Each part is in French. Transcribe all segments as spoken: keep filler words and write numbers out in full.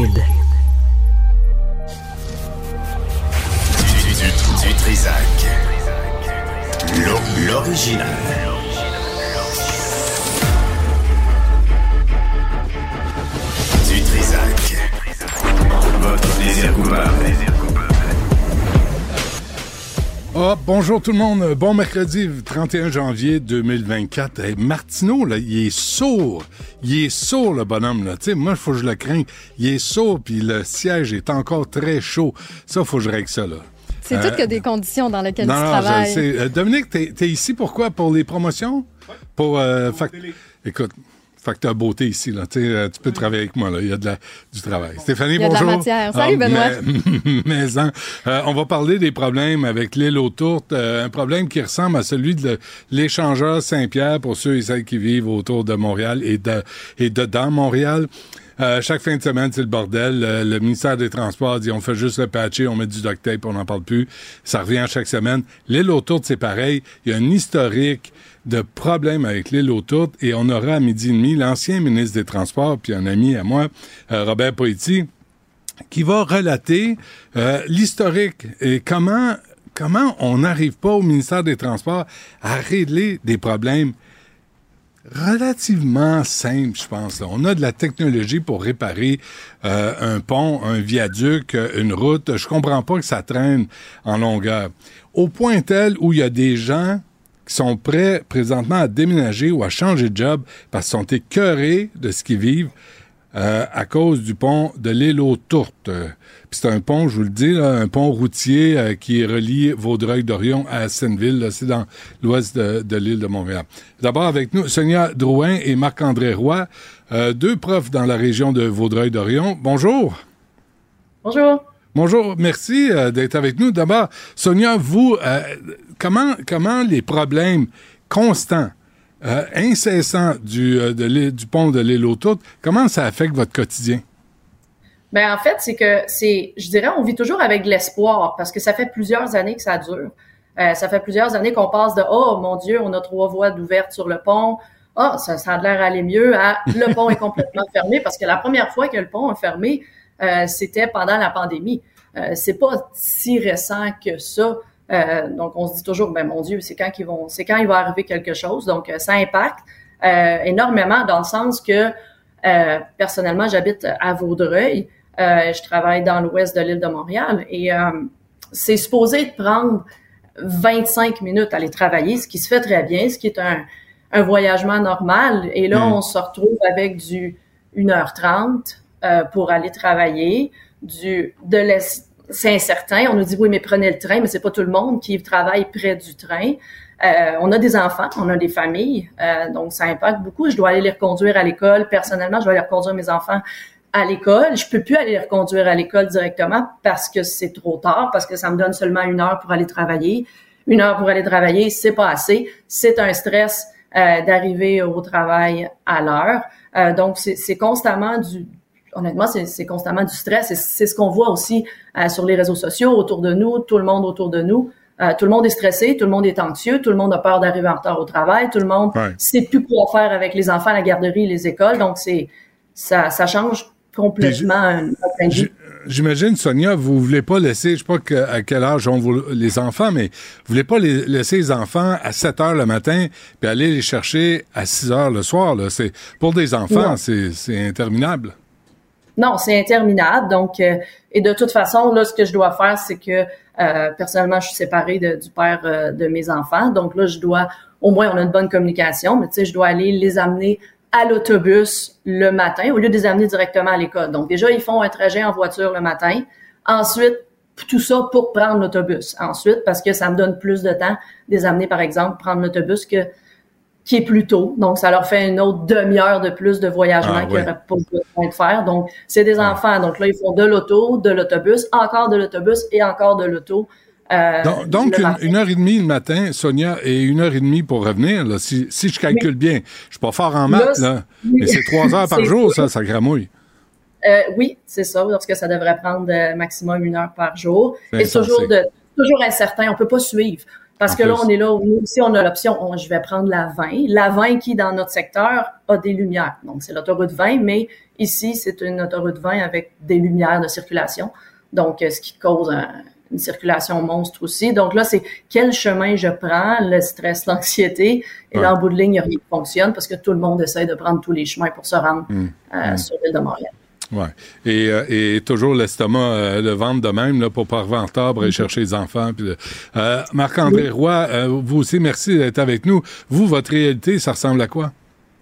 Hybride. Du, du, du, du Trisac. L'o- L'original. Du Trisac. Votre plaisir coupable. Oh, bonjour tout le monde. Bon mercredi trente et un janvier deux mille vingt-quatre. Hey, Martineau, là, il est sourd. Il est sourd, le bonhomme, là. Tu sais, moi, il faut que je le craigne. Il est sourd, puis le siège est encore très chaud. Ça, il faut que je règle ça, là. C'est euh, tout que des conditions dans lesquelles non, tu non, travailles. Je sais. Euh, Dominique, t'es, t'es ici pourquoi? Pour les promotions? Oui. Pour, euh, fac... Écoute, facteur beauté ici, là. Tu sais, tu peux travailler avec moi, là. Il y a de la, du travail. Stéphanie, bonjour. Il y a de la matière. Salut, ah, Benoît. Mais, mais hein, euh, on va parler des problèmes avec l'île aux tourtes. Euh, un problème qui ressemble à celui de le, l'échangeur Saint-Pierre pour ceux et celles qui vivent autour de Montréal et de, et de dans Montréal. Euh, chaque fin de semaine, c'est le bordel. Euh, le ministère des Transports dit on fait juste le patcher, on met du duct tape, on n'en parle plus. Ça revient chaque semaine. L'île aux tourtes, c'est pareil. Il y a un historique de problèmes avec l'île aux tourtes et on aura à midi et demi l'ancien ministre des Transports, puis un ami à moi, euh, Robert Poitiers, qui va relater euh, l'historique et comment comment on n'arrive pas au ministère des Transports à régler des problèmes relativement simple, je pense. Là. On a de la technologie pour réparer euh, un pont, un viaduc, une route. Je comprends pas que ça traîne en longueur. Au point tel où il y a des gens qui sont prêts présentement à déménager ou à changer de job parce qu'ils sont écœurés de ce qu'ils vivent euh, à cause du pont de l'île aux tourtes. Euh, Puis c'est un pont, je vous le dis, là, un pont routier euh, qui relie Vaudreuil-Dorion à Senneville. Là, c'est dans l'ouest de, de l'île de Montréal. D'abord avec nous, Sonia Drouin et Marc-André Roy, euh, deux profs dans la région de Vaudreuil-Dorion. Bonjour. Bonjour. Bonjour, merci euh, d'être avec nous. D'abord, Sonia, vous, euh, comment, comment les problèmes constants, euh, incessants du, euh, de l'île, du pont de l'île aux tourtes, comment ça affecte votre quotidien? Ben en fait, c'est que c'est, je dirais, on vit toujours avec de l'espoir parce que ça fait plusieurs années que ça dure. Euh, ça fait plusieurs années qu'on passe de « Oh, mon Dieu, on a trois voies d'ouvertes sur le pont. Ah, oh, ça, ça a l'air aller mieux. » à « Le pont est complètement fermé. » Parce que la première fois que le pont est fermé, euh, c'était pendant la pandémie. Euh, c'est pas si récent que ça. Euh, donc, on se dit toujours, ben mon Dieu, c'est quand qu'ils vont, c'est quand il va arriver quelque chose. Donc, euh, ça impacte euh, énormément dans le sens que, euh, personnellement, j'habite à Vaudreuil. Euh, je travaille dans l'ouest de l'île de Montréal et euh, c'est supposé prendre vingt-cinq minutes à aller travailler, ce qui se fait très bien, ce qui est un, un voyagement normal. Et là, mmh. on se retrouve avec du une heure trente euh, pour aller travailler, du de l'es- c'est incertain. On nous dit oui, mais prenez le train, mais c'est pas tout le monde qui travaille près du train. Euh, on a des enfants, on a des familles, euh, donc ça impacte beaucoup. Je dois aller les reconduire à l'école. Personnellement, je dois aller reconduire mes enfants à l'école. Je peux plus aller les reconduire à l'école directement parce que c'est trop tard, parce que ça me donne seulement une heure pour aller travailler. Une heure pour aller travailler, c'est pas assez. C'est un stress euh, d'arriver au travail à l'heure. Euh, donc, c'est, c'est constamment du... Honnêtement, c'est, c'est constamment du stress. Et c'est ce qu'on voit aussi euh, sur les réseaux sociaux autour de nous, tout le monde autour de nous. Euh, tout le monde est stressé, tout le monde est anxieux, tout le monde a peur d'arriver en retard au travail, tout le monde ouais. sait plus quoi faire avec les enfants à la garderie, les écoles. Donc, c'est ça, ça change complètement notre vie. J'imagine, Sonia, vous voulez pas laisser, je sais pas que, à quel âge ont vous, les enfants, mais vous voulez pas les, laisser les enfants à sept heures le matin puis aller les chercher à six heures le soir. Là. C'est, pour des enfants, c'est, c'est interminable. Non, c'est interminable. Donc, euh, et de toute façon, là, ce que je dois faire, c'est que euh, personnellement, je suis séparée de, du père euh, de mes enfants. Donc là, je dois, au moins, on a une bonne communication, mais tu sais, je dois aller les amener à l'autobus le matin au lieu de les amener directement à l'école. Donc déjà, ils font un trajet en voiture le matin. Ensuite, tout ça pour prendre l'autobus. Ensuite, parce que ça me donne plus de temps de les amener, par exemple, prendre l'autobus que qui est plus tôt. Donc, ça leur fait une autre demi-heure de plus de voyagement ah, qu'ils n'auraient ouais. pas besoin de faire. Donc, c'est des ah. enfants. Donc là, ils font de l'auto, de l'autobus, encore de l'autobus et encore de l'auto. Euh, donc, donc une, une heure et demie le matin, Sonia, et une heure et demie pour revenir. Là, si, si je calcule oui. bien, je suis pas fort en maths, là, là oui. mais c'est trois heures par jour, ça, ça gramouille. Euh, oui, c'est ça, parce que ça devrait prendre euh, maximum une heure par jour. C'est et toujours, de, toujours incertain, on peut pas suivre. Parce en que plus. là, on est là, nous aussi, on a l'option, on, je vais prendre la vingt. La vingt qui, dans notre secteur, a des lumières. Donc, c'est l'autoroute vingt, mais ici, c'est une autoroute vingt avec des lumières de circulation. Donc, ce qui cause un, une circulation monstre aussi. Donc là, c'est quel chemin je prends, le stress, l'anxiété. Et ouais. là, en bout de ligne, il n'y a rien qui fonctionne parce que tout le monde essaie de prendre tous les chemins pour se rendre mmh. Euh, mmh. sur l'île de Montréal. Oui. Et, euh, et toujours l'estomac, euh, le ventre de même, là, pour pas arriver en retard, pour aller chercher les enfants. Puis, euh, Marc-André oui. Roy, euh, vous aussi, merci d'être avec nous. Vous, votre réalité, ça ressemble à quoi?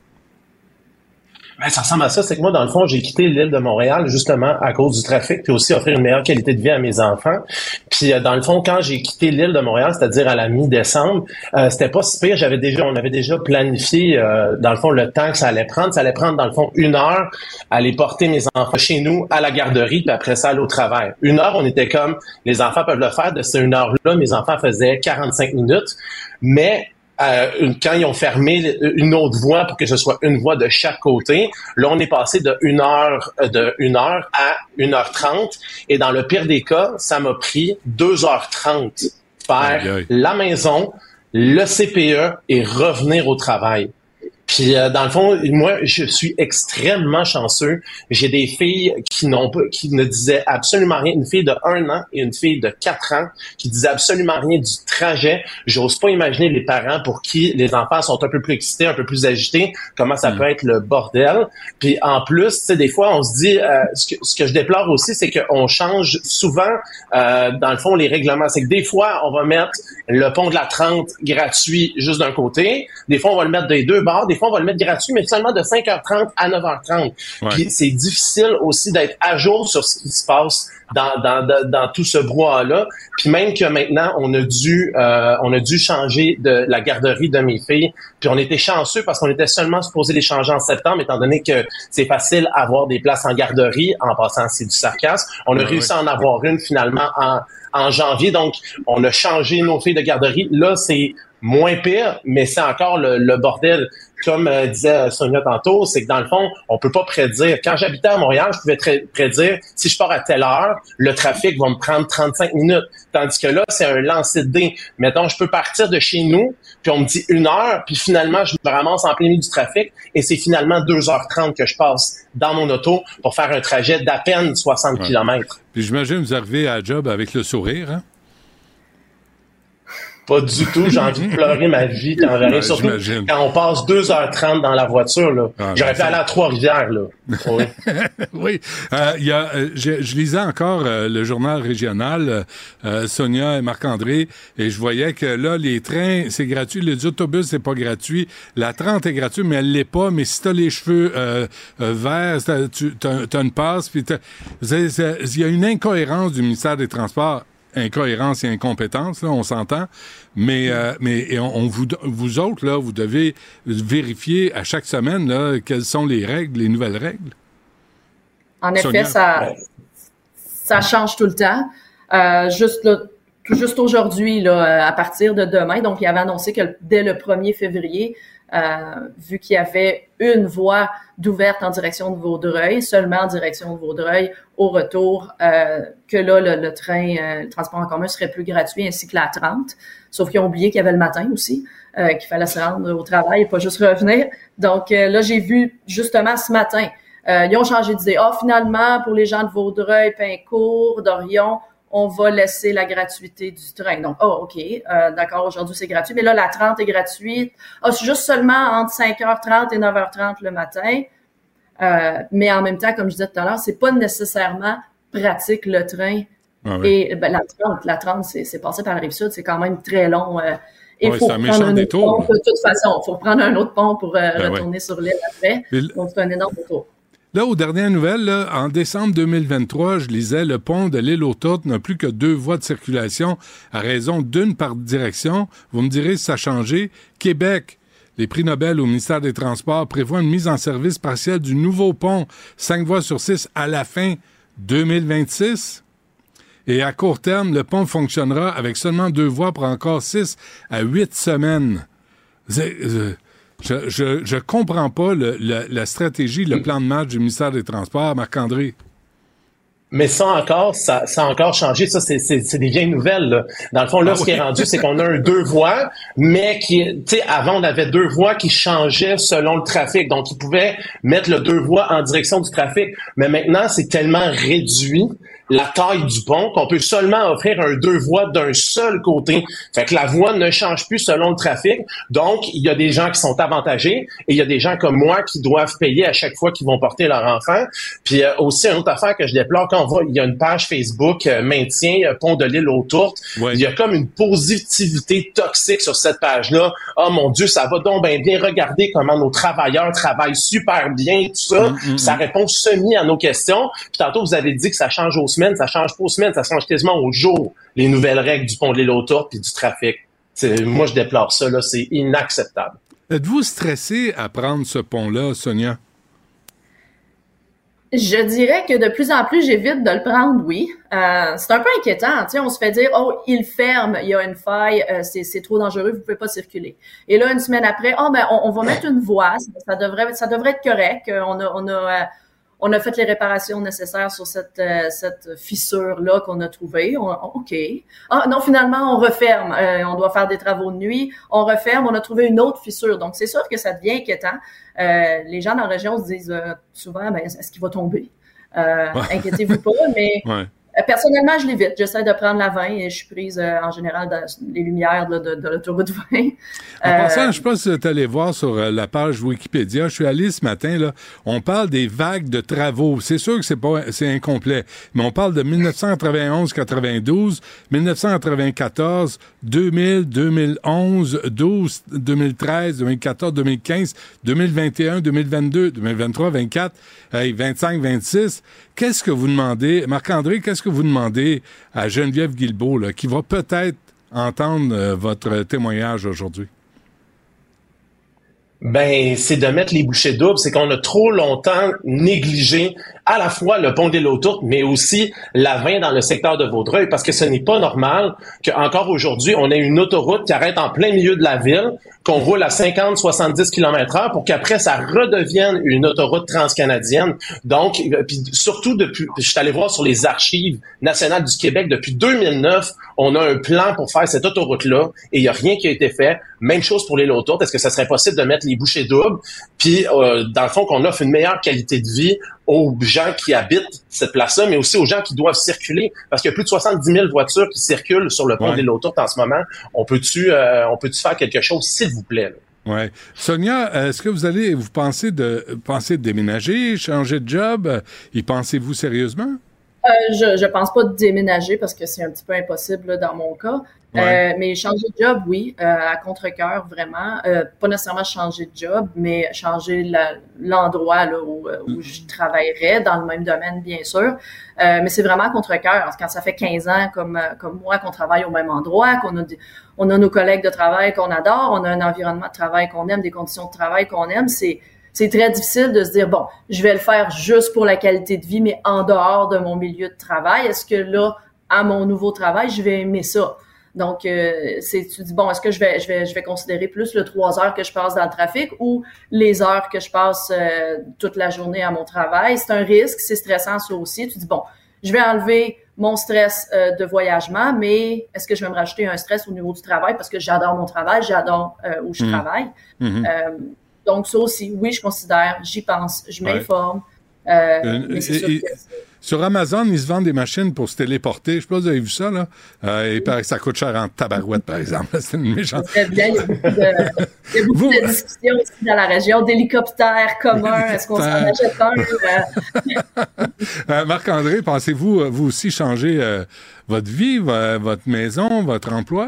Ben, ça ressemble à ça, c'est que moi, dans le fond, j'ai quitté l'île de Montréal justement à cause du trafic, puis aussi offrir une meilleure qualité de vie à mes enfants. Puis euh, dans le fond, quand j'ai quitté l'île de Montréal, c'est-à-dire à la mi-décembre, euh, c'était pas si pire. J'avais déjà, on avait déjà planifié euh, dans le fond le temps que ça allait prendre. Ça allait prendre dans le fond une heure à aller porter mes enfants chez nous à la garderie, puis après ça aller au travail. Une heure, on était comme les enfants peuvent le faire. De cette une heure-là, mes enfants faisaient quarante-cinq minutes, mais Euh, quand ils ont fermé une autre voie pour que ce soit une voie de chaque côté, là, on est passé de une heure, de une heure à une heure trente. Et dans le pire des cas, ça m'a pris deux heures trente faire aïe, aïe. la maison, le C P E et revenir au travail. Puis euh, dans le fond, moi, je suis extrêmement chanceux. J'ai des filles qui n'ont pas, qui ne disaient absolument rien. Une fille de un an et une fille de quatre ans qui disaient absolument rien du trajet. J'ose pas imaginer les parents pour qui les enfants sont un peu plus excités, un peu plus agités, comment ça mmh. peut être le bordel. Puis en plus, tu sais, des fois, on se dit, euh, ce, que, ce que je déplore aussi, c'est qu'on change souvent, euh, dans le fond, les règlements. C'est que des fois, on va mettre le pont de la trente gratuit juste d'un côté. Des fois, on va le mettre des deux bords. Des fois, on va le mettre gratuit, mais seulement de cinq heures trente à neuf heures trente. Ouais. Puis c'est difficile aussi d'être à jour sur ce qui se passe dans, dans, dans, dans tout ce brouhaha-là. Puis même que maintenant, on a dû euh, on a dû changer de la garderie de mes filles. Puis on était chanceux parce qu'on était seulement supposé les changer en septembre, étant donné que c'est facile d'avoir des places en garderie. En passant, c'est du sarcasme. On a ouais, réussi ouais. à en avoir une finalement en, en janvier. Donc, on a changé nos filles de garderie. Là, c'est moins pire, mais c'est encore le, le bordel. Comme euh, disait Sonia tantôt, c'est que dans le fond, on peut pas prédire. Quand j'habitais à Montréal, je pouvais tra- prédire si je pars à telle heure, le trafic va me prendre trente-cinq minutes. Tandis que là, c'est un lancer de dés. Mettons, je peux partir de chez nous, puis on me dit une heure, puis finalement, je me ramasse en plein milieu du trafic, et c'est finalement deux heures trente que je passe dans mon auto pour faire un trajet d'à peine soixante ouais. kilomètres. Puis j'imagine que vous arrivez à la job avec le sourire, hein? Pas du tout. J'ai envie de pleurer ma vie quand j'arrive. Ouais, surtout j'imagine. Quand on passe deux heures trente dans la voiture. Là. Ah, J'aurais pu aller à Trois-Rivières. Là. Oui. oui. Euh, y a, euh, je, je lisais encore euh, le journal régional, euh, Sonia et Marc-André, et je voyais que là, les trains, c'est gratuit. Les autobus, c'est pas gratuit. La trente est gratuite, mais elle l'est pas. Mais si t'as les cheveux euh, euh, verts, t'as, tu t'as, t'as une passe. Puis il y a une incohérence du ministère des Transports. Incohérence et incompétence, là, on s'entend, mais euh, mais et on, on vous vous autres là, vous devez vérifier à chaque semaine là quelles sont les règles, les nouvelles règles. En effet, Sonia? ça ça change tout le temps. Euh, juste là, tout juste aujourd'hui là, à partir de demain, donc il avait annoncé que dès le premier février, euh, vu qu'il y avait une voie d'ouverte en direction de Vaudreuil, seulement en direction de Vaudreuil, au retour, euh, que là, le, le train, euh, le transport en commun serait plus gratuit, ainsi que la trente. Sauf qu'ils ont oublié qu'il y avait le matin aussi, euh, qu'il fallait se rendre au travail et pas juste revenir. Donc euh, là, j'ai vu justement ce matin, euh, ils ont changé d'idée. Ah, finalement, pour les gens de Vaudreuil, Pincourt, d'Orion, on va laisser la gratuité du train. Donc, oh, OK, euh, d'accord, aujourd'hui, c'est gratuit. Mais là, la trente est gratuite. Ah, c'est juste seulement entre cinq heures trente et neuf heures trente le matin. Euh, mais en même temps, comme je disais tout à l'heure, c'est pas nécessairement pratique, le train. Ah oui. Et ben, la trente, la trente c'est, c'est passé par la Rive-Sud, c'est quand même très long. Euh, et il oui, faut prendre un autre pont. De toute façon, il faut prendre un autre pont pour euh, ben retourner ouais. sur l'île après. Mais donc, c'est un énorme tour. Là, aux dernières nouvelles, là, en décembre deux mille vingt-trois, je lisais, le pont de l'île aux Tourtes n'a plus que deux voies de circulation à raison d'une par direction. Vous me direz si ça a changé. Québec, les prix Nobel au ministère des Transports prévoient une mise en service partielle du nouveau pont, cinq voies sur six à la fin deux mille vingt-six. Et à court terme, le pont fonctionnera avec seulement deux voies pour encore six à huit semaines. C'est, euh, Je je je comprends pas le, le, la stratégie, le plan de match du ministère des Transports, Marc-André. Mais ça encore, ça, ça a encore changé. Ça, c'est, c'est, c'est des vieilles nouvelles, là. Dans le fond, là, ah, ce oui. qui est rendu, c'est qu'on a un deux voies, mais qui, tu sais, avant, on avait deux voies qui changeaient selon le trafic. Donc, ils pouvaient mettre le deux voies en direction du trafic. Mais maintenant, c'est tellement réduit, la taille du pont, qu'on peut seulement offrir un deux voies d'un seul côté. Fait que la voie ne change plus selon le trafic. Donc, il y a des gens qui sont avantagés et il y a des gens comme moi qui doivent payer à chaque fois qu'ils vont porter leur enfant. Puis euh, aussi, une autre affaire que je déplore, quand on va, il y a une page Facebook euh, maintien euh, pont de l'île aux Tourtes. Ouais. Il y a comme une positivité toxique sur cette page-là. Oh mon Dieu, ça va donc bien bien. Regardez comment nos travailleurs travaillent super bien, tout ça. Mm-hmm. Ça répond semi à nos questions. Puis tantôt, vous avez dit que ça change aux semaines. Ça change pas aux semaines, ça change quasiment au jour, les nouvelles règles du pont de l'île aux Tourtes puis du trafic. C'est, moi, je déplore ça, là, c'est inacceptable. Êtes-vous stressé à prendre ce pont-là, Sonia? Je dirais que de plus en plus, j'évite de le prendre, oui. Euh, c'est un peu inquiétant, tu sais, on se fait dire, oh, il ferme, il y a une faille, euh, c'est, c'est trop dangereux, vous pouvez pas circuler. Et là, une semaine après, oh, ben, on, on va mettre une voie, ça, ça devrait, ça devrait être correct. On a, on a, euh, On a fait les réparations nécessaires sur cette euh, cette fissure-là qu'on a trouvée. On, OK. Ah non, finalement, on referme. Euh, on doit faire des travaux de nuit. On referme. On a trouvé une autre fissure. Donc, c'est sûr que ça devient inquiétant. Euh, les gens dans la région se disent euh, souvent, ben, est-ce qu'il va tomber? Euh, inquiétez-vous pas, mais... Ouais. Personnellement, je l'évite. J'essaie de prendre la vingt et je suis prise euh, en général dans les lumières de, de, de l'autoroute vingt. En euh, passant, je sais pas si tu es allé voir sur euh, la page Wikipédia. Je suis allé ce matin, là. On parle des vagues de travaux. C'est sûr que c'est pas, c'est incomplet. Mais on parle de dix-neuf cent quatre-vingt-onze quatre-vingt-douze, dix-neuf cent quatre-vingt-quatorze, deux mille, deux mille onze, douze, deux mille treize, deux mille quatorze, deux mille quinze, deux mille vingt et un, deux mille vingt-deux, deux mille vingt-trois, vingt-quatre, hey, vingt-cinq, vingt-six. Qu'est-ce que vous demandez, Marc-André, qu'est-ce que vous demandez à Geneviève Guilbeault, là, qui va peut-être entendre euh, votre témoignage aujourd'hui? Ben, c'est de mettre les bouchées doubles. C'est qu'on a trop longtemps négligé à la fois le pont des Lotourtes, mais aussi la vingt dans le secteur de Vaudreuil, parce que ce n'est pas normal qu'encore aujourd'hui, on ait une autoroute qui arrête en plein milieu de la ville, qu'on roule à cinquante à soixante-dix kilomètres heure pour qu'après, ça redevienne une autoroute transcanadienne. Donc, puis surtout depuis, je suis allé voir sur les archives nationales du Québec, depuis deux mille neuf, on a un plan pour faire cette autoroute-là et il n'y a rien qui a été fait. Même chose pour les Lotourtes. Est-ce que ça serait possible de mettre les bouchées doubles, puis euh, dans le fond, qu'on offre une meilleure qualité de vie aux gens qui habitent cette place-là, mais aussi aux gens qui doivent circuler, parce qu'il y a plus de soixante-dix mille voitures qui circulent sur le pont ouais. des Lotourtes en ce moment. On peut-tu, euh, on peut-tu faire quelque chose, s'il vous plaît? Là? Ouais. Sonia, est-ce que vous allez, vous pensez de, pensez de déménager, changer de job? Y pensez-vous sérieusement? Euh, je, je pense pas de déménager parce que c'est un petit peu impossible là, dans mon cas. Ouais. Euh, mais changer de job, oui, euh, à contre-cœur, vraiment. Euh, pas nécessairement changer de job, mais changer la, l'endroit là, où, où je travaillerais, dans le même domaine, bien sûr. Euh, mais c'est vraiment à contre-cœur. Quand ça fait quinze ans, comme comme moi, qu'on travaille au même endroit, qu'on a des, on a nos collègues de travail qu'on adore, on a un environnement de travail qu'on aime, des conditions de travail qu'on aime, c'est c'est très difficile de se dire, bon, je vais le faire juste pour la qualité de vie, mais en dehors de mon milieu de travail. Est-ce que là, à mon nouveau travail, je vais aimer ça? Donc, euh, c'est, tu dis, bon, est-ce que je vais, je vais, je vais considérer plus le trois heures que je passe dans le trafic ou les heures que je passe euh, toute la journée à mon travail? C'est un risque, c'est stressant ça aussi. Tu dis, bon, je vais enlever mon stress euh, de voyagement, mais est-ce que je vais me rajouter un stress au niveau du travail parce que j'adore mon travail, j'adore euh, où je mmh. travaille. Mmh. Euh, donc, ça aussi, oui, je considère, j'y pense, je m'informe. Ouais. Euh, euh, mais c'est sûr que sur Amazon, ils se vendent des machines pour se téléporter. Je sais pas si vous avez vu ça, là. Euh, il paraît que ça coûte cher en tabarouette, par exemple. C'est une méchante. Très bien. Il y a beaucoup de, il y a beaucoup vous... de discussions aussi dans la région d'hélicoptères communs. Est-ce qu'on s'en achète un? euh, Marc-André, pensez-vous, vous aussi, changer euh, votre vie, votre maison, votre emploi?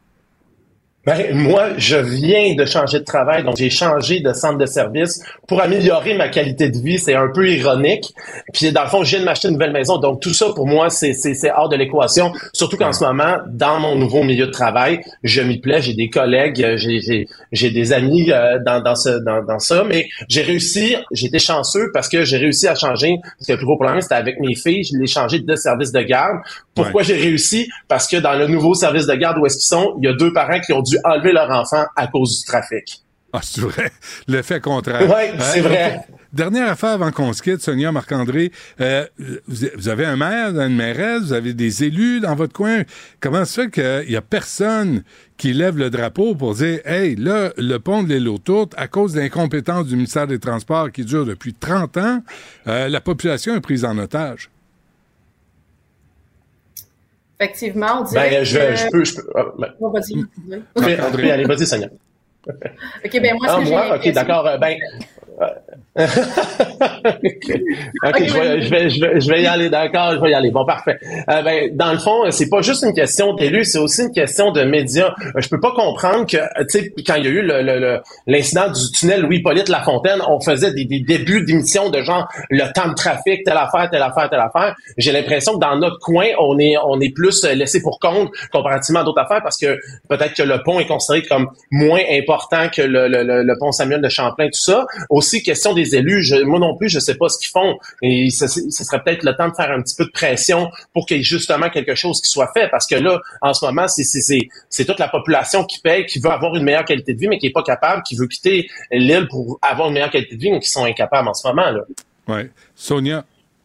Ben, moi, je viens de changer de travail, donc j'ai changé de centre de service pour améliorer ma qualité de vie. C'est un peu ironique. Puis, dans le fond, je viens de m'acheter une nouvelle maison. Donc, tout ça, pour moi, c'est, c'est, c'est hors de l'équation. Surtout qu'en ce moment, dans mon nouveau milieu de travail, je m'y plais. J'ai des collègues, j'ai, j'ai, j'ai des amis euh, dans, dans, ce, dans, dans ça. Mais j'ai réussi, j'ai été chanceux parce que j'ai réussi à changer. Parce que le plus gros problème, c'était avec mes filles. Je l'ai changé de service de garde. Pourquoi ouais. j'ai réussi? Parce que dans le nouveau service de garde où est-ce qu'ils sont, il y a deux parents qui ont dû enlever leur enfant à cause du trafic. Ah, c'est vrai. L'effet contraire. Oui, c'est euh, vrai. Donc, dernière affaire avant qu'on se quitte, Sonia, Marc-André. Euh, vous avez un maire, une mairesse, vous avez des élus dans votre coin. Comment ça fait qu'il y a personne qui lève le drapeau pour dire « Hey, là, le pont de l'île aux Tourtes, à cause de l'incompétence du ministère des Transports qui dure depuis trente ans, euh, la population est prise en otage. » Effectivement, on dirait Ben, je, que... je peux... Je peux ah, ben, oh, vas-y. oui, André, allez, vas-y, Sonia. OK, ben moi, ce Ah, que j'ai moi? OK, l'impression- d'accord. euh, Ben... OK, okay je, vais, je, vais, je, vais, je vais y aller, d'accord, je vais y aller. Bon, parfait. Euh, ben, dans le fond, c'est pas juste une question d'élus, c'est aussi une question de médias. Je peux pas comprendre que, tu sais, quand il y a eu le, le, le, l'incident du tunnel Louis-Hippolyte Lafontaine, on faisait des, des débuts d'émissions de genre le temps de trafic, telle affaire, telle affaire, telle affaire. J'ai l'impression que dans notre coin, on est on est plus laissé pour compte comparativement à d'autres affaires parce que peut-être que le pont est considéré comme moins important que le, le, le, le pont Samuel de Champlain, tout ça. Aussi, question des élus, je, moi non plus, je sais pas ce qu'ils font. Et ce, ce serait peut-être le temps de faire un petit peu de pression pour qu'il y ait justement quelque chose qui soit fait. Parce que là, en ce moment, c'est, c'est, c'est, c'est toute la population qui paye, qui veut avoir une meilleure qualité de vie, mais qui est pas capable, qui veut quitter l'île pour avoir une meilleure qualité de vie, mais qui sont incapables en ce moment, là. Oui. Sonia?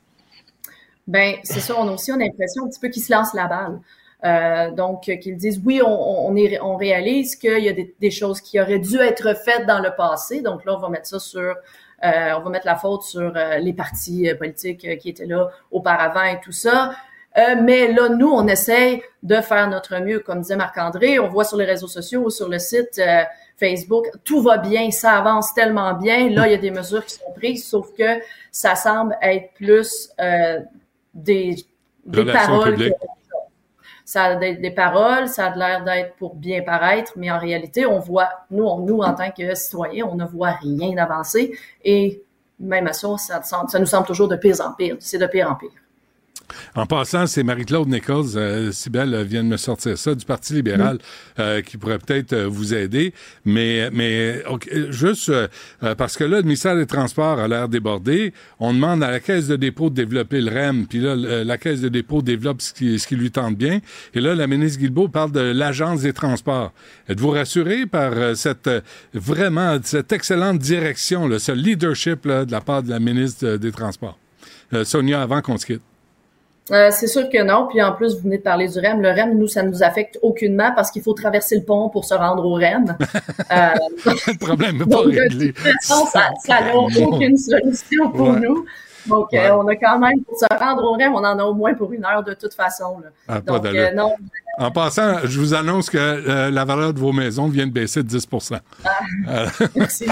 Ben, c'est ça, on a aussi une impression un petit peu qu'ils se lancent la balle. Euh, donc, euh, qu'ils disent, oui, on, on, est, on réalise qu'il y a des, des choses qui auraient dû être faites dans le passé. Donc là, on va mettre ça sur, euh, on va mettre la faute sur euh, les partis euh, politiques euh, qui étaient là auparavant et tout ça. Euh, mais là, nous, on essaye de faire notre mieux. Comme disait Marc-André, on voit sur les réseaux sociaux, sur le site euh, Facebook, tout va bien, ça avance tellement bien. Là, il y a des mesures qui sont prises, sauf que ça semble être plus euh, des, des paroles. Que, ça a des, des paroles, ça a l'air d'être pour bien paraître, mais en réalité, on voit, nous, on, nous en tant que citoyens, on ne voit rien d'avancer. Et même à ça, ça, ça nous semble toujours de pire en pire. C'est de pire en pire. En passant, c'est Marie-Claude Nichols, euh, Cybèle vient de me sortir ça, du Parti libéral, mmh. euh, qui pourrait peut-être euh, vous aider. Mais, mais okay, juste euh, parce que là, le ministère des Transports a l'air débordé, on demande à la Caisse de dépôt de développer le R E M, puis là, la Caisse de dépôt développe ce qui, ce qui lui tente bien. Et là, la ministre Guilbeault parle de l'Agence des Transports. Êtes-vous rassuré par euh, cette euh, vraiment cette excellente direction, là, ce leadership là, de la part de la ministre des Transports? Euh, Sonia, avant qu'on se quitte. Euh, c'est sûr que non. Puis en plus, vous venez de parler du R E M. Le R E M, nous, ça ne nous affecte aucunement parce qu'il faut traverser le pont pour se rendre au R E M. Euh, le problème n'est pas donc, réglé. De toute façon, ça n'a aucune solution pour ouais. nous. Donc, ouais. euh, on a quand même, pour se rendre au R E M, on en a au moins pour une heure de toute façon. Là. Ah, donc, pas euh, non. En passant, je vous annonce que euh, la valeur de vos maisons vient de baisser de dix pour cent. Ah, euh, merci.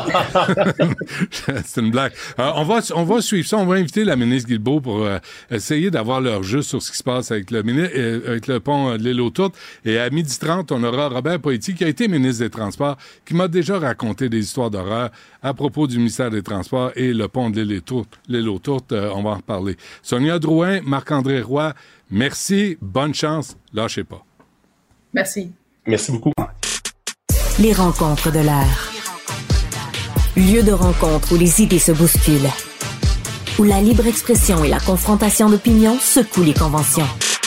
C'est une blague. Euh, on va, on va suivre ça. On va inviter la ministre Guilbeault pour euh, essayer d'avoir leur juste sur ce qui se passe avec le, euh, avec le pont de l'île aux Tourtes. Et à midi trente, on aura Robert Poitiers, qui a été ministre des Transports, qui m'a déjà raconté des histoires d'horreur à propos du ministère des Transports et le pont de l'île aux Tourtes. L'île aux Tourtes, euh, on va en reparler. Sonia Drouin, Marc-André Roy, merci, bonne chance, lâchez pas. Merci. Merci beaucoup. Les rencontres de l'heure. Lieu de rencontre où les idées se bousculent. Où la libre expression et la confrontation d'opinions secouent les conventions.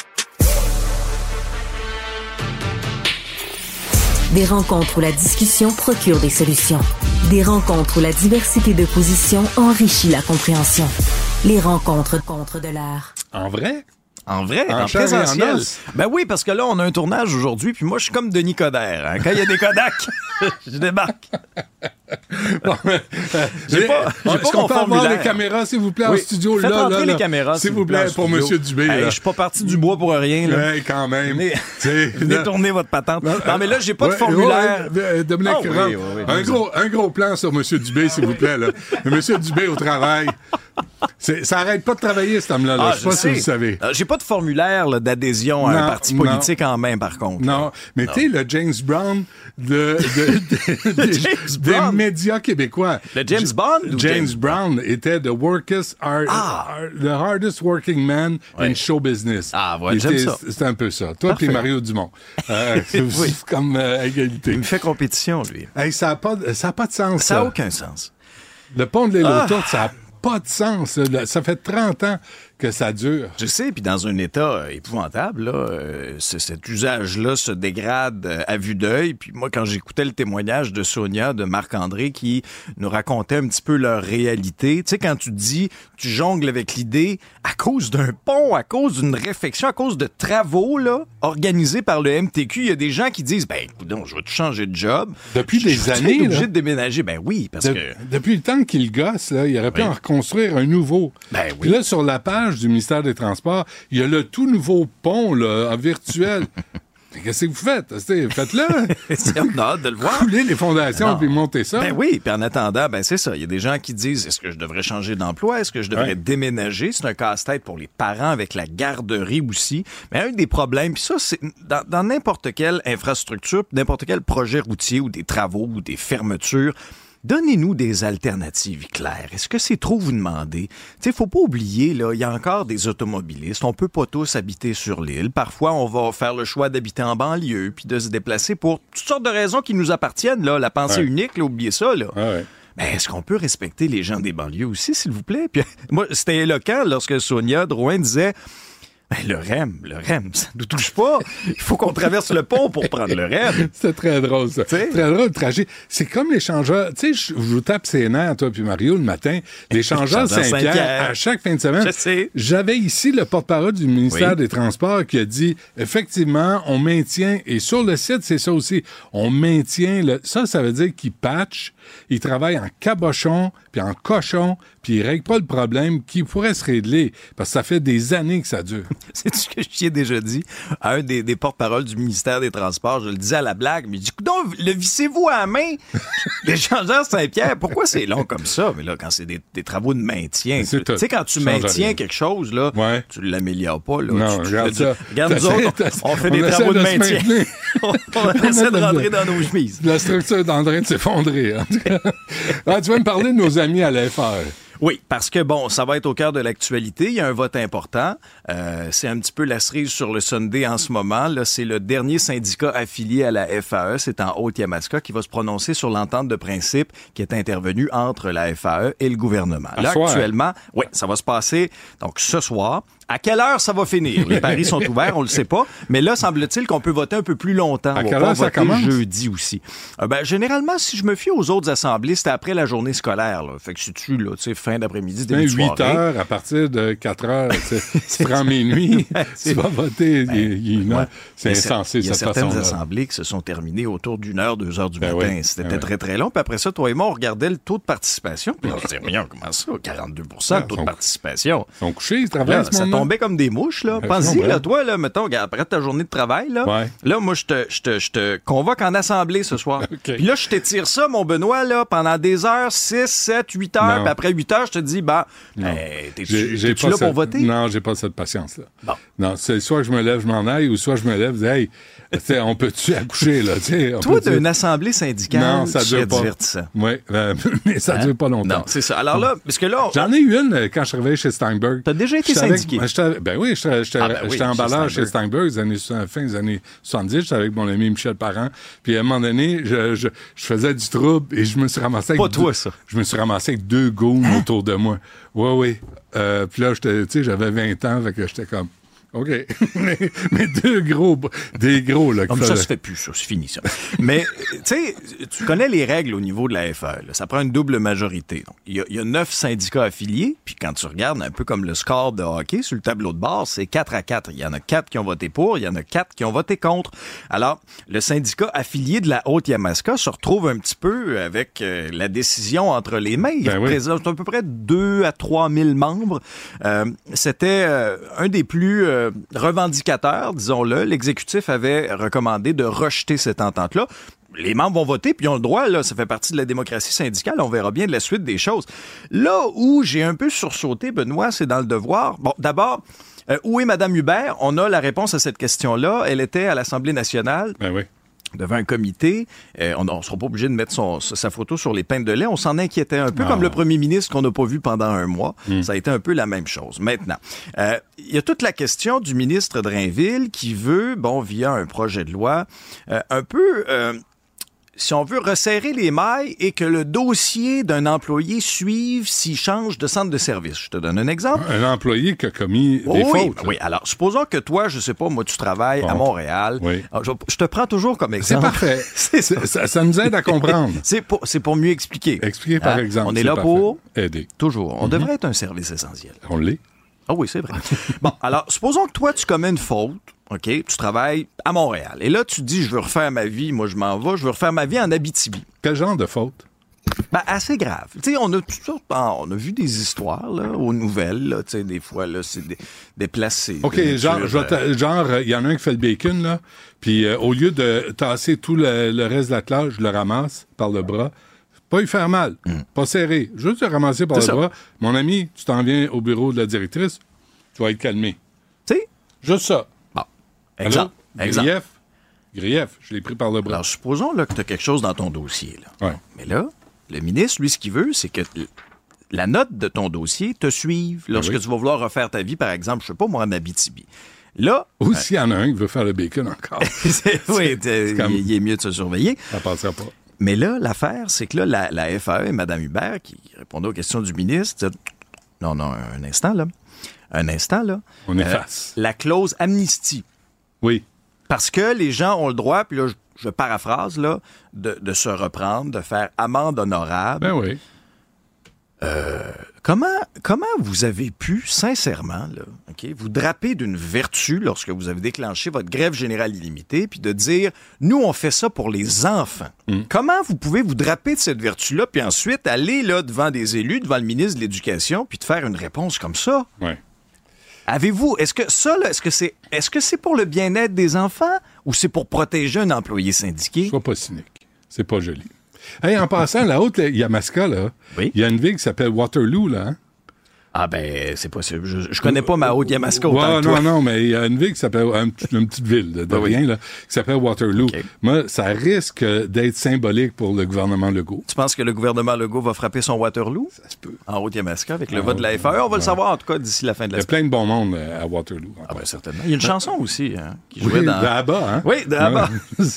Des rencontres où la discussion procure des solutions. Des rencontres où la diversité de positions enrichit la compréhension. Les rencontres contre de l'heure. En vrai? En vrai, en, en présentiel. En os. Ben oui, parce que là, on a un tournage aujourd'hui, puis moi, je suis comme Denis Coderre. Hein. Quand il y a des Kodak, je débarque. Bon, euh, j'ai pas, j'ai Est-ce pas qu'on mon peut formulaire. avoir les caméras, s'il vous plaît, oui. en studio? Faites là, rentrer là, les caméras, s'il vous plaît, pour M. Dubé. Hey, je suis pas parti du bois pour rien. Là. Ouais, quand même. Venez tourner votre patente. Non, mais là, j'ai pas ouais, de formulaire. Ouais, ouais, Dominique, oh, oui, oui, oui, un, gros, un gros plan sur M. Dubé, s'il vous plaît. Là. M. Dubé au travail. C'est, ça arrête pas de travailler, cet homme-là. Là. Ah, je sais pas sais. si vous savez. Euh, j'ai pas de formulaire là, d'adhésion à non, un parti politique non. en main, par contre. Non, mais tu sais, le James Brown de, de, de, de James des, Brown. des médias québécois. Le James Bond? James, James Brown était the, workest, are, ah. are, the hardest working man oui. in show business. Ah, ouais, j'aime ça. C'est un peu ça. Toi puis Mario Dumont. Euh, c'est oui. comme euh, égalité. Il me fait compétition, lui. Hey, ça n'a pas, pas de sens. Ça n'a aucun sens. Le pont de l'île aux ah. Tourtes, ça n'a pas de sens. Ça fait trente ans que ça dure. Je sais, puis dans un état euh, épouvantable, là, euh, c- cet usage-là se dégrade euh, à vue d'œil. Puis moi, quand j'écoutais le témoignage de Sonia, de Marc-André, qui nous racontait un petit peu leur réalité, tu sais, quand tu dis, tu jongles avec l'idée, à cause d'un pont, à cause d'une réfection, à cause de travaux, là, organisés par le M T Q, il y a des gens qui disent, ben, écoute, je vais te changer de job. Depuis Je- des je suis années, obligé là. de déménager. Ben oui, parce De- que... Depuis le temps qu'il gosse, là, il aurait pu Oui. en reconstruire un nouveau. Ben oui. Puis là, sur la page du ministère des Transports, il y a le tout nouveau pont là, en virtuel. Qu'est-ce que vous faites? C'est- Faites-le. C'est on a hâte de le voir. Couler les fondations Non. puis monter ça. Ben oui, puis en attendant, ben c'est ça. Il y a des gens qui disent, est-ce que je devrais changer d'emploi? Est-ce que je devrais Ouais. déménager? C'est un casse-tête pour les parents avec la garderie aussi. Mais un des problèmes, puis ça, c'est dans, dans n'importe quelle infrastructure, n'importe quel projet routier ou des travaux ou des fermetures, donnez-nous des alternatives claires. Est-ce que c'est trop vous demander? Tu sais, faut pas oublier, là, il y a encore des automobilistes. On peut pas tous habiter sur l'île. Parfois, on va faire le choix d'habiter en banlieue puis de se déplacer pour toutes sortes de raisons qui nous appartiennent, là. La pensée Ouais. unique, là, oubliez ça, là. Ah ouais. Mais est-ce qu'on peut respecter les gens des banlieues aussi, s'il vous plaît? Puis, moi, c'était éloquent lorsque Sonia Drouin disait... Ben, le R E M, le R E M, ça ne nous touche pas. Il faut qu'on traverse le pont pour prendre le R E M. C'est très drôle, ça. T'sais? Très drôle, tragique. C'est comme l'échangeur. Tu sais, je je vous tape ses nerfs, toi puis Mario, le matin. L'échangeur L'échangeur Saint-Pierre, Saint-Pierre. à chaque fin de semaine. Je sais. J'avais ici le porte-parole du ministère Oui. des Transports qui a dit, effectivement, on maintient, et sur le site, c'est ça aussi, on maintient, le, ça, ça veut dire qu'ils patchent, ils travaillent en cabochon, puis en cochon, puis ils règlent pas le problème qui pourrait se régler, parce que ça fait des années que ça dure. C'est ce que je t'y ai déjà dit à un des, des porte-paroles du ministère des Transports. Je le disais à la blague, mais il dit, coudonc, le vissez-vous à la main? L'échangeur Saint-Pierre, pourquoi c'est long comme ça? Mais là, quand c'est des, des travaux de maintien, C'est tu tout. sais, quand tu Change maintiens rien. quelque chose, là, Ouais. tu l'améliores pas, là. Non, Tu- tu regarde fais du- ça. Regarde, nous T'essaies- autres, on, on fait on des essaie travaux de de se maintien. maintenir. on, on essaie de rentrer dans nos chemises. La structure est en train de s'effondrer. En tout cas. Ah, tu vas me parler de nos amis à l'A F R. Oui, parce que, bon, ça va être au cœur de l'actualité. Il y a un vote important. Euh, c'est un petit peu la cerise sur le Sunday en ce moment. Là, c'est le dernier syndicat affilié à la F A E. C'est en Haute-Yamaska qui va se prononcer sur l'entente de principe qui est intervenue entre la F A E et le gouvernement. À Là, soir. actuellement, oui, ça va se passer donc ce soir. À quelle heure ça va finir? Les paris sont ouverts, on le sait pas. Mais là, semble-t-il qu'on peut voter un peu plus longtemps. À On va quelle pouvoir heure ça voter commence? jeudi aussi. Euh, ben, généralement, si je me fie aux autres assemblées, c'était après la journée scolaire. Là. Fait que si tu là, tu sais, fin d'après-midi, début de huit soirée. heures à partir de quatre heures. Tu sais, tu prends minuit, tu vas voter. il- il- non, Ouais. C'est Il y a cer- insensé, Il y a cette certaines façon-là. assemblées qui se sont terminées autour d'une heure, deux heures du Ben matin. oui, C'était ben oui. très, très long. Puis après ça, toi et moi, on regardait le taux de participation. Puis on se disait, voyons, comment ça? quarante-deux pour cent de taux de Son- participation. Ils sont couchés, ils Là, travaillent ce ça moment. tombait comme des mouches, là. Ben, Pense-y, ouais. là, toi, là, mettons, regarde, après ta journée de travail, là. Ouais. Là, moi, je te, je te, je te convoque en assemblée ce soir. OK. Puis là, je t'étire ça, mon Benoît, là, pendant des heures, six, sept, huit heures. Non. Puis après huit heures, je te dis, bah, Non. hey, J'ai- t'es-tu j'ai t'es-tu pas là cette- pour voter? Non, j'ai pas cette patience-là. Bon. Non, c'est soit je me lève, je m'en aille, ou soit je me lève, je dis, hey, tu sais, on peut-tu accoucher, là, tu sais. on Toi, peut-tu- d'une assemblée syndicale, Non, ça tu dure serais pas. divertissant. Oui, euh, mais ça dure pas longtemps. Non, c'est ça. Alors là, parce que là, on- J'en ai eu une euh, quand je suis arrivé chez Steinberg. T'as déjà été J'étais avec- syndiqué? moi, j'étais- Ben oui, j'étais j'étais- Ah, ben oui, j'étais chez emballeur chez Steinberg. Steinberg, les années, so- fin des années soixante-dix. J'étais avec mon ami Michel Parent. Puis à un moment donné, je, je, je faisais du trouble et je me suis ramassé avec Pas deux- toi, ça. Je me suis ramassé avec deux goons autour de moi. Oui, oui. Euh, puis là, j'étais, tu sais, j'avais vingt ans, fait que j'étais comme... OK. mais, mais deux gros, des gros, là. qui Comme ça, faisaient- se fait plus, ça, c'est fini, ça. Mais, tu sais, tu connais les règles au niveau de la F A E. Là. Ça prend une double majorité. Donc, il y a, il y a neuf syndicats affiliés, puis quand tu regardes un peu comme le score de hockey sur le tableau de bord, c'est quatre à quatre. Il y en a quatre qui ont voté pour, il y en a quatre qui ont voté contre. Alors, le syndicat affilié de la Haute-Yamaska se retrouve un petit peu avec euh, la décision entre les mains. Il Ben oui. représente à peu près deux à trois mille membres. Euh, c'était euh, un des plus euh, revendicateurs, disons-le. L'exécutif avait recommandé de rejeter cette entente-là. Les membres vont voter, puis ils ont le droit, là, ça fait partie de la démocratie syndicale, on verra bien de la suite des choses. Là où j'ai un peu sursauté, Benoît, c'est dans le devoir. Bon, d'abord, euh, où est Mme Hubert? On a la réponse à cette question-là. Elle était à l'Assemblée nationale Ben oui. devant un comité. Euh, on ne sera pas obligé de mettre son, sa photo sur les pintes de lait. On s'en inquiétait un peu, Ah. comme le premier ministre qu'on n'a pas vu pendant un mois. Hmm. Ça a été un peu la même chose. Maintenant, euh, il y a toute la question du ministre Drainville qui veut, bon, via un projet de loi, euh, un peu... Euh, si on veut resserrer les mailles et que le dossier d'un employé suive s'il change de centre de service. Je te donne un exemple. Un employé qui a commis oh, des oui, fautes. Oui, alors, supposons que toi, je sais pas, moi, tu travailles bon. à Montréal. Oui. Alors, je, je te prends toujours comme exemple. C'est parfait. c'est ça. Ça, ça nous aide à comprendre. c'est, pour, c'est pour mieux expliquer. Expliquer par hein? exemple. On est, est là parfait. pour aider. Toujours. On mm-hmm. devrait être un service essentiel. On l'est. Ah oui, c'est vrai. Bon, alors, supposons que toi, tu commets une faute. OK, tu travailles à Montréal. Et là, tu te dis, je veux refaire ma vie, moi, je m'en vais, je veux refaire ma vie en Abitibi. Quel genre de faute? Ben, assez grave. Tu sais, on a tout ça, on a vu des histoires, là, aux nouvelles, là, tu sais, des fois, là, c'est des, déplacé. OK, de genre, euh... genre, il y en a un qui fait le bacon, là, puis euh, au lieu de tasser tout le, le reste de la classe, je le ramasse par le bras. Pas lui faire mal, mm. pas serré, juste le ramasser par c'est le ça. bras. Mon ami, tu t'en viens au bureau de la directrice, tu vas être calmé. Tu sais? Juste ça. Exemple. Exemple. Grief. Grief, je l'ai pris par le bras. Alors, supposons là, que tu as quelque chose dans ton dossier. Là. Ouais. Mais là, le ministre, lui, ce qu'il veut, c'est que la note de ton dossier te suive lorsque oui. tu vas vouloir refaire ta vie, par exemple, je sais pas, moi, en Abitibi. Là... Ou euh... s'il y en a un qui veut faire le bacon encore. oui, comme... il est mieux de se surveiller. Ça passera pas. Mais là, l'affaire, c'est que là, la, la F A E et Mme Hubert, qui répondait aux questions du ministre, disent, non, non, un instant, là. Un instant, là. On efface. Euh, la clause amnistie. Oui. Parce que les gens ont le droit, puis là, je, je paraphrase, là, de, de se reprendre, de faire amende honorable. Ben oui. Euh, comment, comment vous avez pu, sincèrement, là, okay, vous draper d'une vertu lorsque vous avez déclenché votre grève générale illimitée, puis de dire, nous, on fait ça pour les enfants. Mm. Comment vous pouvez vous draper de cette vertu-là, puis ensuite aller là, devant des élus, devant le ministre de l'Éducation, puis de faire une réponse comme ça? Oui. Avez-vous, est-ce que ça, là, est-ce que c'est, est-ce que c'est pour le bien-être des enfants ou c'est pour protéger un employé syndiqué? Sois pas cynique. C'est pas joli. Hey, en passant, la haute Yamaska, là, oui? Il y a une ville qui s'appelle Waterloo, là, hein? Ah ben, c'est possible. Je, je connais pas ma haute Yamaska autant ouais, que toi. Non, non, mais il y a une ville qui s'appelle, un, une petite ville de, de ah, rien, oui. là, qui s'appelle Waterloo. Okay. Moi, ça risque d'être symbolique pour le gouvernement Legault. Tu penses que le gouvernement Legault va frapper son Waterloo? Ça se peut. En haute Yamaska, avec le ah, vote de la F A E. On va ouais. le savoir, en tout cas, d'ici la fin de la semaine. Il y a plein de bon monde à Waterloo. Ah ben, certainement. Il y a une chanson aussi, hein, qui oui, jouait dans... de Abba, hein? Oui, de Abba.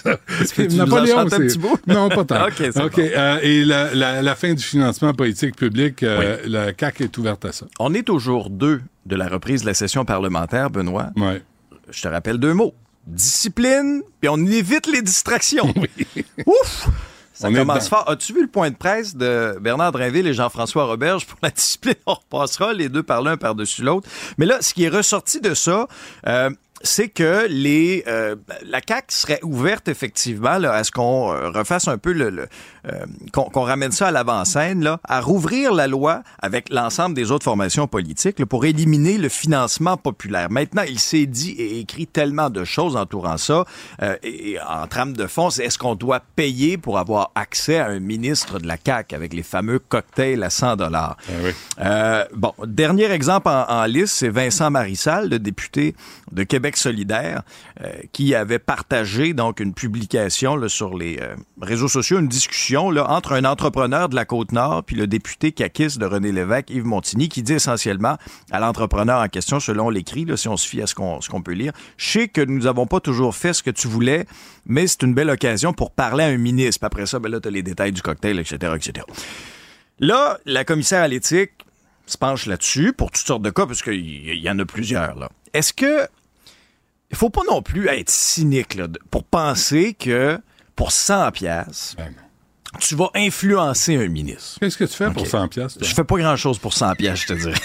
Napoléon, c'est... Non, pas tant. OK, c'est OK. Bon. Euh, et la, la, la fin du financement politique public, euh, oui. la C A Q est ouverte à ça. On est au jour deux de la reprise de la session parlementaire, Benoît. Oui. Je te rappelle deux mots. Discipline, puis on évite les distractions. Oui. Ouf! Ça on commence fort. As-tu vu le point de presse de Bernard Drinville et Jean-François Roberge pour la discipline? On repassera, les deux parlent l'un par-dessus l'autre. Mais là, ce qui est ressorti de ça... Euh, c'est que les euh, la C A Q serait ouverte effectivement là, à ce qu'on euh, refasse un peu le, le euh, qu'on, qu'on ramène ça à l'avant-scène là, à rouvrir la loi avec l'ensemble des autres formations politiques là, pour éliminer le financement populaire. Maintenant, il s'est dit et écrit tellement de choses entourant ça euh, et, et en trame de fond, c'est est-ce qu'on doit payer pour avoir accès à un ministre de la C A Q avec les fameux cocktails à cent dollars. Ah oui. euh, bon, dernier exemple en, en liste, c'est Vincent Marissal, le député de Québec solidaire, euh, qui avait partagé donc une publication là, sur les euh, réseaux sociaux, une discussion là, entre un entrepreneur de la Côte-Nord puis le député caquiste de René Lévesque, Yves Montigny, qui dit essentiellement à l'entrepreneur en question, selon l'écrit, là, si on se fie à ce qu'on, ce qu'on peut lire, « Je sais que nous n'avons pas toujours fait ce que tu voulais, mais c'est une belle occasion pour parler à un ministre. » Après ça, ben là, tu as les détails du cocktail, et cetera, et cetera. Là, la commissaire à l'éthique se penche là-dessus pour toutes sortes de cas, parce qu'il y, y en a plusieurs. Là. Est-ce que il faut pas non plus être cynique là, pour penser que pour cent piastres, ben tu vas influencer un ministre? Qu'est-ce que tu fais okay. pour cent piastres? Je fais pas grand-chose pour cent piastres, je te dirais.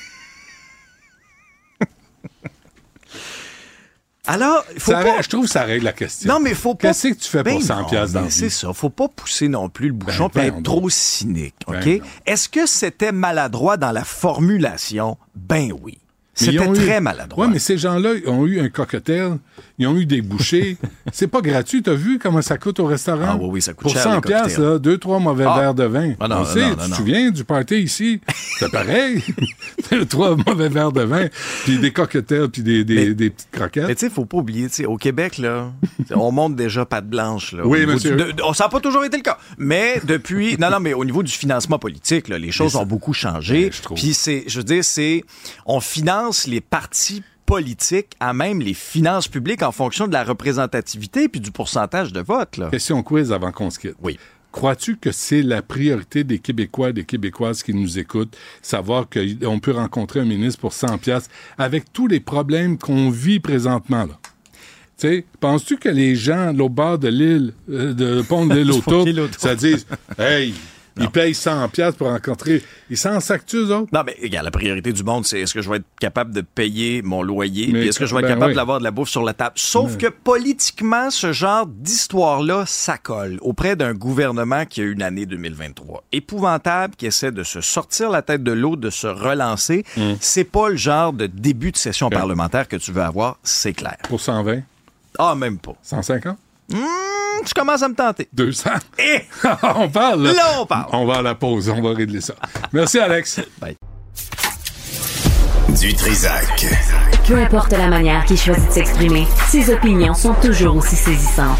Alors, il faut ça pas... règle, je trouve que ça règle la question. Non, mais faut pas... Qu'est-ce que tu fais ben pour cent piastres dans la vie? C'est ça. Faut pas pousser non plus le bouchon ben, et être ben, trop donc. cynique, OK? Ben, Est-ce que c'était maladroit dans la formulation? Ben oui. Mais c'était très eu... maladroit. Oui, mais ces gens-là ils ont eu un cocktail, ils ont eu des bouchées. C'est pas gratuit. T'as vu comment ça coûte au restaurant? Ah oui, oui, ça coûte pour cher. Pour cent piastres, là, deux, trois mauvais ah. verres de vin. Ah non, On non, sait, non, tu non, te non. souviens du party ici? C'est pareil. trois mauvais verres de vin, puis des cocktails, puis des, des, mais, des petites croquettes. Mais tu sais, faut pas oublier, au Québec, là, on monte déjà patte blanche. Là, oui, monsieur. Du, de, ça n'a pas toujours été le cas. Mais depuis... non, non, mais au niveau du financement politique, là, les choses ont beaucoup changé. Puis c'est, je veux dire, c'est... On finance les partis politique à même les finances publiques en fonction de la représentativité puis du pourcentage de vote. Là. Question quiz avant qu'on se quitte. Oui. Crois-tu que c'est la priorité des Québécois et des Québécoises qui nous écoutent, savoir qu'on peut rencontrer un ministre pour cent piastres avec tous les problèmes qu'on vit présentement, là? Tu sais, penses-tu que les gens de l'autre bord de l'île, euh, de pont de l'île autour, ça dit « Hey, non. Ils payent cent piastres pour rencontrer... » Ils s'en sacent-tu, eux autres? Non, mais regarde, la priorité du monde, c'est est-ce que je vais être capable de payer mon loyer, mais puis est-ce que je vais être ben capable oui. d'avoir de la bouffe sur la table. Sauf mais... que politiquement, ce genre d'histoire-là, ça colle auprès d'un gouvernement qui a eu une année deux mille vingt-trois épouvantable, qui essaie de se sortir la tête de l'eau, de se relancer. Mm. C'est pas le genre de début de session okay. parlementaire que tu veux avoir, c'est clair. Pour cent vingt? Ah, même pas. cent cinquante? Mmh, tu commences à me tenter. deux cents? Eh! On parle, là. Là, on parle. On va à la pause, on va régler ça. Merci, Alex. Bye. Du Trisac. Peu importe la manière qu'il choisit de s'exprimer, ses opinions sont toujours aussi saisissantes.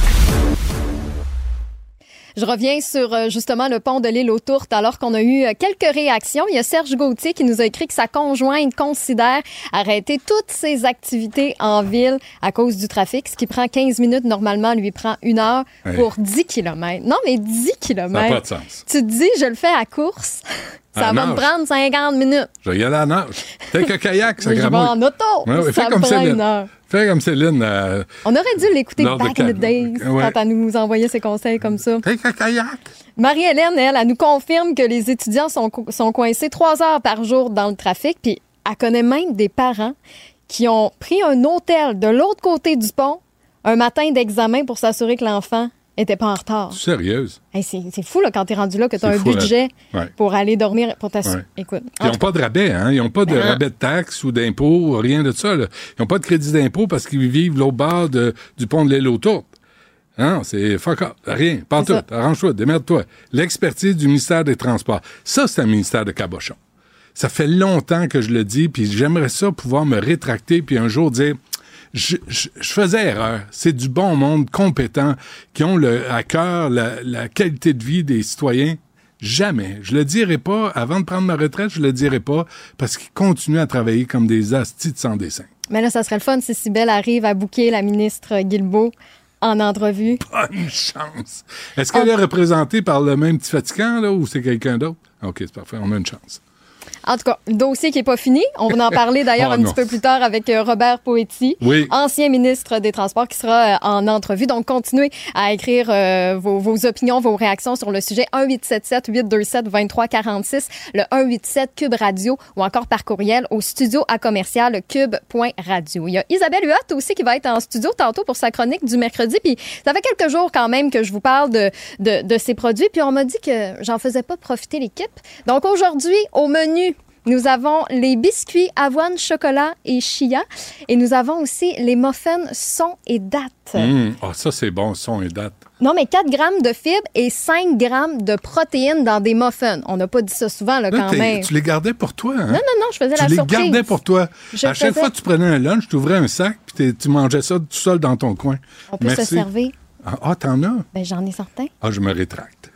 Je reviens sur euh, justement le pont de l'île aux Tourtes alors qu'on a eu euh, quelques réactions. Il y a Serge Gauthier qui nous a écrit que sa conjointe considère arrêter toutes ses activités en ville à cause du trafic. Ce qui prend quinze minutes, normalement, lui prend une heure hey. pour dix kilomètres. Non, mais dix kilomètres. Ça n'a pas de sens. Tu te dis, je le fais à course. Ça à va nage. me prendre cinquante minutes. Je vais y aller à la nage. Fais qu'un kayak, ça Je vais en auto. Ouais, ouais, ça fais me comme prend Céline. une heure. Fais comme Céline. Euh, On aurait dû l'écouter back de in the days ouais. quand elle nous envoyait ses conseils comme ça. Fais qu'un kayak. Marie-Hélène, elle, elle nous confirme que les étudiants sont, co- sont coincés trois heures par jour dans le trafic. Puis elle connaît même des parents qui ont pris un hôtel de l'autre côté du pont un matin d'examen pour s'assurer que l'enfant était pas en retard. Sérieuse? Hey, c'est, c'est fou là, quand t'es rendu là que t'as C'est un fou, budget ouais. pour aller dormir, pour t'assurer. Ouais. Écoute. Ils n'ont pas de rabais, hein? Ils n'ont pas de Ben, rabais de taxes ou d'impôts, rien de ça. Là. Ils n'ont pas de crédit d'impôt parce qu'ils vivent l'autre bord de, du pont de l'île aux Tourtes. Non, c'est fuck up. Rien. Pas tout. Arrange-toi. Démerde-toi. L'expertise du ministère des Transports. Ça, c'est un ministère de cabochon. Ça fait longtemps que je le dis, puis j'aimerais ça pouvoir me rétracter, puis un jour dire... Je, je, je faisais erreur. C'est du bon monde compétent qui ont le, à cœur la, la qualité de vie des citoyens. Jamais. Je le dirai pas. Avant de prendre ma retraite, je le dirai pas parce qu'ils continuent à travailler comme des astis de sans dessin. Mais là, ça serait le fun si Cybèle arrive à booker la ministre Guilbeault en entrevue. Bonne chance. Est-ce qu'elle en... est représentée par le même petit fatigant, là, ou c'est quelqu'un d'autre? OK, c'est parfait. On a une chance. En tout cas, le dossier qui n'est pas fini. On va en parler d'ailleurs oh, un non. petit peu plus tard avec euh, Robert Poetti, oui. ancien ministre des Transports, qui sera euh, en entrevue. Donc, continuez à écrire euh, vos, vos opinions, vos réactions sur le sujet. un huit sept sept huit deux sept deux trois quatre six, le un huit sept Cube Radio ou encore par courriel au studio à commercial cube point radio. Il y a Isabelle Huot aussi qui va être en studio tantôt pour sa chronique du mercredi. Puis, ça fait quelques jours quand même que je vous parle de, de, de ces produits. Puis, on m'a dit que j'en faisais pas profiter l'équipe. Donc, aujourd'hui, au menu, nous avons les biscuits avoine, chocolat et chia. Et nous avons aussi les muffins son et date. Mmh. Oh, ça, c'est bon, son et date. Non, mais quatre grammes de fibres et cinq grammes de protéines dans des muffins. On n'a pas dit ça souvent, là, là quand même. Tu les gardais pour toi, hein? Non, non, non, je faisais tu la surprise. surprise. Tu les gardais pour toi. Je à chaque faisais... fois que tu prenais un lunch, tu ouvrais un sac puis tu mangeais ça tout seul dans ton coin. On peut Merci. se servir. Ah, ah, t'en as? Ben, j'en ai certains. Ah, je me rétracte.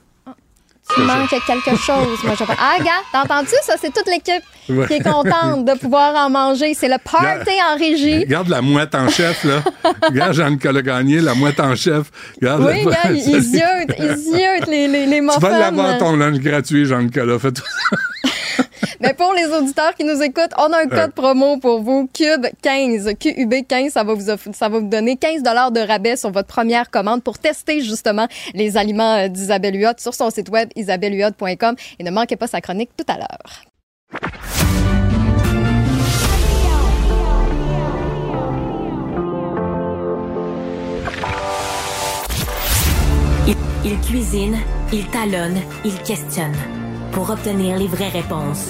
Il manque quelque chose. Moi, je... Ah, gars, t'as entendu ça? C'est toute l'équipe ouais. qui est contente de pouvoir en manger. C'est le party Regarde, en régie. Regarde la mouette en chef, là. Regarde Jean-Nicolas Gagné, la mouette en chef. Regarde oui, gars, ils ziotent, ils ziotent les, les, les muffins. Tu vas l'avoir ton lunch gratuit, Jean-Nicolas. Fais tout ça. Mais pour les auditeurs qui nous écoutent, on a un code ouais. promo pour vous, Cube quinze, Q U B quinze, ça va vous off- ça va vous donner quinze dollars de rabais sur votre première commande pour tester justement les aliments d'Isabelle Huot sur son site web isabelle huot point com et ne manquez pas sa chronique tout à l'heure. Il, il cuisine, il talonne, il questionne. Pour obtenir les vraies réponses.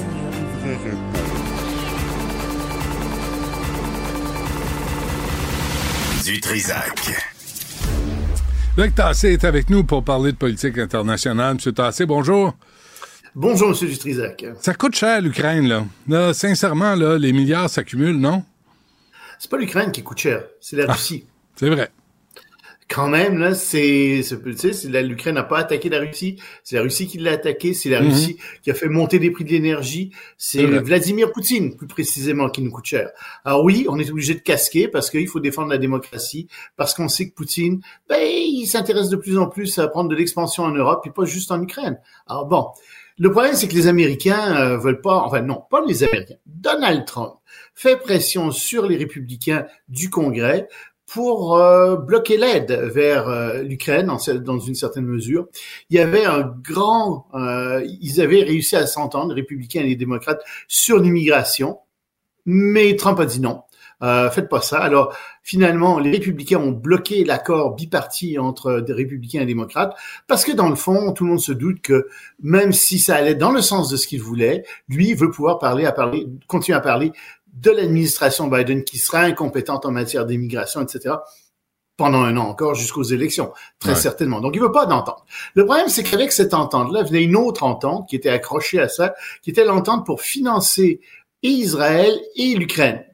Du Trisac. Luc Tassé est avec nous pour parler de politique internationale. Monsieur Tassé, bonjour. Bonjour, Monsieur Dutrisac. Ça coûte cher, l'Ukraine, là. Là, sincèrement, là, les milliards s'accumulent, non? C'est pas l'Ukraine qui coûte cher, c'est la ah, Russie. C'est vrai. quand même, là, c'est, c'est, tu sais, c'est la, l'Ukraine n'a pas attaqué la Russie. C'est la Russie qui l'a attaqué. C'est la mm-hmm. Russie qui a fait monter les prix de l'énergie. C'est mm-hmm. Vladimir Poutine, plus précisément, qui nous coûte cher. Alors oui, on est obligé de casquer parce qu'il faut défendre la démocratie, parce qu'on sait que Poutine, ben, il s'intéresse de plus en plus à prendre de l'expansion en Europe et pas juste en Ukraine. Alors bon, le problème, c'est que les Américains euh, veulent pas, enfin non, pas les Américains. Donald Trump fait pression sur les républicains du Congrès pour euh, bloquer l'aide vers euh, l'Ukraine en, dans une certaine mesure. Il y avait un grand... Euh, ils avaient réussi à s'entendre, les républicains et les démocrates, sur l'immigration, mais Trump a dit non. Euh, faites pas ça. Alors, finalement, les républicains ont bloqué l'accord biparti entre des républicains et démocrates parce que, dans le fond, tout le monde se doute que même si ça allait dans le sens de ce qu'il voulait, lui veut pouvoir parler, à parler, continuer à parler de l'administration Biden qui sera incompétente en matière d'immigration, et cetera, pendant un an encore jusqu'aux élections, très ouais. certainement. Donc, il veut pas d'entente. Le problème, c'est qu'avec cette entente-là, venait une autre entente qui était accrochée à ça, qui était l'entente pour financer et Israël et l'Ukraine.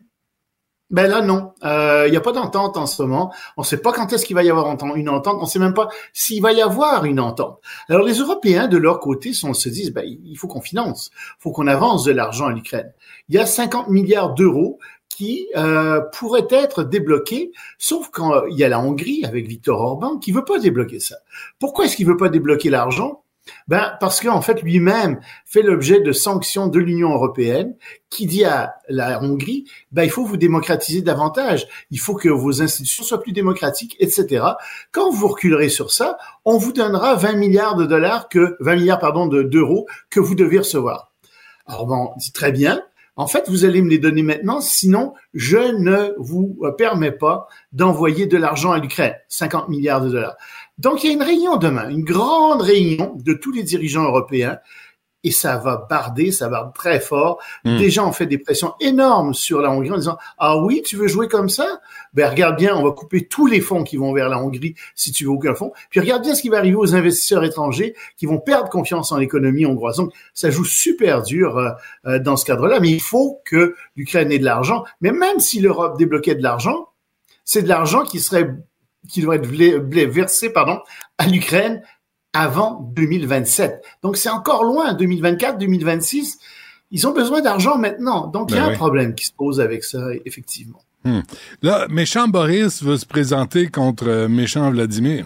Ben là, non. Il euh, n'y a pas d'entente en ce moment. On ne sait pas quand est-ce qu'il va y avoir une entente. On ne sait même pas s'il va y avoir une entente. Alors, les Européens, de leur côté, sont, se disent, ben, il faut qu'on finance. Il faut qu'on avance de l'argent à l'Ukraine. Il y a cinquante milliards d'euros qui euh, pourraient être débloqués, sauf quand il y a la Hongrie avec Viktor Orban qui veut pas débloquer ça. Pourquoi est-ce qu'il veut pas débloquer l'argent? Ben, parce qu'en fait, lui-même fait l'objet de sanctions de l'Union européenne qui dit à la Hongrie, ben, il faut vous démocratiser davantage. Il faut que vos institutions soient plus démocratiques, et cetera. Quand vous reculerez sur ça, on vous donnera vingt milliards de dollars que, vingt milliards, pardon, de, d'euros que vous devez recevoir. Alors bon, on dit très bien. En fait, vous allez me les donner maintenant, sinon je ne vous permets pas d'envoyer de l'argent à l'Ukraine, cinquante milliards de dollars. Donc, il y a une réunion demain, une grande réunion de tous les dirigeants européens, et ça va barder, ça barde très fort. Mmh. Des gens ont fait des pressions énormes sur la Hongrie en disant « Ah oui, tu veux jouer comme ça? Ben regarde bien, on va couper tous les fonds qui vont vers la Hongrie si tu veux aucun fonds. Puis regarde bien ce qui va arriver aux investisseurs étrangers qui vont perdre confiance en l'économie hongroise. » Donc, ça joue super dur euh, dans ce cadre-là, mais il faut que l'Ukraine ait de l'argent. Mais même si l'Europe débloquait de l'argent, c'est de l'argent qui serait qui devrait être versé pardon, à l'Ukraine avant deux mille vingt-sept. Donc, c'est encore loin, deux mille vingt-quatre, deux mille vingt-six. Ils ont besoin d'argent maintenant. Donc, ben il y a oui. un problème qui se pose avec ça, effectivement. Hum. Là, méchant Boris veut se présenter contre méchant Vladimir.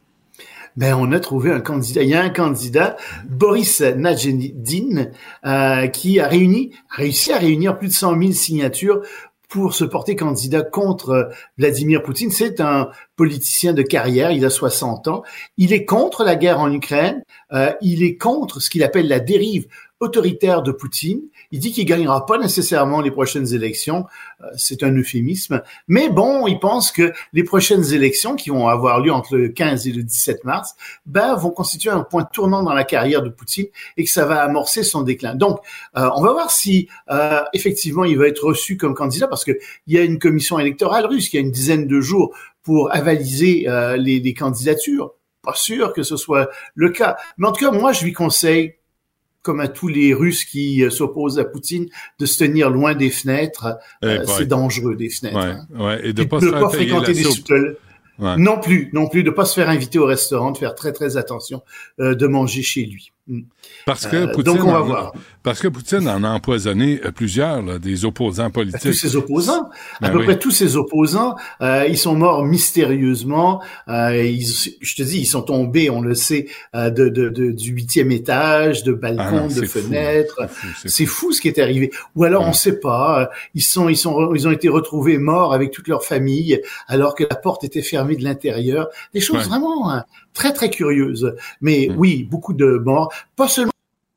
Ben, on a trouvé un candidat. Il y a un candidat, Boris Nadjeldine, euh, qui a réuni, a réussi à réunir plus de cent mille signatures pour se porter candidat contre Vladimir Poutine. C'est un politicien de carrière, il a soixante ans. Il est contre la guerre en Ukraine, euh, il est contre ce qu'il appelle la dérive autoritaire de Poutine. Il dit qu'il gagnera pas nécessairement les prochaines élections, euh, c'est un euphémisme, mais bon, il pense que les prochaines élections qui vont avoir lieu entre le quinze et le dix-sept mars, ben vont constituer un point tournant dans la carrière de Poutine et que ça va amorcer son déclin. Donc, euh, on va voir si euh, effectivement il va être reçu comme candidat, parce que il y a une commission électorale russe qui a une dizaine de jours pour avaliser euh, les, les candidatures. Pas sûr que ce soit le cas, mais en tout cas, moi, je lui conseille, comme à tous les Russes qui euh, s'opposent à Poutine, de se tenir loin des fenêtres. Euh, c'est dangereux, des fenêtres. Ouais, hein. ouais. Et de et pas de se faire pas payer fréquenter la des soupe. soupes. Ouais. Non plus, non plus, de pas se faire inviter au restaurant, de faire très très attention, euh, de manger chez lui. Parce que euh, Poutine donc on va en, voir. Parce que Poutine en a empoisonné plusieurs, là, des opposants politiques. Tous ses opposants, ben à peu oui. près tous ses opposants, euh, ils sont morts mystérieusement. Euh, ils, je te dis, ils sont tombés, on le sait, euh, de, de, de du huitième étage, de balcons, ah non, de fou. fenêtres. C'est fou, c'est c'est fou. fou ce qui est arrivé. Ou alors ouais. on sait pas. Euh, ils sont, ils sont, ils ont été retrouvés morts avec toute leur famille, alors que la porte était fermée de l'intérieur. Des choses ouais. vraiment hein, très très curieuses. Mais mm. oui, beaucoup de morts, pas seulement.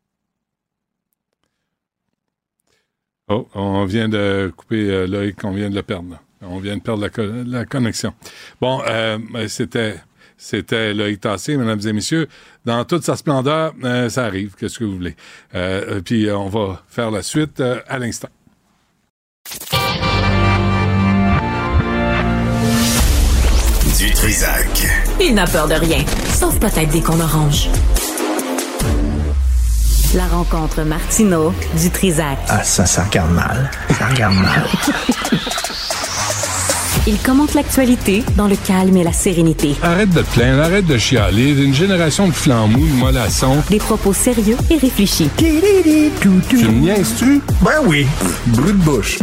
Oh, on vient de couper euh, Loïc, on vient de le perdre. Là. On vient de perdre la, co- la connexion. Bon, euh, c'était, c'était Loïc Tassé, mesdames et messieurs. Dans toute sa splendeur, euh, ça arrive, qu'est-ce que vous voulez. Euh, puis on va faire la suite euh, à l'instant. Du Trisac. Il n'a peur de rien, sauf peut-être des qu'on orange. La rencontre Martineau du Trisac. Ah, ça, ça regarde mal. Ça regarde mal. Il commente l'actualité dans le calme et la sérénité. Arrête de te plaindre, arrête de chialer. Une génération de flambous, de mollassons. Des propos sérieux et réfléchis. Tu me niaises-tu? Ben oui. Brut de bouche.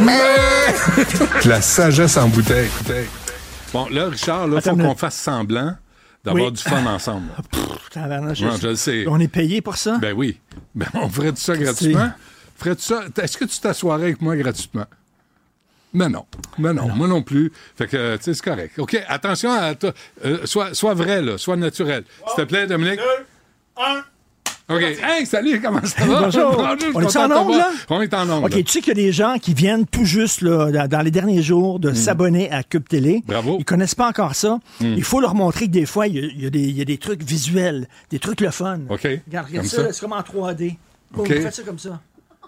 La sagesse en bouteille. Bon, là, Richard, il faut Attends, qu'on mais... fasse semblant d'avoir oui. du fun ensemble. Pff, non, je, non, je le sais. On est payé pour ça? Ben oui. Ben, on ferait tout ça gratuitement. Ferais-tu ça? Est-ce que tu t'assoirais avec moi gratuitement? Ben non. Ben non, non. Moi non plus. Fait que, tu sais, c'est correct. OK, attention à toi. Euh, sois, sois vrai, là. Sois naturel. S'il te plaît, Dominique. deux, un. OK. Hey, salut, comment ça va? Bonjour. Bonjour, on est en ongle, là? On est en ongle. OK, tu sais qu'il y a des gens qui viennent tout juste, là, dans les derniers jours, de mm. s'abonner à Cube Télé. Bravo. Ils connaissent pas encore ça. Mm. Il faut leur montrer que des fois, il y a, il y a, des, il y a des trucs visuels, des trucs le fun. OK. Regarde, regarde ça, ça. c'est comme en trois D. Bon, OK. faites ça comme ça.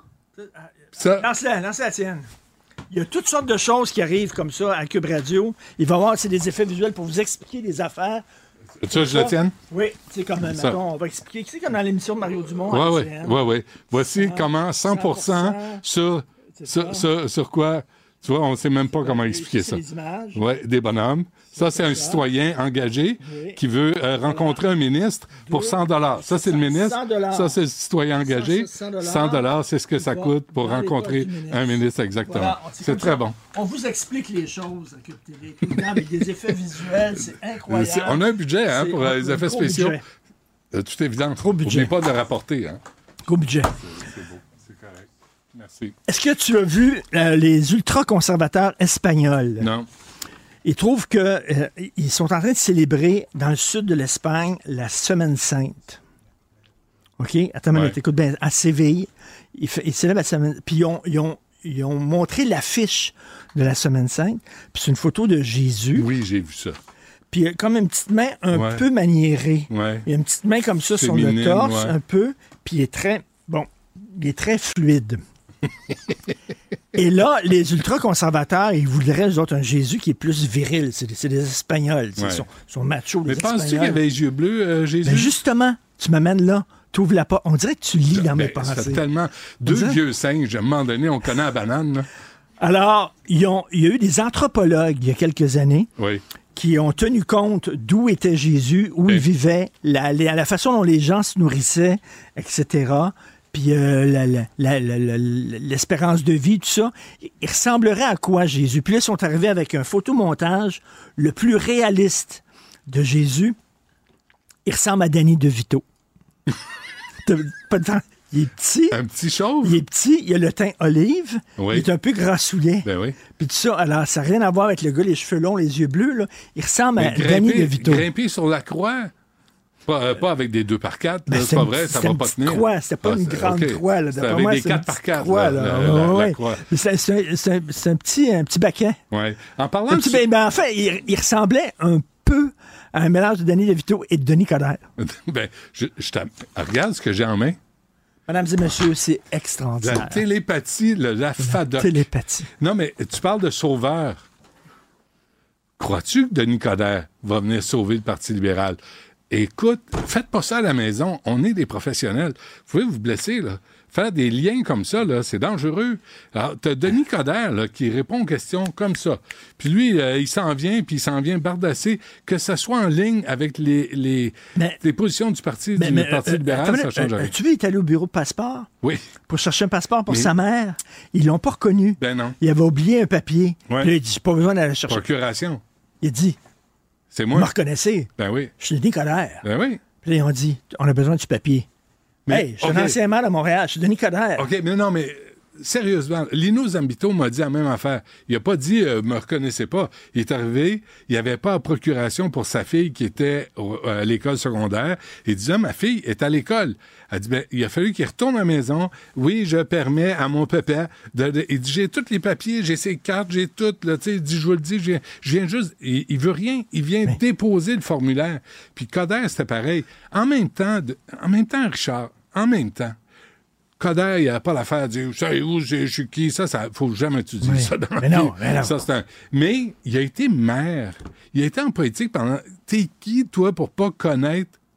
ça. Lance-la, lance-la tienne. Il y a toutes sortes de choses qui arrivent comme ça à Cube Radio. Il va y avoir des effets visuels pour vous expliquer des affaires. Tu veux que je la tienne? Oui, c'est comme, mettons, on va expliquer. C'est comme dans l'émission de Mario Dumont. Oui, oui, oui, oui. Voici ah, comment cent pour cent, cent pour cent sur, sur, sur, sur quoi, tu vois, on ne sait même pas comment expliquer ça. Des images. Oui, des bonhommes. Ça, c'est un citoyen engagé oui. qui veut euh, rencontrer un ministre pour cent dollars. Ça, c'est le ministre. cent dollars. Ça, c'est le citoyen engagé. cent dollars, c'est ce que ça coûte pour rencontrer un ministre, exactement. Voilà, c'est très ça. Bon. On vous explique les choses à Cube Télé, tout le temps, avec des effets visuels, c'est incroyable. C'est, on a un budget hein, pour euh, les effets spéciaux. Euh, tout évident. Trop budget. N'oubliez pas de le rapporter. Hein. Gros budget. C'est, c'est beau, c'est correct. Merci. Est-ce que tu as vu euh, les ultra-conservateurs espagnols? Non. Ils trouvent qu'ils euh, sont en train de célébrer dans le sud de l'Espagne la Semaine Sainte. OK? Attends, ouais. écoute bien. À Séville, ils, ils célèbrent la Semaine... Puis ils ont, ils, ont, ils ont montré l'affiche de la Semaine Sainte. Puis c'est une photo de Jésus. Oui, j'ai vu ça. Puis il a comme une petite main un ouais. peu maniérée. Ouais. Il a une petite main comme ça sur féminine, le torse, ouais. un peu. Puis il est très... Bon, il est très fluide. Et là, les ultra-conservateurs, ils voudraient, eux autres, un Jésus qui est plus viril. C'est des, c'est des Espagnols. Ouais. Ils sont, sont machos, Mais les penses-tu Espagnols. qu'il avait les yeux bleus, euh, Jésus? Ben justement, tu m'amènes là. Tu ouvres la porte. On dirait que tu lis dans ben, mes pensées. Ça fait tellement... Deux dirait... vieux singes, à un moment donné, on connaît la banane. Là. Alors, ils ont, il y a eu des anthropologues, il y a quelques années, oui. qui ont tenu compte d'où était Jésus, où ben. il vivait, la, la, la façon dont les gens se nourrissaient, et cetera, puis euh, la, la, la, la, la, l'espérance de vie, tout ça. Il ressemblerait à quoi, Jésus? Puis là, ils sont arrivés avec un photomontage le plus réaliste de Jésus. Il ressemble à Danny DeVito. Pas de temps. Il est petit. Un petit chauve. Il est petit, il a le teint olive. Oui. Il est un peu grassouillet. Ben oui. Puis tout ça, alors ça n'a rien à voir avec le gars, les cheveux longs, les yeux bleus. Là. Il ressemble Mais à grimper, Danny DeVito. Grimper sur la croix. Pas, euh, pas avec des deux par quatre, ben, c'est pas vrai, ça va pas tenir. Croix, c'était pas ah, une grande okay. croix. Là. C'était avec moi, des quatre par quatre. Croix, là. La, Ouais, la, la, ouais. la croix. C'est, c'est, un, c'est, un, c'est un petit, un petit baquet. Ouais. En parlant un de... petit, ben, ben, en fait, il, il ressemblait un peu à un mélange de Danny DeVito et de Denis Coderre. ben, je, je regarde ce que j'ai en main. Mesdames et messieurs, c'est extraordinaire. La télépathie, le, la fadoc. La télépathie. Non, mais tu parles de sauveur. Crois-tu que Denis Coderre va venir sauver le Parti libéral? Écoute, faites pas ça à la maison. On est des professionnels. Vous pouvez vous blesser, là. Faire des liens comme ça, là, c'est dangereux. Alors, t'as Denis Coderre, là, qui répond aux questions comme ça. Puis lui, euh, il s'en vient, puis il s'en vient bardasser, que ça soit en ligne avec les, les, mais, les positions du Parti, mais, du mais, parti euh, libéral, euh, ça change euh, rien. Tu veux, il est allé au bureau de passeport? Oui. Pour chercher un passeport pour mais... sa mère. Ils l'ont pas reconnu. Ben non. Il avait oublié un papier. Ouais. Puis il a dit, j'ai pas besoin d'aller le chercher. Procuration. Il a dit, c'est moi. Vous me reconnaissez? Ben oui. Je suis Denis Coderre. Ben oui. Puis là, ils ont dit, on a besoin du papier. Mais, hey, je suis okay. un ancien maire à Montréal, je suis Denis Coderre. OK, mais non, mais sérieusement, Lino Zambito m'a dit la même affaire. Il n'a pas dit euh, « me reconnaissez pas ». Il est arrivé, il n'y avait pas de procuration pour sa fille qui était au, à l'école secondaire. Il disait « ma fille est à l'école ». Elle dit ben, « il a fallu qu'il retourne à la maison. Oui, je permets à mon papa de... de... » Il dit « j'ai tous les papiers, j'ai ses cartes, j'ai tout. » Là, il dit « je vous le dis, je viens, je viens juste... » Il, il veut rien, il vient mais... déposer le formulaire. Puis Coderre, c'était pareil. En même temps, de... en même temps, Richard, en même temps, Coderre, il n'a pas l'affaire de dire « savez-vous, je suis qui? » Ça, il ne faut jamais tu dises oui. ça dans mais la non, vie. Mais non. Ça, c'est un... Mais il a été maire. Il a été en politique pendant... T'es qui, toi, pour pas connaître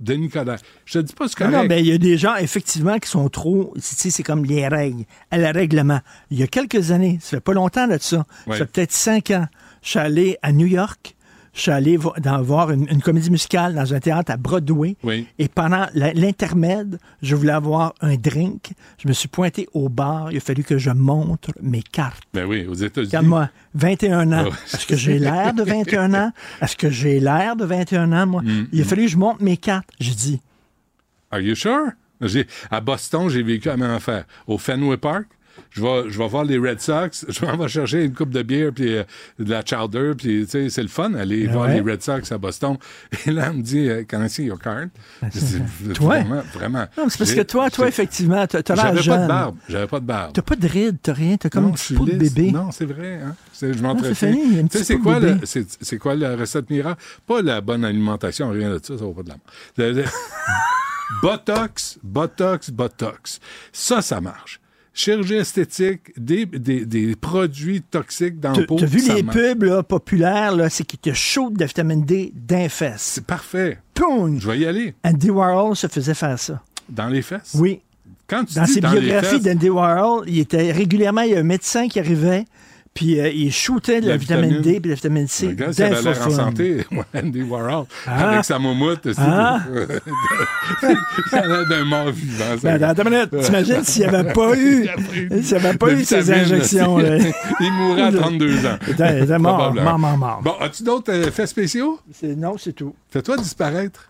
Denis Coderre. Je te dis pas ce correct. Non, non, ben, il y a des gens, effectivement, qui sont trop, tu sais, c'est comme les règles, à le règlement. Il y a quelques années, ça fait pas longtemps de ça, Oui. ça fait peut-être cinq ans, je suis allé à New York, je suis allé vo- dans, voir une, une comédie musicale dans un théâtre à Broadway. Oui. Et pendant la- l'intermède, je voulais avoir un drink. Je me suis pointé au bar. Il a fallu que je montre mes cartes. Ben oui, aux États-Unis. Regarde-moi, vingt et un ans. Oh. Est-ce que j'ai l'air de vingt et un ans? Est-ce que j'ai l'air de vingt et un ans, moi? Mm, Il a mm. fallu que je montre mes cartes. J'ai dit, Are you sure? J'ai, à Boston, j'ai vécu la même affaire. Au Fenway Park, je vais, je vais voir les Red Sox, je m'en vais chercher une coupe de bière puis euh, de la chowder, puis tu sais, c'est le fun aller Ben voir ouais. les Red Sox à Boston. Et là, elle me dit, euh, Can I see your card? Je dis, Toi? Vraiment, vraiment. non, c'est parce J'ai- que toi, toi, j'ai- effectivement, t'as, t'as l'air J'avais jeune. pas de barbe. J'avais pas de barbe. T'as pas de rides, t'as rien, t'as comme Non, un je petit suis pot de lisse. bébé. Non, c'est vrai. Hein? C'est, je Non, m'entretiens. c'est fini, il y a un Tu sais, petit c'est pot de quoi, bébé. le, c'est, c'est quoi la recette miracle? Pas la bonne alimentation, rien de ça, ça vaut pas de la mort. Le- le- Botox, Botox, Botox. Ça, ça marche. Chirurgie esthétique, des, des, des produits toxiques dans T'as, la peau. t'as vu ça les marche. pubs là, populaires, là, c'est qu'ils te shootent de la vitamine D d'un fesse. C'est parfait. Poum! Je vais y aller. Andy Warhol se faisait faire ça. Dans les fesses? Oui. Quand tu Dans dis ses dans les biographies fesses, d'Andy Warhol, il était régulièrement, il y a un médecin qui arrivait, puis euh, il shootait de la, La vitamine, vitamine. D puis de la vitamine C. le gars, ça avait l'air en d'infophone. santé, Andy Warhol, Ah. avec sa moumoute. c'est- Ah. Il a l'air d'un mort vivant. ça. Ben, attends une minute, t'imagines s'il n'y avait pas eu, s'il n'y avait pas de eu ces vitamines, injections. Là. Il mourrait à trente-deux ans. Il était- il était mort, Probablement. mort, mort, mort. Bon, as-tu d'autres euh, faits spéciaux? C'est- non, c'est tout. Fais-toi disparaître.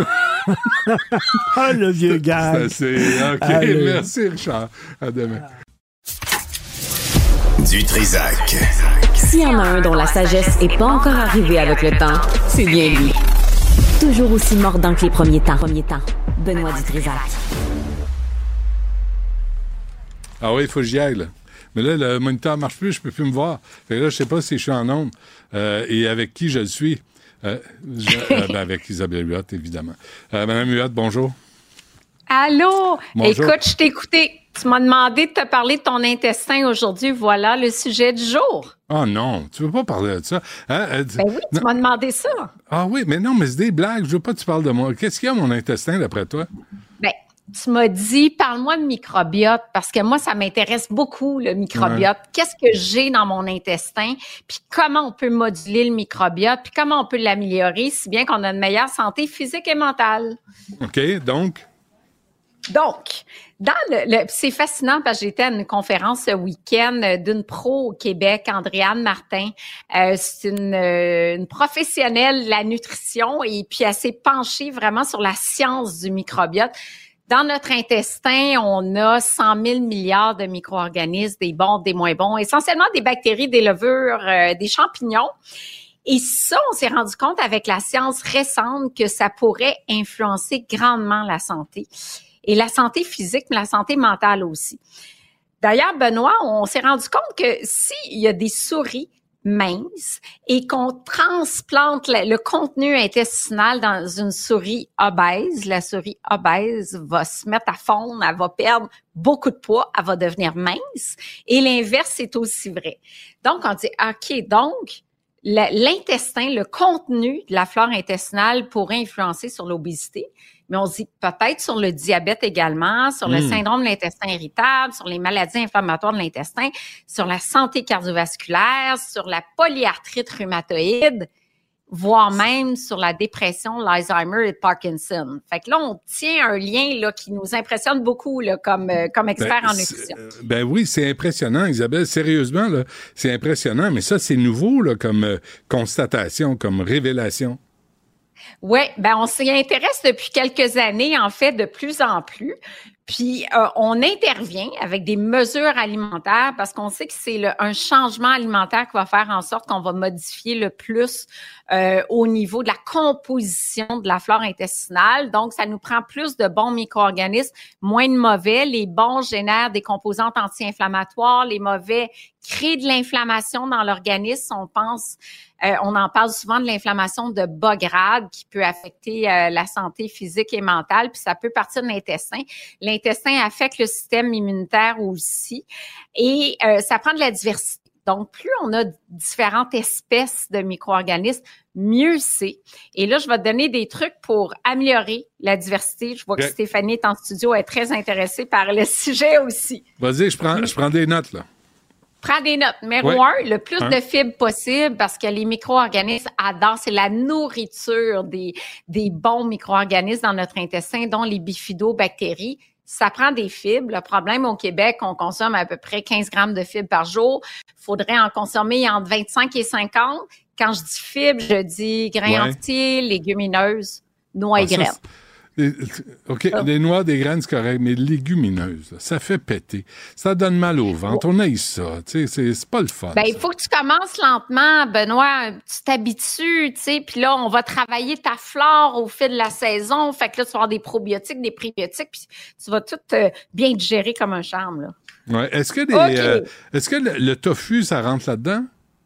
Ah, le vieux gars. Ça, c'est... OK, Allez. merci, Richard. À demain. Du Trisac. S'il y en a un dont la sagesse n'est pas encore arrivée avec le temps, c'est bien lui. Toujours aussi mordant que les premiers temps. Premiers temps. Benoît Dutrisac. Ah oui, il faut que j'y aille, là. Mais là, le moniteur ne marche plus, je peux plus me voir. Fait que là, je sais pas si je suis en onde euh, et avec qui je le suis. Euh, je- euh, ben, avec Isabelle Huot, évidemment. Euh, Madame Huot, bonjour. Allô? Bonjour. Écoute, je t'ai écouté. Tu m'as demandé de te parler de ton intestin aujourd'hui. Voilà le sujet du jour. Oh non, tu veux pas parler de ça. Hein? Euh, Ben oui, tu non. m'as demandé ça. Ah oui, mais non, mais c'est des blagues. Je veux pas que tu parles de moi. Qu'est-ce qu'il y a, mon intestin, d'après toi? Ben, tu m'as dit, parle-moi de microbiote, parce que moi, ça m'intéresse beaucoup, le microbiote. Qu'est-ce que j'ai dans mon intestin, puis comment on peut moduler le microbiote, puis comment on peut l'améliorer, si bien qu'on a une meilleure santé physique et mentale. OK, donc... Donc, dans le, le- c'est fascinant parce que j'étais à une conférence ce week-end euh, d'une pro au Québec, Andréane Martin. Euh, c'est une, euh, une professionnelle de la nutrition et puis elle s'est penchée vraiment sur la science du microbiote. Dans notre intestin, on a cent mille milliards de micro-organismes, des bons, des moins bons, essentiellement des bactéries, des levures, euh, des champignons. Et ça, on s'est rendu compte avec la science récente que ça pourrait influencer grandement la santé. Et la santé physique, mais la santé mentale aussi. D'ailleurs, Benoît, on s'est rendu compte que s'il y a des souris minces et qu'on transplante le, le contenu intestinal dans une souris obèse, la souris obèse va se mettre à fondre, elle va perdre beaucoup de poids, elle va devenir mince. Et l'inverse est aussi vrai. Donc, on dit, OK, donc, la- l'intestin, le contenu de la flore intestinale pourrait influencer sur l'obésité. Mais on dit peut-être sur le diabète également, sur le Mm. syndrome de l'intestin irritable, sur les maladies inflammatoires de l'intestin, sur la santé cardiovasculaire, sur la polyarthrite rhumatoïde, voire même sur la dépression, l'Alzheimer et le Parkinson. Fait que là, on tient un lien là qui nous impressionne beaucoup là, comme, euh, comme expert Ben, en c'est- nutrition. euh, Ben oui, c'est impressionnant, Isabelle. Sérieusement, là, c'est impressionnant. Mais ça, c'est nouveau là, comme euh, constatation, comme révélation. Oui, ben on s'y intéresse depuis quelques années, en fait, de plus en plus. Puis, euh, on intervient avec des mesures alimentaires parce qu'on sait que c'est le, un changement alimentaire qui va faire en sorte qu'on va modifier le plus euh, au niveau de la composition de la flore intestinale. Donc, ça nous prend plus de bons micro-organismes, moins de mauvais. Les bons génèrent des composantes anti-inflammatoires. Les mauvais créent de l'inflammation dans l'organisme. On pense, euh, on en parle souvent de l'inflammation de bas grade qui peut affecter euh, la santé physique et mentale, puis ça peut partir de l'intestin. L'intestin affecte le système immunitaire aussi et euh, ça prend de la diversité. Donc, plus on a différentes espèces de micro-organismes, mieux c'est. Et là, je vais te donner des trucs pour améliorer la diversité. Je vois okay. que Stéphanie est en studio, elle est très intéressée par le sujet aussi. Vas-y, je prends, je prends des notes, là. Prends des notes. Numéro oui. un, le plus hein? de fibres possible parce que les micro-organismes adorent, c'est la nourriture des, des bons micro-organismes dans notre intestin, dont les bifidobactéries. Ça prend des fibres. Le problème au Québec, on consomme à peu près quinze grammes de fibres par jour. Il faudrait en consommer entre vingt-cinq et cinquante. Quand je dis fibres, je dis grains ouais. entiers, légumineuses, noix ah, et graines. Ça, OK, oh. les noix, des graines, c'est correct, mais légumineuses, ça fait péter. Ça donne mal au ventre. Oh. On aime ça. Tu sais, c'est, c'est pas le fun. Ben, il faut que tu commences lentement, Benoît. Tu t'habitues, tu sais. Puis là, on va travailler ta flore au fil de la saison. Fait que là, tu vas avoir des probiotiques, des prébiotiques, puis tu vas tout euh, bien digérer comme un charme, là. Ouais. Est-ce que, les, okay. euh, est-ce que le, le tofu, ça rentre là-dedans?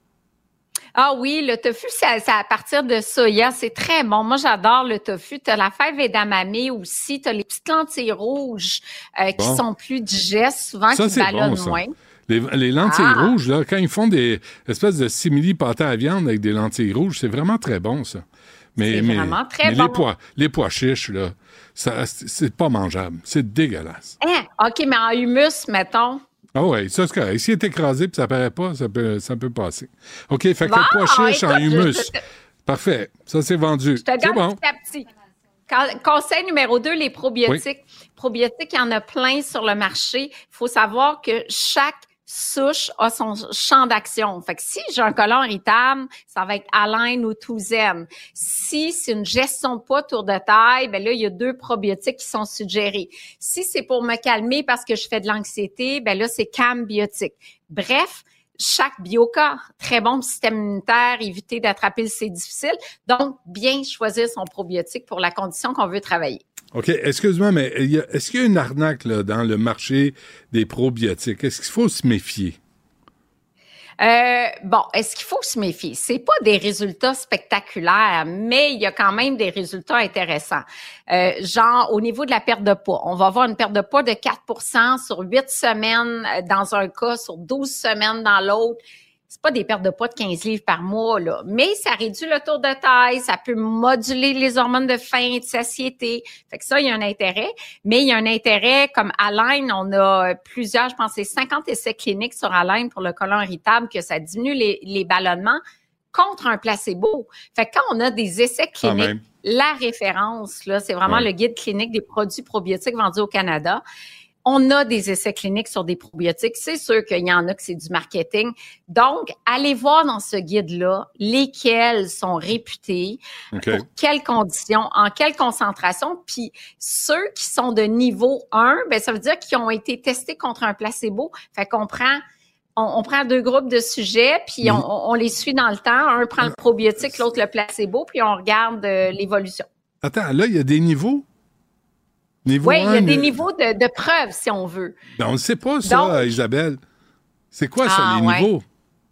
Ah oui, le tofu, c'est à partir de soya. C'est très bon. Moi, j'adore le tofu. Tu as la fève edamame aussi. Tu as les petites lentilles rouges euh, bon. qui sont plus digestes, souvent, ça, qui ballonnent bon, moins. Les, les lentilles ah. rouges, là, quand ils font des espèces de simili pâtés à viande avec des lentilles rouges, c'est vraiment très bon, ça. Mais, c'est mais, vraiment très mais bon. Les pois, les pois chiches, là, ça, c'est pas mangeable. C'est dégueulasse. Hein? OK, mais en humus, mettons. Ah oui, ça c'est correct. S'il est écrasé et ça paraît pas, ça peut, ça peut passer. OK, fait que bon, le pois chiche en humus. Je, je, je, Parfait. Ça, c'est vendu. Je te c'est bon. petit à petit. Conseil numéro deux, les probiotiques. Oui. Probiotiques, il y en a plein sur le marché. Il faut savoir que chaque souche a son champ d'action. Fait que si j'ai un côlon irritable, ça va être Align ou Touzen. Si c'est une gestion de poids tour de taille, ben là, il y a deux probiotiques qui sont suggérés. Si c'est pour me calmer parce que je fais de l'anxiété, ben là, c'est Cambiotique. Bref, chaque bioca, très bon pour le système immunitaire, éviter d'attraper le C difficile. Donc, bien choisir son probiotique pour la condition qu'on veut travailler. OK, excuse-moi, mais est-ce qu'il y a une arnaque là, dans le marché des probiotiques? Est-ce qu'il faut se méfier? Euh, bon, est-ce qu'il faut se méfier? C'est pas des résultats spectaculaires, mais il y a quand même des résultats intéressants. Euh, genre, au niveau de la perte de poids, on va avoir une perte de poids de quatre pour cent sur huit semaines dans un cas, sur douze semaines dans l'autre. C'est pas des pertes de poids de quinze livres par mois, là. Mais ça réduit le tour de taille, ça peut moduler les hormones de faim et de satiété. Fait que ça, il y a un intérêt. Mais il y a un intérêt, comme Align, on a plusieurs, je pense, c'est cinquante essais cliniques sur Align pour le côlon irritable, que ça diminue les, les ballonnements contre un placebo. Fait que quand on a des essais cliniques, la référence, là, c'est vraiment ouais. le guide clinique des produits probiotiques vendus au Canada. On a des essais cliniques sur des probiotiques. C'est sûr qu'il y en a que c'est du marketing. Donc, allez voir dans ce guide-là lesquels sont réputés, okay. pour quelles conditions, en quelle concentration. Puis, ceux qui sont de niveau un, ben ça veut dire qu'ils ont été testés contre un placebo. Fait qu'on prend... On, on prend deux groupes de sujets, puis mmh. on, on les suit dans le temps. Un prend le probiotique, l'autre le placebo, puis on regarde euh, l'évolution. Attends, là, il y a des niveaux? Niveau oui, il y a des ne... niveaux de, de preuves, si on veut. Ben, on ne sait pas ça, Donc, Isabelle. C'est quoi ça, ah, les ouais. niveaux?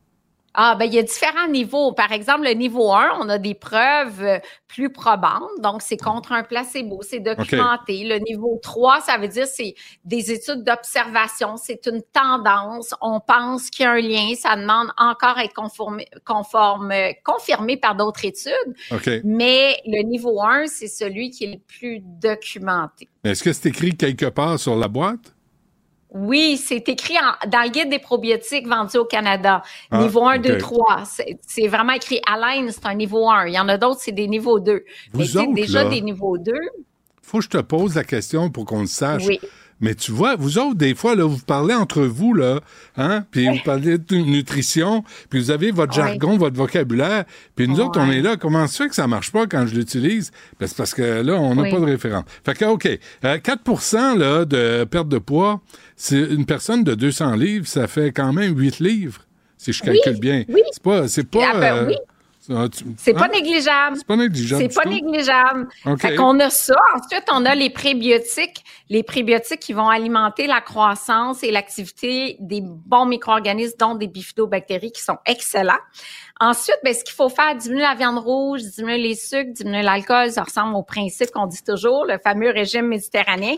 Ah, ben il y a différents niveaux. Par exemple, le niveau un, on a des preuves plus probantes. Donc, c'est contre un placebo, c'est documenté. Okay. Le niveau trois, ça veut dire c'est des études d'observation, c'est une tendance. On pense qu'il y a un lien. Ça demande encore à être conformé, conforme, confirmé par d'autres études. Okay. Mais le niveau un, c'est celui qui est le plus documenté. Est-ce que c'est écrit quelque part sur la boîte? Oui, c'est écrit en, dans le guide des probiotiques vendus au Canada. Ah, niveau un, deux, trois. C'est, c'est vraiment écrit Align, c'est un niveau un. Il y en a d'autres, c'est des niveaux deux. Vous Mais autres, déjà là, des niveaux deux. Faut que je te pose la question pour qu'on le sache. Oui. Mais tu vois, vous autres, des fois, là, vous parlez entre vous, là, hein, puis vous parlez de nutrition, puis vous avez votre jargon, ouais. votre vocabulaire, puis nous ouais. autres, on est là. Comment ça fait que ça marche pas quand je l'utilise? Ben, c'est parce que là, on n'a oui. pas de référence. Fait que, OK, euh, quatre pour cent là, de perte de poids, c'est une personne de deux cents livres, ça fait quand même huit livres, si je calcule oui. bien. Oui. C'est pas... C'est pas ah ben, euh, oui. Ah, tu... C'est hein? pas négligeable. C'est pas négligeable. C'est pas tout. négligeable. Okay. Fait qu'on a ça. Ensuite, on a les prébiotiques. Les prébiotiques qui vont alimenter la croissance et l'activité des bons micro-organismes, dont des bifidobactéries qui sont excellents. Ensuite, ben, ce qu'il faut faire, diminuer la viande rouge, diminuer les sucres, diminuer l'alcool. Ça ressemble au principe qu'on dit toujours, le fameux régime méditerranéen.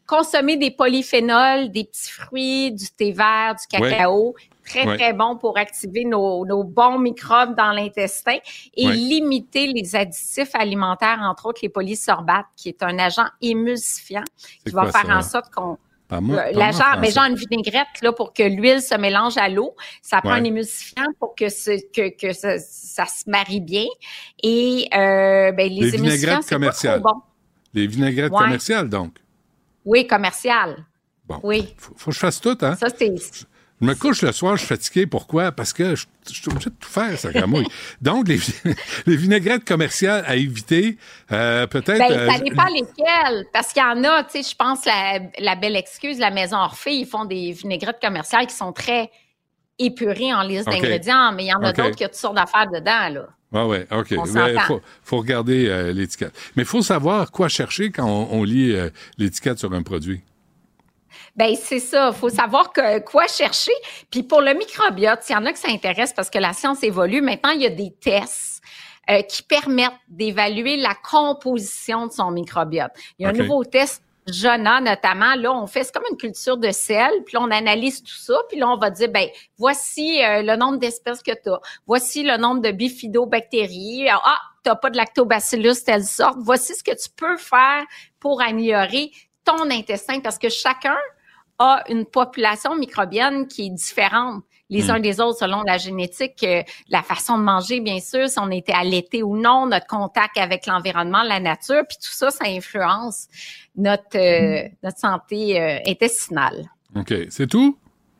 consommer des polyphénols, des petits fruits, du thé vert, du cacao. Ouais. Très, ouais. très bon pour activer nos, nos bons microbes dans l'intestin et ouais. limiter les additifs alimentaires, entre autres les polysorbates, qui est un agent émulsifiant C'est qui va faire ça? en sorte qu'on... Pas moi, pas l'agent, moi, mais genre une vinaigrette, là, pour que l'huile se mélange à l'eau. Ça prend ouais. un émulsifiant pour que, ce, que, que ça, ça se marie bien. Et euh, ben, les, les émulsifiants, c'est pas trop bon. Les vinaigrettes ouais. commerciales, donc? Oui, commerciales. Bon, oui. Faut, faut que je fasse tout, hein? Ça, c'est... Je me couche le soir, je suis fatigué. Pourquoi? Parce que je, je suis obligé de tout faire, ça gramouille. Donc, les, les vinaigrettes commerciales à éviter, euh, peut-être... Ben, euh, ça dépend lesquelles. Parce qu'il y en a, tu sais, je pense, la, la belle excuse, la Maison Orphée, ils font des vinaigrettes commerciales qui sont très épurées en liste okay. d'ingrédients, mais il y en a okay. d'autres qui ont toutes sortes d'affaires dedans, là. Ah ouais, OK. Il ben, faut, faut regarder euh, l'étiquette. Mais il faut savoir quoi chercher quand on, on lit euh, l'étiquette sur un produit. Ben c'est ça, il faut savoir que, quoi chercher. Puis pour le microbiote, il y en a que ça intéresse parce que la science évolue. Maintenant, il y a des tests euh, qui permettent d'évaluer la composition de son microbiote. Il y a okay. un nouveau test Jona, notamment. Là, on fait, c'est comme une culture de sel, puis là, on analyse tout ça, puis là, on va dire, ben voici euh, le nombre d'espèces que tu as, voici le nombre de bifidobactéries, ah, tu n'as pas de lactobacillus telle sorte, voici ce que tu peux faire pour améliorer ton intestin, parce que chacun a une population microbienne qui est différente les mmh. uns des autres selon la génétique, euh, la façon de manger, bien sûr, si on était allaité ou non, notre contact avec l'environnement, la nature, puis tout ça, ça influence notre, euh, mmh. notre santé euh, intestinale. OK. C'est tout?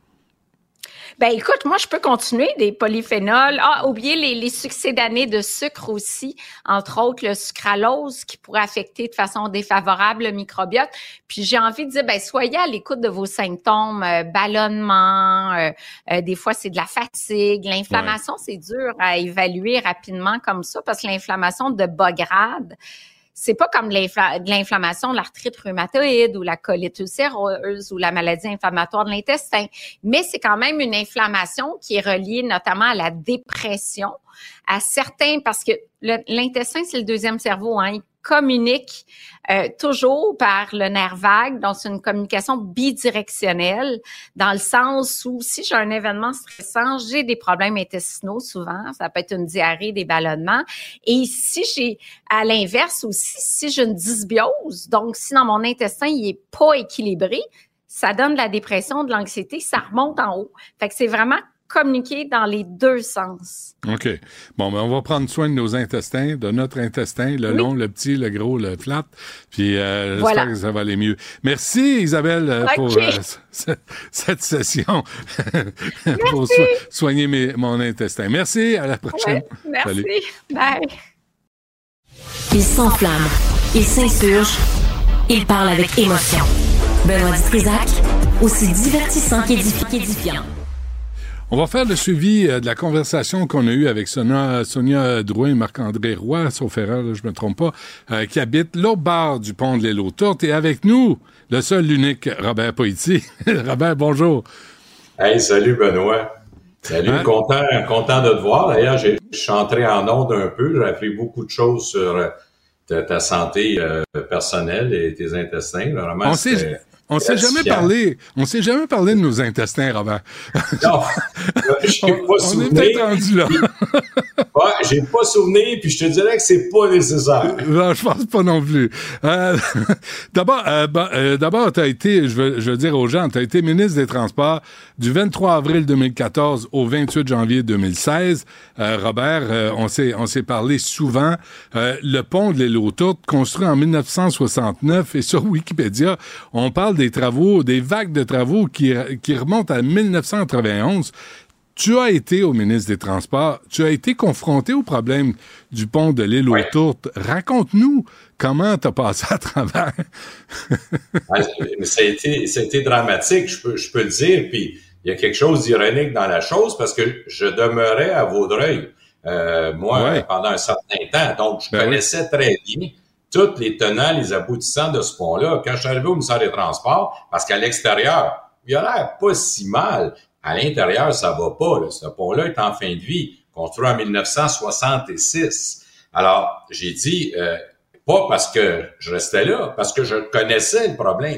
Ben écoute, moi, je peux continuer des polyphénols. Ah, oubliez les, les succédanés de sucre aussi, entre autres le sucralose qui pourrait affecter de façon défavorable le microbiote. Puis j'ai envie de dire, ben soyez à l'écoute de vos symptômes, euh, ballonnement, euh, euh, des fois c'est de la fatigue, l'inflammation, ouais. c'est dur à évaluer rapidement comme ça parce que l'inflammation de bas grade, c'est pas comme l'infla- de l'inflammation de l'arthrite rhumatoïde ou la colite ulcéreuse ou la maladie inflammatoire de l'intestin, mais c'est quand même une inflammation qui est reliée notamment à la dépression, à certains, parce que le, l'intestin, c'est le deuxième cerveau, hein, il communique euh, toujours par le nerf vague, donc c'est une communication bidirectionnelle, dans le sens où si j'ai un événement stressant, j'ai des problèmes intestinaux souvent, ça peut être une diarrhée, des ballonnements, et si j'ai, à l'inverse aussi, si j'ai une dysbiose, donc si dans mon intestin, il est pas équilibré, ça donne de la dépression, de l'anxiété, ça remonte en haut. Fait que c'est vraiment communiquer dans les deux sens. OK. Bon, ben on va prendre soin de nos intestins, de notre intestin, le oui. long, le petit, le gro, le flat, puis euh, voilà. J'espère que ça va aller mieux. Merci, Isabelle, okay. pour euh, c- cette session pour so- soigner mes, mon intestin. Merci, à la prochaine. Ouais, merci. Salut. Bye. Il s'enflamme, il s'insurge, il parle avec émotion. Benoît Dutrisac, aussi divertissant qu'édifiant. On va faire le suivi euh, de la conversation qu'on a eue avec Sonia, Sonia Drouin et Marc-André Roy, sauf erreur, là, je me trompe pas, euh, qui habitent l'autre bord du pont de l'île aux Tourtes. Et avec nous, le seul, l'unique Robert Poitier. Robert, bonjour. Hey, salut Benoît. Salut, hein? content, content de te voir. D'ailleurs, j'ai, je suis entré en onde un peu. J'ai appris beaucoup de choses sur euh, ta, ta santé euh, personnelle et tes intestins. Vraiment, on sait, on s'est jamais parlé, on s'est jamais parlé de nos intestins, Robert. Non, j'ai pas on, souvenir. On est peut-être rendu là. Ouais, j'ai pas souvenir, puis je te dirais que c'est pas nécessaire. Non, je pense pas non plus. Euh, d'abord, euh, bah, euh, d'abord, t'as été, je veux, je veux dire aux gens, t'as été ministre des Transports du vingt-trois avril deux mille quatorze au vingt-huit janvier deux mille seize. Euh, Robert, euh, on s'est, on s'est parlé souvent. Euh, le pont de l'île aux Tourtes, construit en dix-neuf cent soixante-neuf, et sur Wikipédia, on parle des travaux, des vagues de travaux qui, qui remontent à dix-neuf cent quatre-vingt-onze. Tu as été au ministre des Transports, tu as été confronté au problème du pont de l'île aux Tourtes. Raconte-nous comment tu as passé à travers. ça, a été, ça a été dramatique, je peux, je peux le dire, puis il y a quelque chose d'ironique dans la chose parce que je demeurais à Vaudreuil, euh, moi, ouais. pendant un certain temps, donc je ben connaissais oui. très bien tous les tenants, les aboutissants de ce pont-là. Quand je suis arrivé au ministère des Transports, parce qu'à l'extérieur, il a l'air pas si mal. À l'intérieur, ça va pas. Là. Ce pont-là est en fin de vie, construit en dix-neuf cent soixante-six. Alors, j'ai dit, euh, pas parce que je restais là, parce que je connaissais le problème.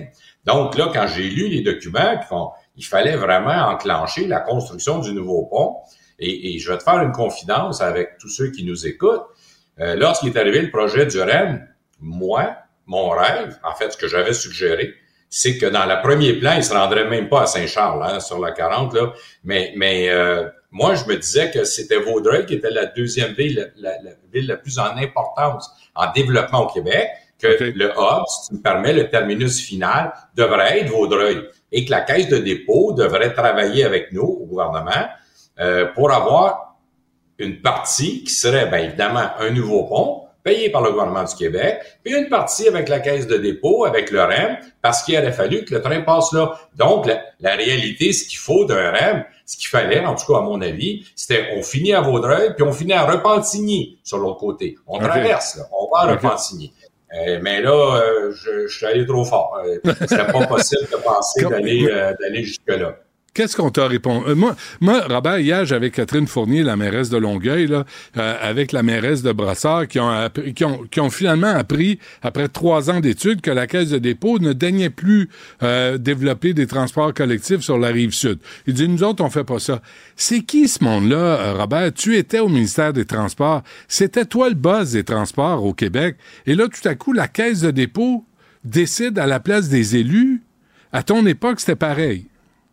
Donc là, quand j'ai lu les documents, puis bon, il fallait vraiment enclencher la construction du nouveau pont. Et, et je vais te faire une confidence avec tous ceux qui nous écoutent. Euh, lorsqu'il est arrivé le projet du R E M, moi, mon rêve, en fait, ce que j'avais suggéré, c'est que dans le premier plan, il se rendrait même pas à Saint-Charles, hein, sur la quarante, là. Mais, mais euh, moi, je me disais que c'était Vaudreuil qui était la deuxième ville, la, la, la ville la plus en importance en développement au Québec, que okay. le hub, si tu me permets, le terminus final, devrait être Vaudreuil. Et que la Caisse de dépôt devrait travailler avec nous, au gouvernement, euh, pour avoir une partie qui serait, bien évidemment, un nouveau pont, payé par le gouvernement du Québec, puis une partie avec la Caisse de dépôt, avec le R E M, parce qu'il aurait fallu que le train passe là. Donc, la, la réalité, ce qu'il faut d'un R E M, ce qu'il fallait, en tout cas à mon avis, c'était on finit à Vaudreuil, puis on finit à Repentigny, sur l'autre côté. On okay. traverse, là, on va à okay. Repentigny. Euh, mais là, euh, je, je suis allé trop fort. Euh, c'était pas possible de penser d'aller, euh, d'aller jusque-là. Qu'est-ce qu'on t'a répondu? Euh, moi, moi, Robert, hier, j'avais Catherine Fournier, la mairesse de Longueuil, là, euh, avec la mairesse de Brassard, qui ont, appris, qui ont, qui ont finalement appris, après trois ans d'études, que la Caisse de dépôt ne daignait plus euh, développer des transports collectifs sur la Rive-Sud. Il dit, nous autres, on fait pas ça. C'est qui ce monde-là, Robert? Tu étais au ministère des Transports. C'était toi le boss des transports au Québec. Et là, tout à coup, la Caisse de dépôt décide à la place des élus. À ton époque, c'était pareil.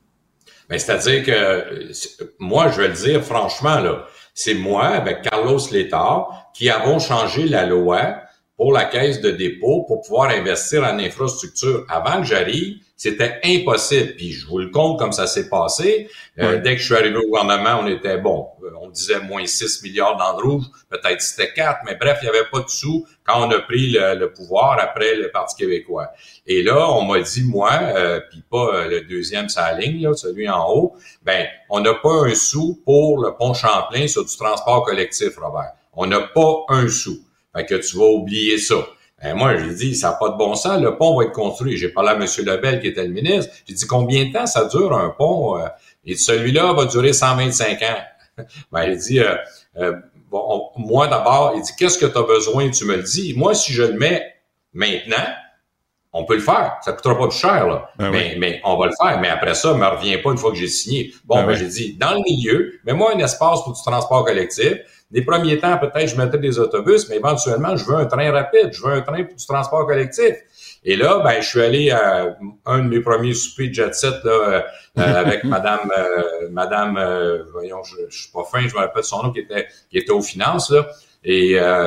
Ben, c'est-à-dire que, moi, je vais le dire franchement, là, c'est moi, avec Carlos Létard, qui avons changé la loi pour la Caisse de dépôt pour pouvoir investir en infrastructure. Avant que j'arrive, c'était impossible. Puis je vous le compte comme ça s'est passé. Euh, dès que je suis arrivé au gouvernement, on était, bon, on disait moins six milliards dans le rouge, peut-être c'était quatre, mais bref, il n'y avait pas de sous quand on a pris le, le pouvoir après le Parti québécois. Et là, on m'a dit, moi, euh, puis pas euh, le deuxième sur la ligne, là, celui en haut, ben, on n'a pas un sou pour le pont Champlain sur du transport collectif, Robert. On n'a pas un sou. Fait que tu vas oublier ça. Ben moi, j'ai dit, ça n'a pas de bon sens, le pont va être construit. J'ai parlé à M. Lebel, qui était le ministre. J'ai dit, combien de temps ça dure un pont? Et celui-là va durer cent vingt-cinq ans. Ben, il dit, euh, euh, bon, on, moi d'abord, il dit, qu'est-ce que tu as besoin? Tu me le dis. Moi, si je le mets maintenant, on peut le faire. Ça coûtera pas plus cher, là. Ah mais, oui. mais on va le faire. Mais après ça, me revient pas une fois que j'ai signé. Bon, ah ben, oui. j'ai dit, dans le milieu, mets-moi un espace pour du transport collectif. Des premiers temps, peut-être, je mettrais des autobus, mais éventuellement, je veux un train rapide. Je veux un train pour du transport collectif. Et là, ben, je suis allé à un de mes premiers soupers de jet set, là, euh, avec madame, euh, madame, euh, voyons, je, je suis pas fin, je me rappelle son nom, qui était, qui était aux finances, là. Et, euh,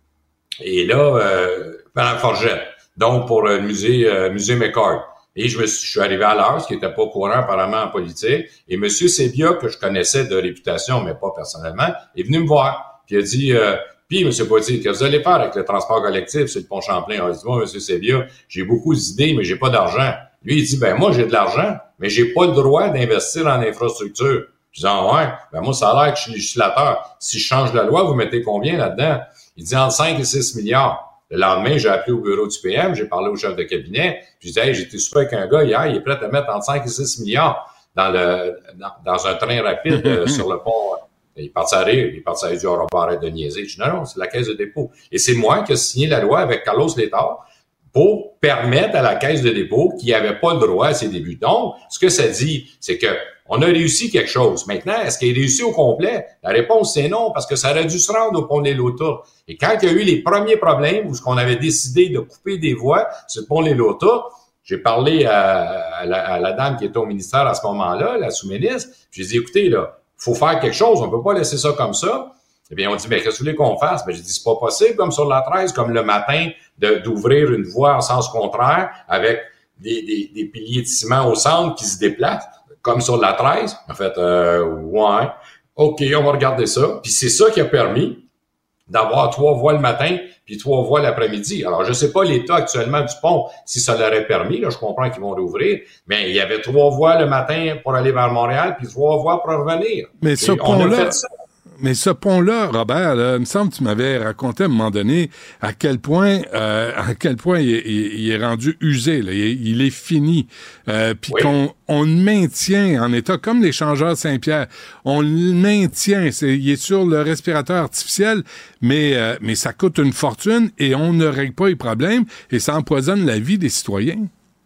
et là, euh, madame Forgette. Donc, pour le musée, euh, musée McCart. Et je me suis, je suis arrivé à l'heure, ce qui n'était pas courant apparemment en politique. Et M. Sebia, que je connaissais de réputation, mais pas personnellement, est venu me voir. Puis il a dit, euh, puis M. Poitier, qu'est-ce que vous allez faire avec le transport collectif sur le pont Champlain? Alors, il dit, moi, M. Sebia, j'ai beaucoup d'idées, mais j'ai pas d'argent. Lui, il dit, ben moi, j'ai de l'argent, mais j'ai pas le droit d'investir en infrastructure. Je dis, ah ouais, ben moi, ça a l'air que je suis législateur. Si je change la loi, vous mettez combien là-dedans? Il dit, entre cinq et six milliards. Le lendemain, j'ai appelé au bureau du P M, j'ai parlé au chef de cabinet, puis je disais, hey, j'étais super avec un gars hier, il est prêt à mettre entre cinq et six milliards dans le dans, dans un train rapide euh, sur le pont. Il est parti à rire, il est parti à dire, oh, on va arrêter de niaiser. Je dis, non, non, c'est la Caisse de dépôt. Et c'est moi qui ai signé la loi avec Carlos Létard pour permettre à la Caisse de dépôt qui n'avait pas le droit à ses débuts. Donc, ce que ça dit, c'est que on a réussi quelque chose. Maintenant, est-ce qu'il est réussi au complet? La réponse, c'est non, parce que ça aurait dû se rendre au pont des Lotas. Et quand il y a eu les premiers problèmes, où ce qu'on avait décidé de couper des voies sur le pont des Lotas, j'ai parlé à, à, la, à la dame qui était au ministère à ce moment-là, la sous-ministre, j'ai dit, écoutez, là, faut faire quelque chose, on peut pas laisser ça comme ça. Eh bien, on dit, ben, qu'est-ce que vous voulez qu'on fasse? Ben, j'ai dit, c'est pas possible, comme sur la treize, comme le matin, de, d'ouvrir une voie en sens contraire avec des, des, des piliers de ciment au centre qui se déplacent. Comme sur la treize, en fait, euh, ouais, OK, on va regarder ça. Puis c'est ça qui a permis d'avoir trois voies le matin puis trois voies l'après-midi. Alors, je sais pas l'état actuellement du pont, si ça l'aurait permis, là, je comprends qu'ils vont rouvrir, mais il y avait trois voies le matin pour aller vers Montréal puis trois voies pour revenir. Mais ce pont-là... Mais ce pont-là, Robert, là, il me semble que tu m'avais raconté à un moment donné à quel point, euh, à quel point il, il, il est rendu usé, là, il, il est fini, euh, puis oui. qu'on on le maintient en état comme l'échangeur Saint-Pierre, on le maintient, c'est, il est sur le respirateur artificiel, mais euh, mais ça coûte une fortune et on ne règle pas les problèmes et ça empoisonne la vie des citoyens.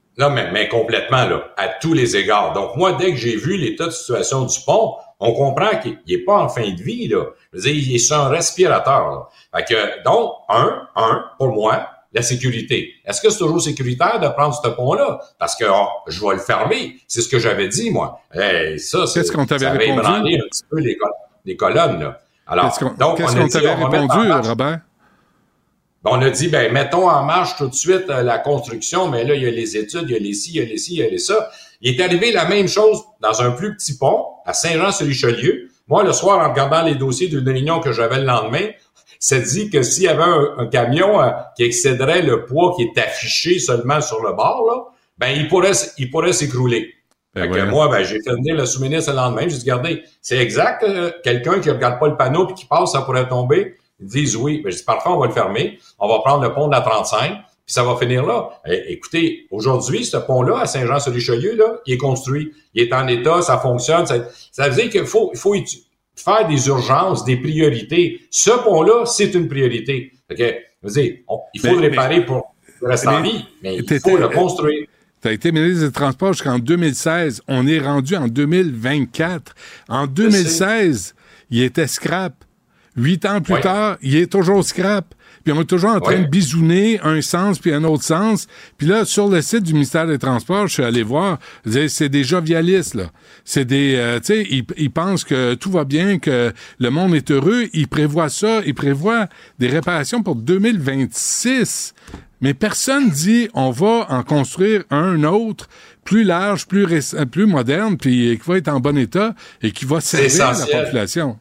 Là, mais, mais complètement, là, à tous les égards. Donc, moi, dès que j'ai vu l'état de situation du pont, on comprend qu'il n'est pas en fin de vie, là. Je veux dire, il est sur un respirateur, là. Fait que, donc, un, un, pour moi, la sécurité. Est-ce que c'est toujours sécuritaire de prendre ce pont-là? Parce que oh, je vais le fermer. C'est ce que j'avais dit, moi. Hey, ça, c'est, Qu'est-ce qu'on t'avait ça avait répondu? ébranlé un petit peu les, col- les colonnes, là. Alors, Qu'est-ce qu'on, donc, qu'est-ce on a qu'on dit, t'avait on va mettre en répondu, marche. Robert? Ben, on a dit, ben, mettons en marche tout de suite euh, la construction, mais là, il y a les études, il y a les ci, il y a les ci, il y a les ça. Il est arrivé la même chose dans un plus petit pont, à Saint-Jean-sur-Richelieu. Moi, le soir, en regardant les dossiers d'une réunion que j'avais le lendemain, ça dit que s'il y avait un, un camion euh, qui excéderait le poids qui est affiché seulement sur le bord, là, ben, il pourrait, il pourrait s'écrouler. Ben fait voilà. que moi, ben, j'ai fait venir le sous-ministre le lendemain. J'ai dit, regardez, c'est exact, euh, quelqu'un qui regarde pas le panneau puis qui passe, ça pourrait tomber. Ils disent oui. Ben, je dis, parfait, on va le fermer. On va prendre le pont de la trente-cinq, puis ça va finir là. Eh, écoutez, aujourd'hui, ce pont-là, à Saint-Jean-sur-Richelieu, là, il est construit. Il est en état, ça fonctionne. Ça, ça veut dire qu'il faut, il faut étu- faire des urgences, des priorités. Ce pont-là, c'est une priorité. Fait que, je veux dire, on- il faut Mais- le réparer mais- pour rester en vie, mais il t'étais- faut le construire. Tu as été ministre des Transports jusqu'en deux mille seize. On est rendu en deux mille vingt-quatre. En deux mille seize, il était scrap. Huit ans plus Ouais. tard, il est toujours scrap. Puis on est toujours en train Ouais. de bisouner un sens puis un autre sens. Puis là, sur le site du ministère des Transports, je suis allé voir, je disais, c'est des jovialistes, là. C'est des, euh, tu sais, ils, ils pensent que tout va bien, que le monde est heureux. Ils prévoient ça, ils prévoient des réparations pour deux mille vingt-six. Mais personne dit, on va en construire un autre, plus large, plus, réc- plus moderne, puis qui va être en bon état et qui va C'est servir la essentiel. population.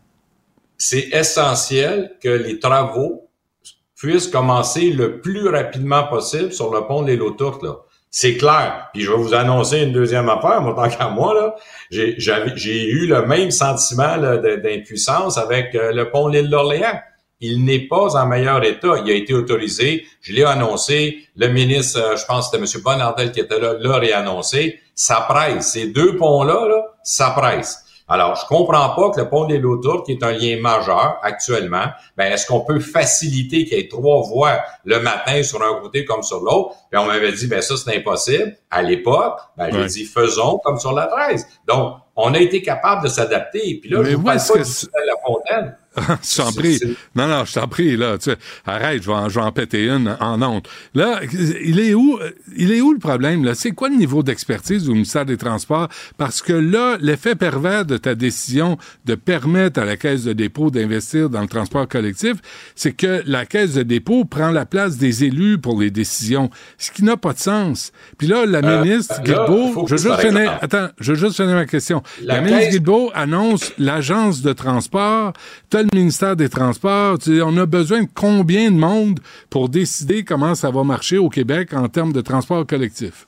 C'est essentiel que les travaux puissent commencer le plus rapidement possible sur le pont de l'île aux Tourtes, là. C'est clair. Puis je vais vous annoncer une deuxième affaire, moi, tant qu'à moi, là. J'ai, j'avais, j'ai eu le même sentiment là, de- d'impuissance avec euh, le pont de l'île d'Orléans. Il n'est pas en meilleur état. Il a été autorisé. Je l'ai annoncé. Le ministre, euh, je pense que c'était M. Bonardel qui était là, l'a réannoncé. Ça presse. Ces deux ponts-là, là, ça presse. Alors, je comprends pas que le pont des Lourdes, qui est un lien majeur actuellement, ben est-ce qu'on peut faciliter qu'il y ait trois voies le matin sur un côté comme sur l'autre? Puis on m'avait dit, ben ça, c'est impossible. À l'époque, ben j'ai Ouais. dit, faisons comme sur la treize. Donc, on a été capable de s'adapter. Puis là, Mais je vous où parle est-ce pas que du c'est- tunnel La Fontaine. Je t'en prie. C'est- Non, non, je t'en prie, là. Tu sais, arrête, je vais, en, je vais en péter une en honte. Là, il est où, il est où le problème, là? C'est quoi le niveau d'expertise au ministère des Transports? Parce que là, l'effet pervers de ta décision de permettre à la Caisse de dépôt d'investir dans le transport collectif, c'est que la Caisse de dépôt prend la place des élus pour les décisions, ce qui n'a pas de sens. Puis là, la Euh, ministre là, Guilbeault, faut que je veux tu juste parles finir, exemple. attends, je veux juste finir ma question. La, La ministre Caisse- Guilbeault annonce l'agence de transport, t'as le ministère des Transports, tu sais, on a besoin de combien de monde pour décider comment ça va marcher au Québec en termes de transport collectif?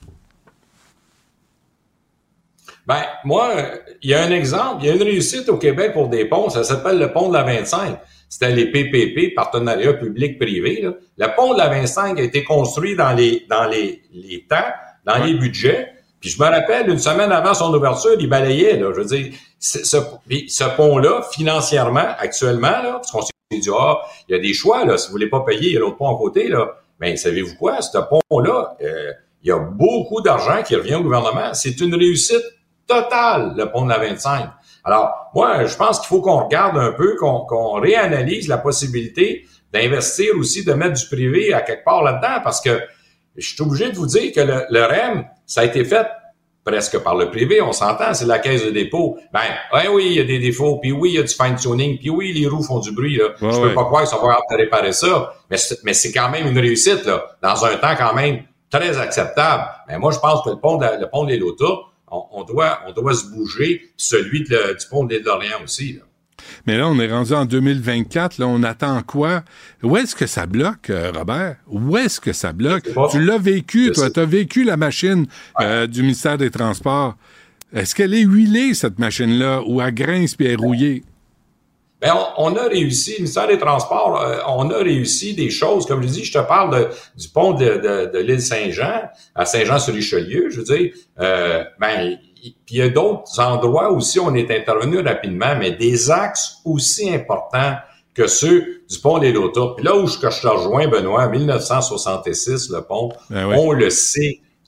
Ben, moi, il y a un exemple, il y a une réussite au Québec pour des ponts, ça s'appelle le pont de la vingt-cinq. C'était les P P P, partenariats public-privé. Là. Le pont de la vingt-cinq a été construit dans les dans les, les temps, dans Ouais. les budgets. Puis je me rappelle, une semaine avant son ouverture, il balayait. Là, je veux dire, c'est- ce, puis ce pont-là, financièrement, actuellement, là, parce qu'on s'est dit, ah, il y a des choix, là, si vous voulez pas payer, il y a l'autre pont à côté, là. Ben, savez-vous quoi? Ce pont-là, euh, il y a beaucoup d'argent qui revient au gouvernement. C'est une réussite totale, le pont de la vingt-cinq. Alors, moi, je pense qu'il faut qu'on regarde un peu, qu'on qu'on réanalyse la possibilité d'investir aussi, de mettre du privé à quelque part là-dedans, parce que je suis obligé de vous dire que le, le R E M, ça a été fait presque par le privé, on s'entend, c'est la caisse de dépôt. Ben, ouais, oui, il y a des défauts, puis oui, il y a du fine-tuning, puis oui, les roues font du bruit, là. Ouais, je ouais. peux pas croire qu'ils sont pas capables de réparer ça, mais c'est, mais c'est quand même une réussite, là, dans un temps quand même très acceptable. Mais moi, je pense que le pont de, la- le pont de l'île aux Tourtes, on, on doit, on doit se bouger, puis celui de le- du pont de l'île d'Orléans aussi, là. Mais là, on est rendu en deux mille vingt-quatre, là, on attend quoi? Où est-ce que ça bloque, euh, Robert? Où est-ce que ça bloque? Je sais pas. Tu l'as vécu, Je toi, sais. tu as vécu la machine euh, du ministère des Transports. Est-ce qu'elle est huilée, cette machine-là, ou elle grince puis elle est rouillée? Ben, on, on a réussi, le ministère des Transports, euh, on a réussi des choses. Comme je dis, je te parle de, du pont de, de, de l'île Saint-Jean, à Saint-Jean-sur-Richelieu, je veux dire. Euh, ben, puis il y a d'autres endroits aussi où on est intervenu rapidement, mais des axes aussi importants que ceux du pont des Lourdes. Puis là où je, que je te rejoins, Benoît, en mille neuf cent soixante-six, le pont, Ben oui. on le sait,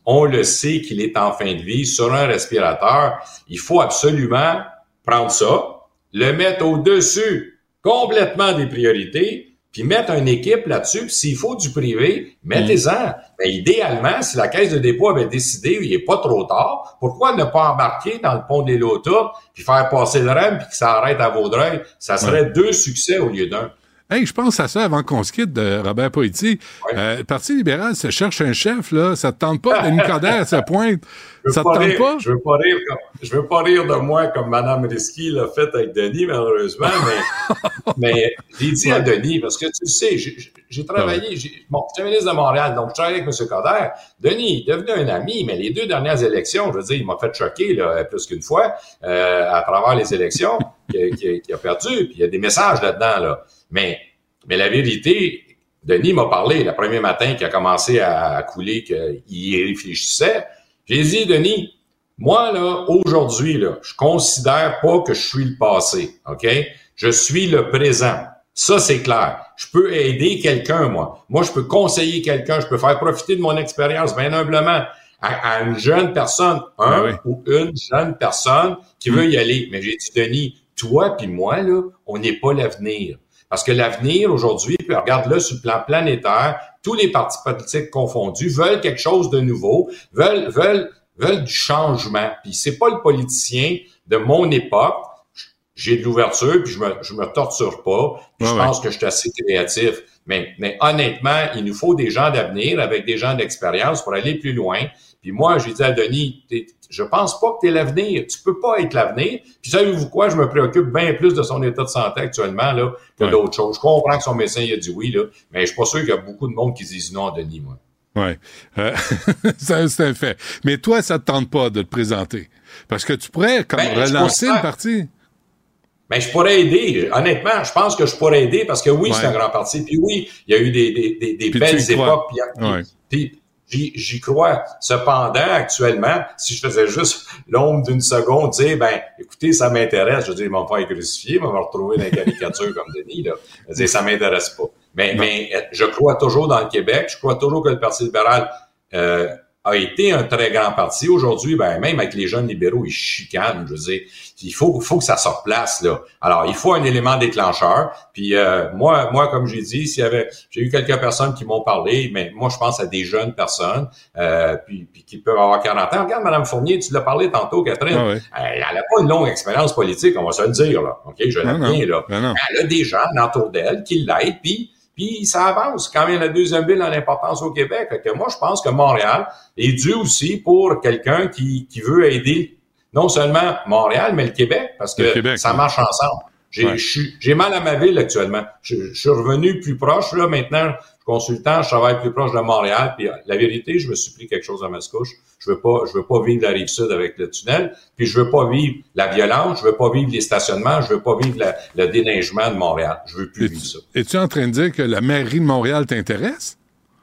on le sait qu'il est en fin de vie sur un respirateur. Il faut absolument prendre ça, le mettre au-dessus complètement des priorités, puis mettre une équipe là-dessus, puis s'il faut du privé, mettez-en. Mais idéalement, si la Caisse de dépôt avait décidé, il n'est pas trop tard, pourquoi ne pas embarquer dans le pont de l'île aux Tourtes, puis faire passer le R E M, puis que ça arrête à Vaudreuil? Ça serait ouais. deux succès au lieu d'un. Hey, je pense à ça avant qu'on se quitte de Robert Poitier. Ouais. Euh, le Parti libéral se cherche un chef, là. Ça te tente pas de Denis Coderre, ça pointe. Ça te tente rire, pas? Je veux pas rire comme, je veux pas rire de moi comme Mme Risky l'a fait avec Denis, malheureusement, mais, mais j'ai dit ouais. à Denis, parce que tu sais, j'ai, j'ai travaillé, ouais. j'ai, bon, j'étais ministre de Montréal, donc je travaillais avec M. Coderre. Denis est devenu un ami, mais les deux dernières élections, je veux dire, il m'a fait choquer, là, plus qu'une fois, euh, à travers les élections, qu'il qui, qui a perdu, puis il y a des messages là-dedans, là. Mais, mais la vérité, Denis m'a parlé le premier matin qu'il a commencé à, à couler, qu'il y réfléchissait. J'ai dit, Denis, moi, là, aujourd'hui, là, je considère pas que je suis le passé, OK? Je suis le présent. Ça, c'est clair. Je peux aider quelqu'un, moi. Moi, je peux conseiller quelqu'un. Je peux faire profiter de mon expérience, bien humblement, à, à une jeune personne, un ben oui. ou une jeune personne qui mmh. veut y aller. Mais j'ai dit, Denis, toi puis moi, là, on n'est pas l'avenir. Parce que l'avenir, aujourd'hui, puis regarde-le sur le plan planétaire, tous les partis politiques confondus veulent quelque chose de nouveau, veulent veulent veulent du changement. Puis c'est pas le politicien de mon époque. J'ai de l'ouverture, puis je me je me torture pas. Puis ouais, je pense ouais. que je suis assez créatif. Mais mais honnêtement, il nous faut des gens d'avenir avec des gens d'expérience pour aller plus loin. Puis moi, j'ai dit à Denis, je pense pas que tu es l'avenir. Tu peux pas être l'avenir. Puis savez-vous quoi? Je me préoccupe bien plus de son état de santé actuellement là que ouais. d'autres choses. Je comprends que son médecin il a dit oui, là, mais je suis pas sûr qu'il y a beaucoup de monde qui disent non à Denis, moi. Oui, euh, ça, c'est un fait. Mais toi, ça te tente pas de te présenter. Parce que tu pourrais comme ben, relancer le parti. Ben, je pourrais aider. Honnêtement, je pense que je pourrais aider parce que oui, ouais. c'est un grand parti. Puis oui, il y a eu des, des, des, des belles époques. Puis, ouais. puis, J'y, j'y crois. Cependant, actuellement, si je faisais juste l'ombre d'une seconde, dire, ben, écoutez, ça m'intéresse, je veux dire, ils vont me faire crucifier, ils vont me retrouver dans les caricatures comme Denis, là. Je veux dire, ça m'intéresse pas. Mais, mais, je crois toujours dans le Québec, je crois toujours que le Parti libéral, euh, a été un très grand parti. Aujourd'hui, ben, même avec les jeunes libéraux, ils chicanent, je veux dire. Il faut, faut que ça se replace, là. Alors, il faut un élément déclencheur. Puis, euh, moi, moi, comme j'ai dit, s'il y avait, j'ai eu quelques personnes qui m'ont parlé, mais moi, je pense à des jeunes personnes, euh, puis, puis qui peuvent avoir quarante ans. Regarde, Mme Fournier, tu l'as parlé tantôt, Catherine. Ah oui. Elle, elle a pas une longue expérience politique, on va se le dire, là. OK? Je l'aime bien, là. Non, non. Elle a des gens autour d'elle qui l'aident, puis Puis ça avance. Quand même la deuxième ville en importance au Québec. Fait que moi, je pense que Montréal est dû aussi pour quelqu'un qui, qui veut aider non seulement Montréal, mais le Québec, parce que Québec, ça marche ouais. ensemble. J'ai, ouais. j'ai mal à ma ville actuellement. Je, je suis revenu plus proche, là, maintenant. Je suis consultant, je travaille plus proche de Montréal. Puis la vérité, je me suis pris quelque chose à Mascouche. Je veux pas, je veux pas vivre la Rive-Sud avec le tunnel. Puis je veux pas vivre la violence. Je veux pas vivre les stationnements. Je veux pas vivre la, le déneigement de Montréal. Je veux plus et vivre ça. Es-tu en train de dire que la mairie de Montréal t'intéresse?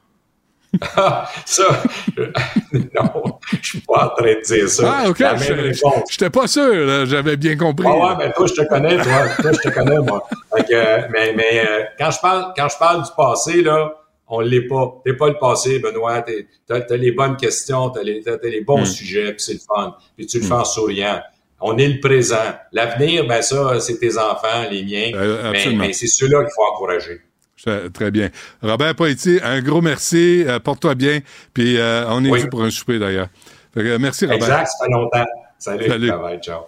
ça, non, je suis pas en train de dire ça. Ah, OK. Je n'étais pas sûr, là, j'avais bien compris. Ah ouais, mais toi, je te connais, toi. toi, je te connais, moi. Donc, euh, mais mais euh, quand je parle quand je parle du passé, là, on l'est pas. T'es pas le passé, Benoît. T'es, t'as, t'as les bonnes questions, t'as les, t'as, t'as les bons mm. sujets, puis c'est le fun. Puis tu le mm. fais en souriant. On est le présent. L'avenir, ben ça, c'est tes enfants, les miens. Euh, mais, mais c'est ceux-là qu'il faut encourager. Très bien. Robert Poitier, un gros merci. Euh, porte-toi bien. Puis euh, on est oui. dû pour un souper, d'ailleurs. Fait que, merci, Robert. Exact, ça fait longtemps. Salut. Salut. Bye, ciao.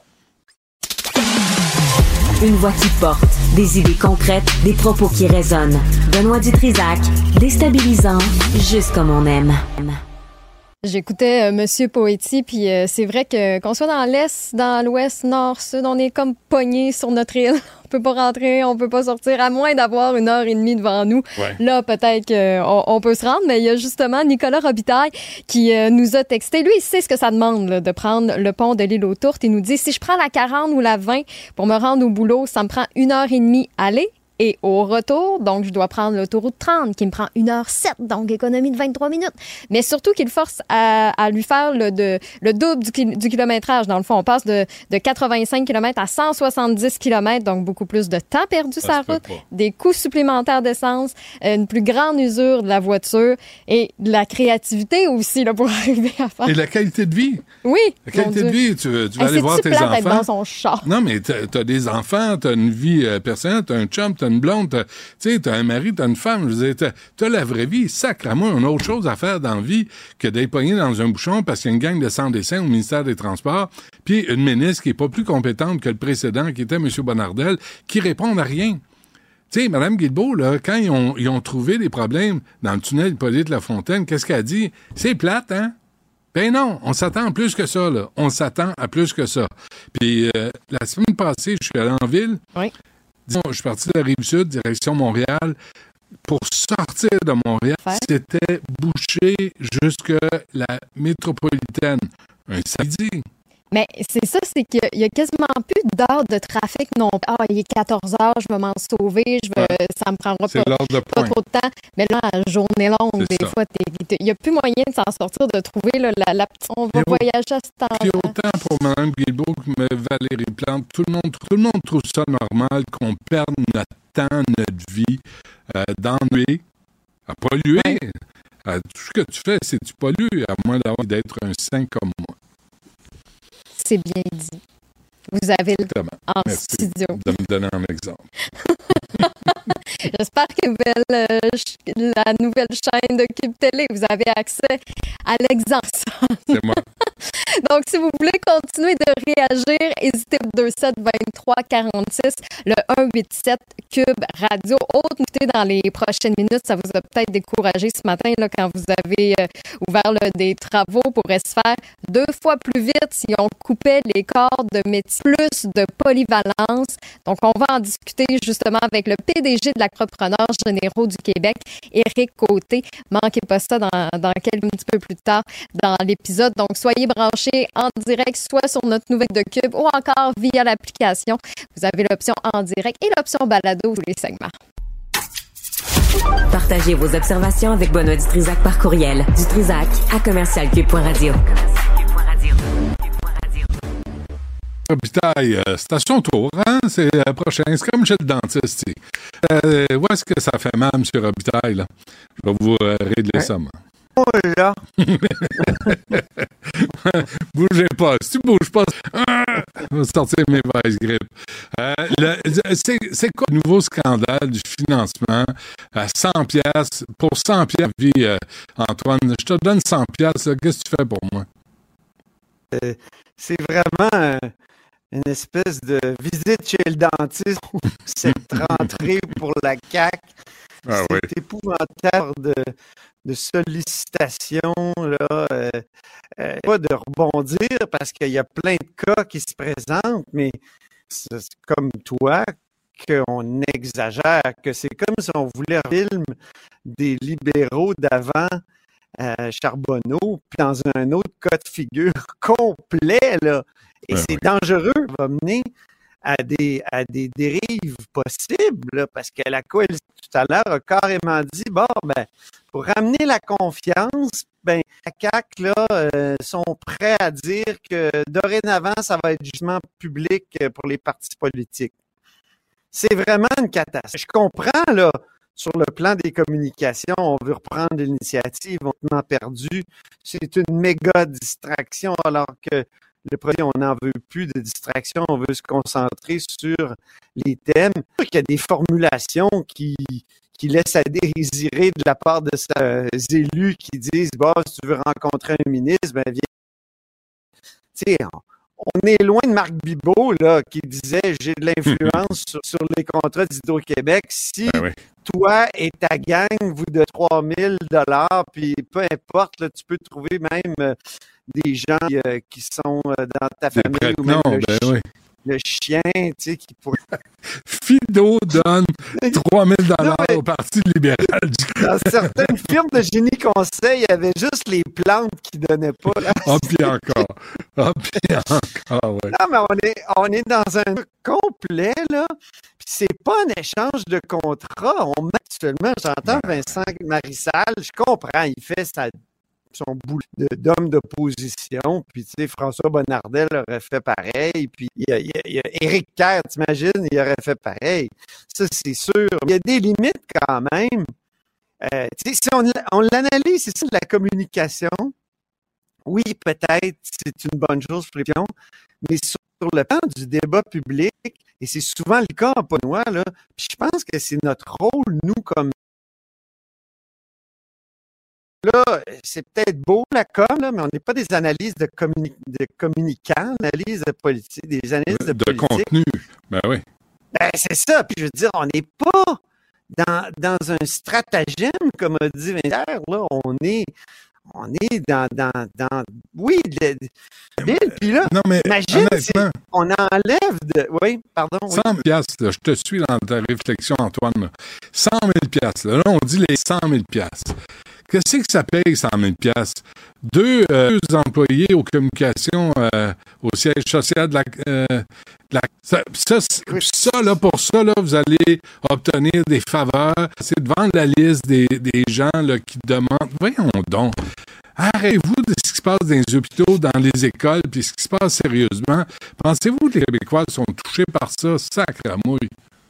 Une voix qui porte, des idées concrètes, des propos qui résonnent. Benoît Dutrisac, déstabilisant, juste comme on aime. J'écoutais euh, Monsieur Poitier, puis euh, c'est vrai que qu'on soit dans l'Est, dans l'Ouest, Nord, Sud, on est comme pognés sur notre île. On peut pas rentrer, on peut pas sortir, à moins d'avoir une heure et demie devant nous. Ouais. Là, peut-être qu'on on peut se rendre, mais il y a justement Nicolas Robitaille qui euh, nous a texté. Lui, il sait ce que ça demande là, de prendre le pont de l'île aux Tourtes. Il nous dit, si je prends la quarante ou la vingt pour me rendre au boulot, ça me prend une heure et demie aller et au retour. Donc, je dois prendre l'autoroute trente qui me prend une heure sept, donc économie de vingt-trois minutes. Mais surtout qu'il force à, à lui faire le, de, le double du, du kilométrage. Dans le fond, on passe de, de quatre-vingt-cinq kilomètres à cent soixante-dix kilomètres, donc beaucoup plus de temps perdu sur la route, des coûts supplémentaires d'essence, une plus grande usure de la voiture et de la créativité aussi là, pour arriver à faire. Et la qualité de vie. Oui. La qualité de vie, tu, tu vas hey, aller voir tes enfants. Être dans son char. Non, mais t'as, t'as des enfants, t'as une vie euh, personnelle, t'as un chum, t'as une blonde, t'as, tu sais, t'as un mari, t'as une femme. Je veux dire, t'as, t'as la vraie vie. Sacre à moi, on a autre chose à faire dans la vie que d'être pogné dans un bouchon parce qu'il y a une gang de sans-dessin au ministère des Transports, puis une ministre qui est pas plus compétente que le précédent, qui était M. Bonnardel, qui répond à rien. Tu sais, Mme Guilbeault, là, quand ils ont, ils ont trouvé des problèmes dans le tunnel Hippolyte-Lafontaine, qu'est-ce qu'elle a dit? C'est plate, hein? Ben non, on s'attend à plus que ça, là. On s'attend à plus que ça. Puis, euh, la semaine passée, je suis allé en ville. Oui. Disons, je suis parti de la Rive-Sud, direction Montréal. Pour sortir de Montréal, ouais. C'était bouché jusque la métropolitaine. Un samedi. Mais c'est ça, c'est qu'il y a quasiment plus d'heures de trafic non plus. Ah, il est quatorze heures, je vais m'en sauver, je vais, ouais. ça me prendra pas, de pas trop de temps. Mais là, la journée longue, c'est des ça. fois, il n'y a plus moyen de s'en sortir, de trouver là, la, la petite... On va et voyager à ce temps-là. Puis autant pour Mme Guilbeault que Valérie Plante, tout le monde, tout le monde trouve ça normal qu'on perde notre temps, notre vie, euh, d'ennuyer, à polluer. Ouais. Euh, tout ce que tu fais, c'est que tu pollues, à moins d'avoir d'être un saint comme moi. C'est bien dit. Vous avez le en Merci studio. De me donner un exemple. J'espère que euh, la nouvelle chaîne de Cube Télé, vous avez accès à l'exemple. C'est moi. Donc, si vous voulez continuer de réagir, hésitez au deux sept vingt-trois quarante-six, le un huit sept Cube Radio. Autre nouveauté dans les prochaines minutes, ça vous a peut-être découragé ce matin là, quand vous avez euh, ouvert là, des travaux pour se faire deux fois plus vite si on coupait les corps de métier, plus de polyvalence. Donc, on va en discuter justement avec le P D G de l'Acropreneur généraux du Québec, Éric Côté. Manquez pas ça dans, dans quelques un petit peu plus tard dans l'épisode. Donc, soyez branchés en direct, soit sur notre nouvelle de Cube ou encore via l'application. Vous avez l'option en direct et l'option balado tous les segments. Partagez vos observations avec Benoît Dutrisac par courriel. Dutrisac à commercial cube point radio. Robitaille, euh, station Tour, hein? C'est la prochaine. C'est comme chez le dentiste. Euh, où est-ce que ça fait mal, M. Robitaille, là? Je vais vous euh, régler ouais. ça, moi. Oh là! Bougez pas. Si tu bouges pas, je vais sortir mes mauvaises grippes. Euh, le, c'est, c'est quoi le nouveau scandale du financement à cent piastres? Pour cent piastres, vie, euh, Antoine, je te donne cent piastres. Là, qu'est-ce que tu fais pour moi? Euh, c'est vraiment euh, une espèce de visite chez le dentiste, cette rentrée pour la C A Q. Ah, c'est oui. épouvantable de, de sollicitations, là, euh, euh, pas de rebondir parce qu'il y a plein de cas qui se présentent, mais c'est comme toi qu'on exagère, que c'est comme si on voulait un film des libéraux d'avant euh, Charbonneau, puis dans un autre cas de figure complet, là. Et ouais, c'est oui. dangereux, ça va mener à des, à des dérives possibles, là, parce que la coalition, tout à l'heure, a carrément dit, bon, ben, pour ramener la confiance, ben, la C A Q, là, euh, sont prêts à dire que dorénavant, ça va être jugement public pour les partis politiques. C'est vraiment une catastrophe. Je comprends, là, sur le plan des communications, on veut reprendre l'initiative, on a perdu. C'est une méga distraction, alors que le premier, on n'en veut plus de distraction, on veut se concentrer sur les thèmes. Il y a des formulations qui, qui laissent à désirer de la part de ces élus qui disent bon, si tu veux rencontrer un ministre, ben viens. Tu sais, on, on est loin de Marc Bibeau, là, qui disait j'ai de l'influence sur, sur les contrats d'Hydro-Québec. Si ben oui. toi et ta gang, vous de trois mille dollars, puis peu importe, là, tu peux trouver même euh, des gens euh, qui sont euh, dans ta famille ou même non, le ben chien. oui. le chien, tu sais, qui pourrait... Fido donne trois mille dollars mais... au Parti libéral. Dans certaines firmes de génie conseil, il y avait juste les plantes qui donnaient pas. Ah, puis encore. Ah, puis encore, ouais. Non, mais on est, on est dans un complet, là. Puis c'est pas un échange de contrat. On met actuellement, j'entends Vincent Marissal, je comprends, il fait sa... son boulot d'homme d'opposition, puis tu sais, François Bonnardel aurait fait pareil, puis il y a, il y a, il y a Éric Kerr, t'imagines, il aurait fait pareil. Ça, c'est sûr. Il y a des limites quand même. Euh, tu sais, si on, on l'analyse, c'est ça, la communication. Oui, peut-être, c'est une bonne chose pour les pions, mais sur le plan du débat public, et c'est souvent le cas en Panois, là, puis je pense que c'est notre rôle, nous, comme là, c'est peut-être beau la com, là, mais on n'est pas des analyses de, communi- de communicants, analyses de politique, des analyses de, de politique. contenu. Ben oui. Ben, c'est ça. Puis je veux dire, on n'est pas dans, dans un stratagème, comme a dit Vincent, là, on est, on est dans, dans, dans oui, le, le, puis là, non, mais imagine, on enlève de, oui, pardon. Oui. cent mille piastres, là, je te suis dans ta réflexion, Antoine. Là. cent mille piastres, là, là, on dit les cent mille piastres. Qu'est-ce que ça paye, cent mille piastres? Deux, euh, deux employés aux communications euh, au siège social de la... Euh, de la ça, ça, ça, là, pour ça, là, vous allez obtenir des faveurs. C'est devant la liste des, des gens là, qui demandent... Voyons donc. Arrêtez-vous de ce qui se passe dans les hôpitaux, dans les écoles, puis ce qui se passe sérieusement. Pensez-vous que les Québécois sont touchés par ça? Sacre mouille.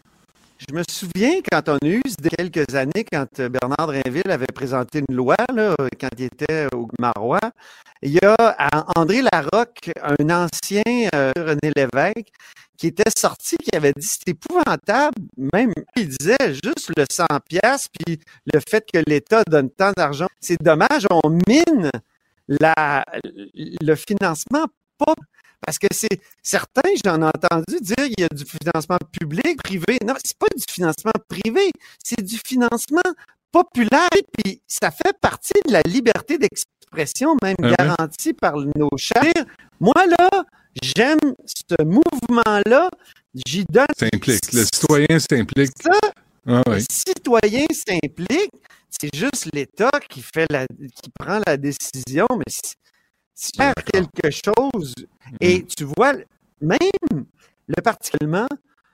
Je me souviens quand on a eu, il y a quelques années, quand Bernard Drinville avait présenté une loi, là, quand il était au Marois, il y a André Larocque, un ancien euh, René Lévesque, qui était sorti, qui avait dit c'est épouvantable, même il disait juste le cent piastres, puis le fait que l'État donne tant d'argent, c'est dommage, on mine la, le financement pas. Parce que c'est certains, j'en ai entendu dire qu'il y a du financement public, privé. Non, c'est pas du financement privé, c'est du financement populaire. Puis ça fait partie de la liberté d'expression, même ah garantie oui. par nos chers. Moi, là, j'aime ce mouvement-là. J'y donne. S'implique. Le citoyen s'implique. Ça, ah oui. Le citoyen s'implique. C'est juste l'État qui fait la, qui prend la décision, mais c'est faire quelque chose. Et tu vois, même le Parti allemand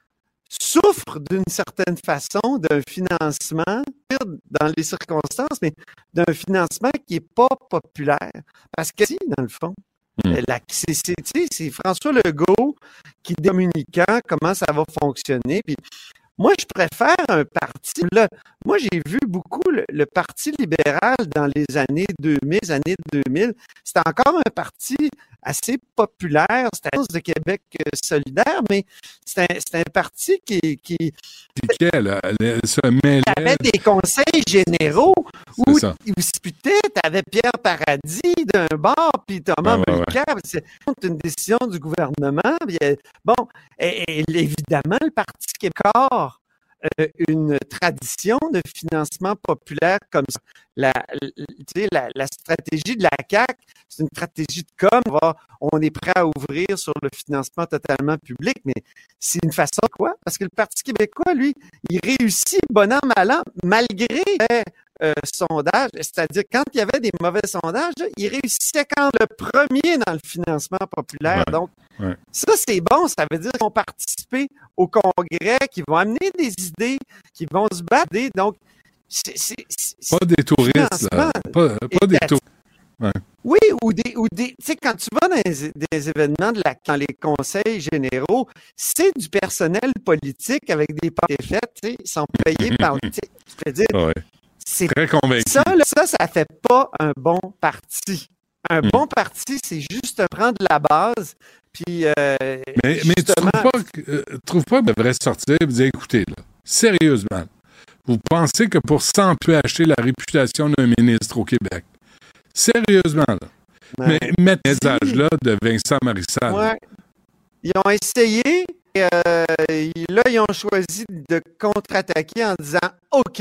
souffre d'une certaine façon d'un financement, dans les circonstances, mais d'un financement qui n'est pas populaire. Parce que si, dans le fond, mm. la, c'est, c'est, c'est François Legault qui dit communicant comment ça va fonctionner. Puis moi, je préfère un parti. Là, moi, j'ai vu beaucoup le, le Parti libéral dans les années deux mille, années deux mille. C'était encore un parti assez populaire. C'était l'Alliance de Québec solidaire, mais c'était un, c'était un parti qui... qui Piquet, là, se mêlait. Il y avait des conseils généraux où ils disputaient. Tu avais Pierre Paradis d'un bord, puis Thomas ah, Mulcair. Ouais, ouais. C'est une décision du gouvernement. Puis, bon, et, et évidemment, le Parti québécois Euh, une tradition de financement populaire comme ça. La, la, la, la stratégie de la C A Q, c'est une stratégie de com. On, va, on est prêt à ouvrir sur le financement totalement public, mais c'est une façon de quoi? Parce que le Parti québécois, lui, il réussit bon an, mal an, malgré les euh, sondages. C'est-à-dire, quand il y avait des mauvais sondages, là, il réussissait quand le premier dans le financement populaire. Ouais, Donc, ouais. ça, c'est bon. Ça veut dire qu'ils vont participer au congrès, qu'ils vont amener des idées, qu'ils vont se battre. Donc, c'est, c'est, c'est pas des touristes, là. Pas, pas des touristes. Ouais. Oui, ou des, ou des, tu sais, quand tu vas dans des, des événements de la, dans les conseils généraux, c'est du personnel politique avec des fêtes, tu sais, ils sont payés par, tu sais, je peux dire, ouais. c'est très convaincu. Ça, là, ça, ça fait pas un bon parti. Un mm. bon parti, c'est juste prendre la base, puis euh, mais, mais tu trouves pas, que, euh, trouves pas que devrait sortir et dire, écoutez, là, sérieusement, vous pensez que pour ça, on peut acheter la réputation d'un ministre au Québec? Sérieusement, là. Ouais. Mais mettre les âges-là de Vincent Marissal. Ouais. Ils ont essayé, et, euh, là, ils ont choisi de contre-attaquer en disant « OK,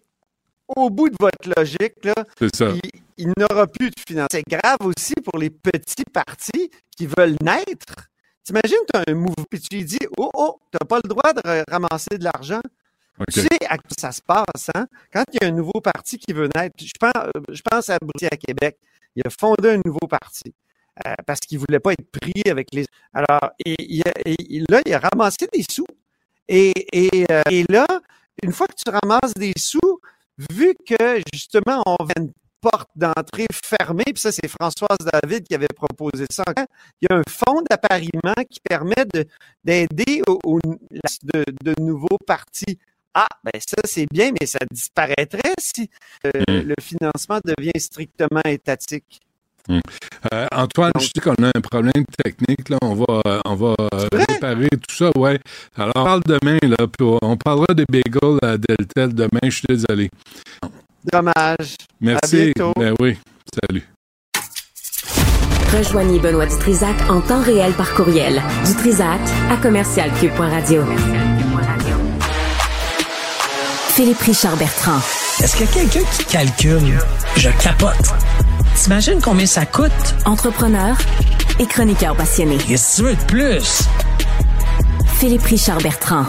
au bout de votre logique, là, il, il n'aura plus de financement. » C'est grave aussi pour les petits partis qui veulent naître. T'imagines, tu as un mouvement, puis tu lui dis, oh, oh, t'as pas le droit de ramasser de l'argent. Okay. Tu sais à quoi ça se passe, hein? Quand il y a un nouveau parti qui veut naître, je pense, je pense à Bruce à Québec, il a fondé un nouveau parti euh, parce qu'il voulait pas être pris avec les... Alors, et, et, et là, il a ramassé des sous. Et, et, euh, et là, une fois que tu ramasses des sous, vu que, justement, on vient une porte d'entrée fermée, puis ça, c'est Françoise David qui avait proposé ça. Il y a un fonds d'appariement qui permet de, d'aider au, au, de, de nouveaux partis. Ah, ben ça, c'est bien, mais ça disparaîtrait si euh, mmh. le financement devient strictement étatique. Mmh. Euh, Antoine, Donc, je sais qu'on a un problème technique, là. On va, euh, on va euh, réparer tout ça, ouais. Alors, on parle demain, là, puis on parlera des bagels à Deltel demain, je suis désolé. Dommage. Merci. À bientôt. Ben oui, salut. Rejoignez Benoît Dutrisac en temps réel par courriel. Dutrisac à commercial cube point radio. Philippe Richard Bertrand. Est-ce qu'il y a quelqu'un qui calcule? Je capote. T'imagines combien ça coûte? Entrepreneur et chroniqueur passionné. Qu'est-ce que tu veux de plus? Philippe Richard Bertrand.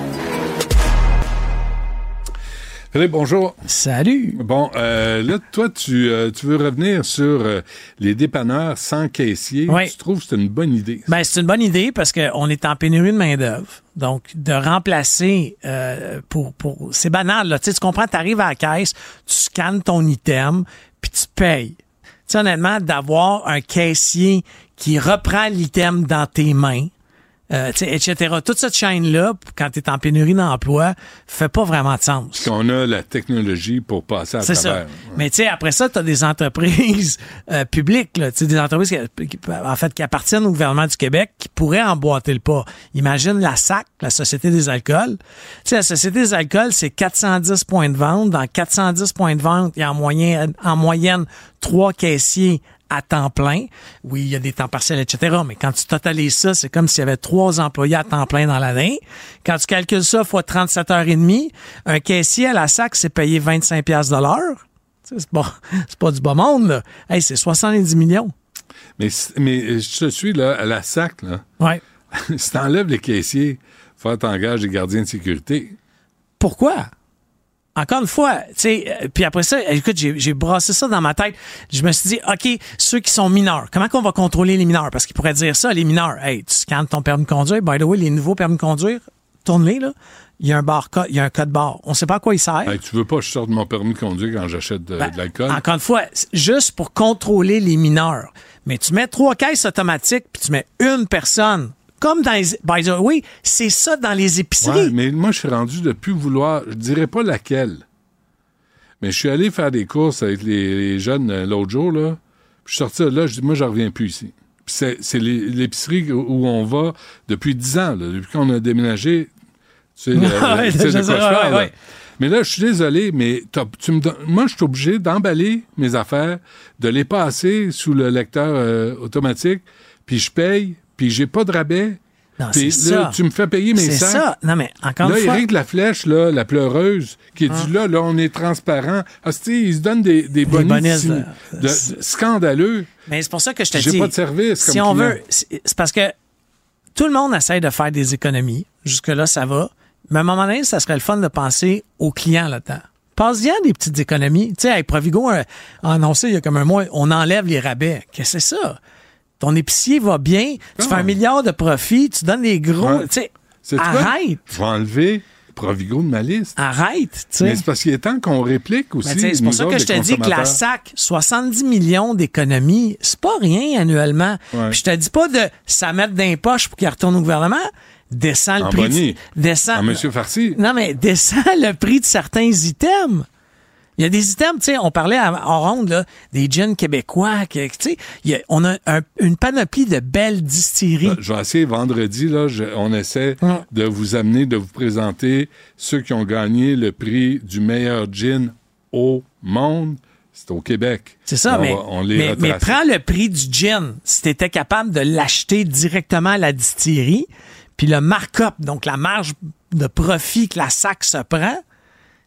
Philippe, bonjour. Salut. Bon, euh, là, toi, tu, euh, tu veux revenir sur euh, les dépanneurs sans caissier. Oui. Tu trouves que c'est une bonne idée? Ben, c'est une bonne idée parce qu'on est en pénurie de main-d'œuvre. Donc, de remplacer euh, pour, pour. C'est banal, là. Tu sais, tu comprends, tu arrives à la caisse, tu scannes ton item, puis tu payes. Tu sais, honnêtement, d'avoir un caissier qui reprend l'item dans tes mains, Euh, et cetera. Toute cette chaîne-là, quand tu es en pénurie d'emploi, fait pas vraiment de sens. Parce qu'on a la technologie pour passer à c'est travers. Ça. Ouais. Mais tu sais, après ça, tu as des entreprises euh, publiques, là, des entreprises qui, qui, en fait, qui appartiennent au gouvernement du Québec qui pourraient emboîter le pas. Imagine la S A C, la Société des alcools. Tu sais, la Société des alcools, c'est quatre cent dix points de vente. Dans quatre cent dix points de vente, il y a en moyenne, en moyenne trois caissiers à temps plein. Oui, il y a des temps partiels, et cetera. Mais quand tu totalises ça, c'est comme s'il y avait trois employés à temps plein dans l'année. Quand tu calcules ça fois trente-sept heures et demie, un caissier à la S A C, c'est payé vingt-cinq piastres de l'heure. C'est pas, c'est pas du bas monde, là. Hey, c'est soixante-dix millions. Mais, mais je te suis, là, à la S A C, là. Ouais. Si t'enlèves les caissiers, faut que t'engages des gardiens de sécurité. Pourquoi? Encore une fois, tu sais, euh, puis après ça, écoute, j'ai, j'ai brassé ça dans ma tête. Je me suis dit, OK, ceux qui sont mineurs, comment qu'on va contrôler les mineurs? Parce qu'ils pourraient dire ça, les mineurs. Hey, tu scannes ton permis de conduire. By the way, les nouveaux permis de conduire, tourne-les, là. Il y a un barcode, il y a un code barre. On sait pas à quoi il sert. Hey, tu veux pas que je sorte mon permis de conduire quand j'achète de, ben, de l'alcool? Encore une fois, juste pour contrôler les mineurs. Mais tu mets trois caisses automatiques, puis tu mets une personne. Comme dans les... By the way, c'est ça dans les épiceries. Ouais, mais moi, je suis rendu de plus vouloir... Je dirais pas laquelle. Mais je suis allé faire des courses avec les, les jeunes euh, l'autre jour, là. Puis je suis sorti de là, je dis, moi, je reviens plus ici. Puis c'est, c'est l'épicerie où on va depuis dix ans, là. Depuis qu'on a déménagé. Tu sais, le, ouais, tu sais de quoi je parle, ouais, ouais. Mais là, je suis désolé, mais tu me don... moi, je suis obligé d'emballer mes affaires, de les passer sous le lecteur euh, automatique, puis je paye, puis j'ai pas de rabais. Non, puis c'est là, ça. tu me fais payer mes c'est sacs. C'est ça. Non, mais encore là, une fois... Éric Laflèche, là, la pleureuse, qui ah. dit là, là, on est transparent. Ah, il se donne des, des bonus, bonus de, de, de, scandaleux. Mais c'est pour ça que je te j'ai dis... J'ai pas de service Si comme on client. veut... C'est parce que tout le monde essaie de faire des économies. Jusque-là, ça va. Mais à un moment donné, ça serait le fun de penser aux clients là-dedans. Passe-y des petites économies. Tu sais, avec Provigo a annoncé il y a comme un mois, on enlève les rabais. Qu'est-ce que c'est ça? Ton épicier va bien, tu oh. fais un milliard de profits, tu donnes des gros... Ouais. Tu sais, arrête! Je vais enlever Provigo de ma liste. Arrête, tu sais. Mais c'est parce qu'il est temps qu'on réplique aussi. C'est pour ça que je te dis que la S A C, soixante-dix millions d'économies, c'est pas rien annuellement. Ouais. Puis je te dis pas de ça mettre dans les poches pour qu'il retourne au gouvernement. Descends le en prix. Bonnie. De, descend, en Monsieur Farcy. Non, mais descends le prix de certains items. Il y a des items, tu sais, on parlait en ronde, là, des gins québécois, tu sais, on a un, une panoplie de belles distilleries. Je vais essayer vendredi, là, je, on essaie mmh. de vous amener, de vous présenter ceux qui ont gagné le prix du meilleur gin au monde. C'est au Québec. C'est ça, on mais, va, on les mais, mais prends le prix du gin. Si tu étais capable de l'acheter directement à la distillerie, puis le markup, donc la marge de profit que la S A C se prend,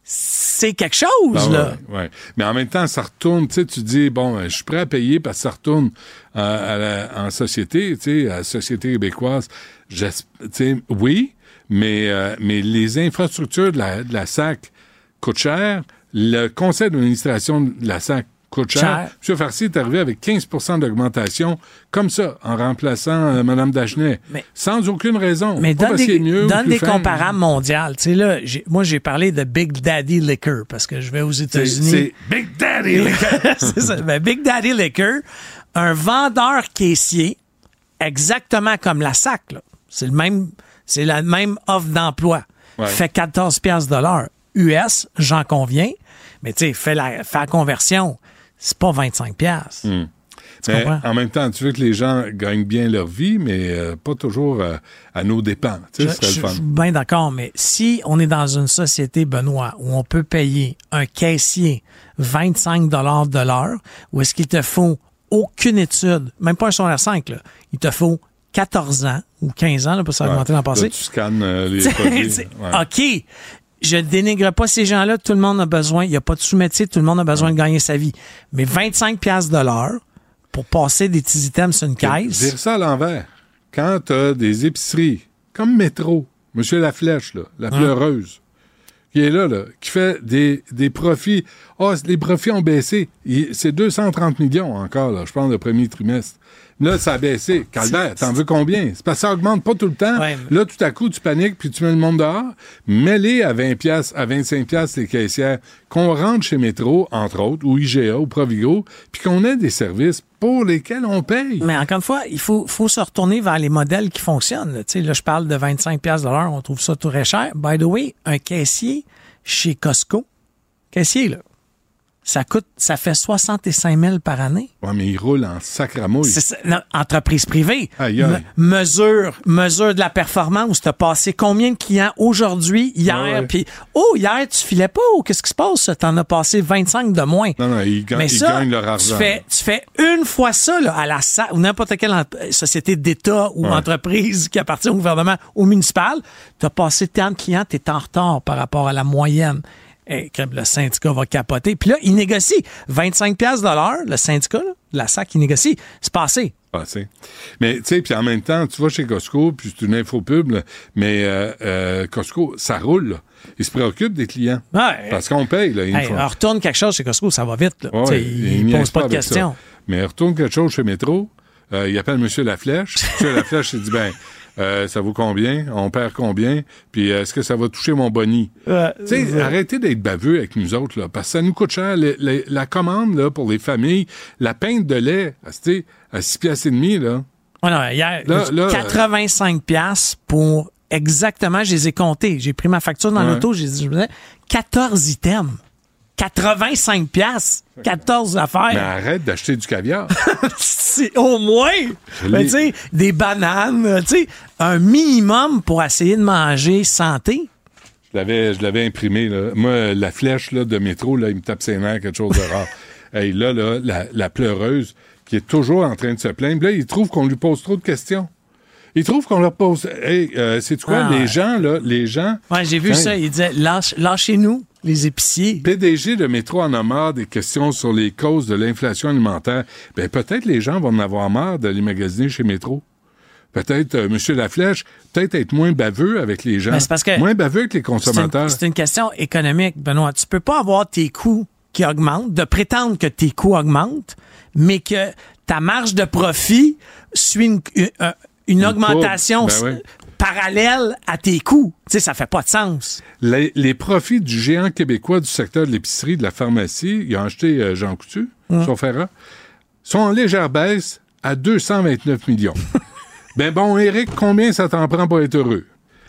c'est quelque chose, ah, là. Ouais, ouais. Mais en même temps, ça retourne, tu sais, tu dis, bon, je suis prêt à payer parce que ça retourne euh, à la, en société, tu sais, à la société québécoise. Tu sais, oui, mais, euh, mais les infrastructures de la, de la S A C coûtent cher. Le conseil d'administration de la S A C coûte cher. cher. M. Farcy est arrivé avec quinze pour cent d'augmentation, comme ça, en remplaçant euh, Mme Dagenet, mais, sans aucune raison. Mais pas donne parce des, qu'il est mieux donne ou plus des fin. comparables mondiales. Tu sais, là, j'ai, moi, j'ai parlé de Big Daddy Liquor, parce que je vais aux États-Unis. C'est, c'est Big Daddy Liquor. C'est ça. Ben, Big Daddy Liquor, un vendeur caissier, exactement comme la S A C, là. C'est le même, c'est la même offre d'emploi. Ouais. Fait quatorze piastres de l'heure. U S, j'en conviens. Mais tu sais, fais la, fais la conversion. C'est pas vingt-cinq piastres. Mmh. Mais en même temps, tu veux que les gens gagnent bien leur vie, mais euh, pas toujours euh, à nos dépens. Tu sais, je, ce serait je, le fun. Je suis bien d'accord, mais si on est dans une société, Benoît, où on peut payer un caissier vingt-cinq dollars de l'heure, où est-ce qu'il te faut aucune étude, même pas un secondaire cinq, là, il te faut quatorze ans ou quinze ans, là, pour s'augmenter ouais, l'an passé. Là, tu scannes euh, les produits. Ouais. OK. Je dénigre pas ces gens-là. Tout le monde a besoin. Il n'y a pas de sous-métier. Tout le monde a besoin ouais. de gagner sa vie. Mais vingt-cinq piastres de l'heure pour passer des petits items sur une caisse. Dire ça à l'envers. Quand tu as des épiceries, comme Métro, M. Laflèche, là, la pleureuse, hein? qui est là, là, qui fait des, des profits. Ah, oh, les profits ont baissé. Il, c'est deux cent trente millions encore, là, je pense, le premier trimestre. Là, ça a baissé. Calvaire, t'en veux combien? C'est parce que ça augmente pas tout le temps. Ouais, mais... Là, tout à coup, tu paniques puis tu mets le monde dehors. Mets-les à vingt piastres, à vingt-cinq piastres les caissières. Qu'on rentre chez Métro, entre autres, ou I G A, ou Provigo, puis qu'on ait des services pour lesquels on paye. Mais encore une fois, il faut, faut se retourner vers les modèles qui fonctionnent. Là, là je parle de vingt-cinq piastres de l'heure. On trouve ça tout très cher. By the way, un caissier chez Costco, caissier, là, ça coûte, ça fait soixante-cinq mille par année. Oui, mais il roule en sacramouille. C'est ça, non, entreprise privée. Aïe, aïe. Me, mesure, mesure de la performance. Tu as passé combien de clients aujourd'hui, hier, ouais. puis oh, hier, tu filais pas, ou qu'est-ce qui se passe? Tu en as passé vingt-cinq de moins. Non, non, ils, ga- mais ils ça, gagnent leur argent. Tu fais, tu fais une fois ça, là, à la S A C, ou n'importe quelle en- société d'État ou ouais. entreprise qui appartient au gouvernement ou municipal, tu as passé tant de clients, tu es en retard par rapport à la moyenne. Hey, le syndicat va capoter. Puis là, il négocie vingt-cinq piastres de l'heure, le syndicat, là, la S A C, il négocie. C'est passé. Passé. Mais, tu sais, puis en même temps, tu vas chez Costco, puis c'est une infopub, là, mais euh, euh, Costco, ça roule, là. Ils se préoccupent des clients. Ouais. Parce qu'on paye, là. Hey, on retourne quelque chose chez Costco, ça va vite, là. Ouais, ils ne posent pas de questions. Ça. Mais retourne quelque chose chez Métro, euh, il appelle M. Laflèche. M. Laflèche, il dit, ben... Euh, ça vaut combien? On perd combien? Puis euh, est-ce que ça va toucher mon boni? Euh, tu sais, arrêtez d'être baveux avec nous autres, là, parce que ça nous coûte cher. Le, le, la commande, là, pour les familles, la pinte de lait, tu à six piastres et demi, là. Oh non, hier, là, là, quatre-vingt-cinq piastres pour exactement, je les ai comptés. J'ai pris ma facture dans ouais. l'auto, j'ai dit, je me disais, quatorze items. quatre-vingt-cinq piastres. quatorze affaires. Mais arrête d'acheter du caviar. C'est au moins, ben, tu sais, des bananes, tu sais, un minimum pour essayer de manger santé. Je l'avais, je l'avais imprimé, là. Moi, la flèche, là, de Métro, là, il me tape ses nerfs, quelque chose de rare. Hey, là, là, la, la pleureuse, qui est toujours en train de se plaindre, là, il trouve qu'on lui pose trop de questions. Il trouve qu'on leur pose... Hey, euh, c'est quoi, ah, les ouais. gens, là, les gens... Ouais, j'ai vu hein, ça, il disait, Lâche, lâchez-nous, les épiciers. P D G de Métro en a marre des questions sur les causes de l'inflation alimentaire. Ben, peut-être les gens vont en avoir marre d'aller magasiner chez Métro. Peut-être, euh, M. Laflèche, peut-être être moins baveux avec les gens. C'est parce que moins baveux avec les consommateurs. C'est une, c'est une question économique, Benoît. Tu peux pas avoir tes coûts qui augmentent, de prétendre que tes coûts augmentent, mais que ta marge de profit suit une... une, une Une, une augmentation ben oui. parallèle à tes coûts. Tu sais, ça fait pas de sens. Les, les profits du géant québécois du secteur de l'épicerie, de la pharmacie, il a acheté euh, Jean Coutu, mmh. son Ferrat, sont en légère baisse à deux cent vingt-neuf millions. Ben bon, Éric, combien ça t'en prend pour être heureux?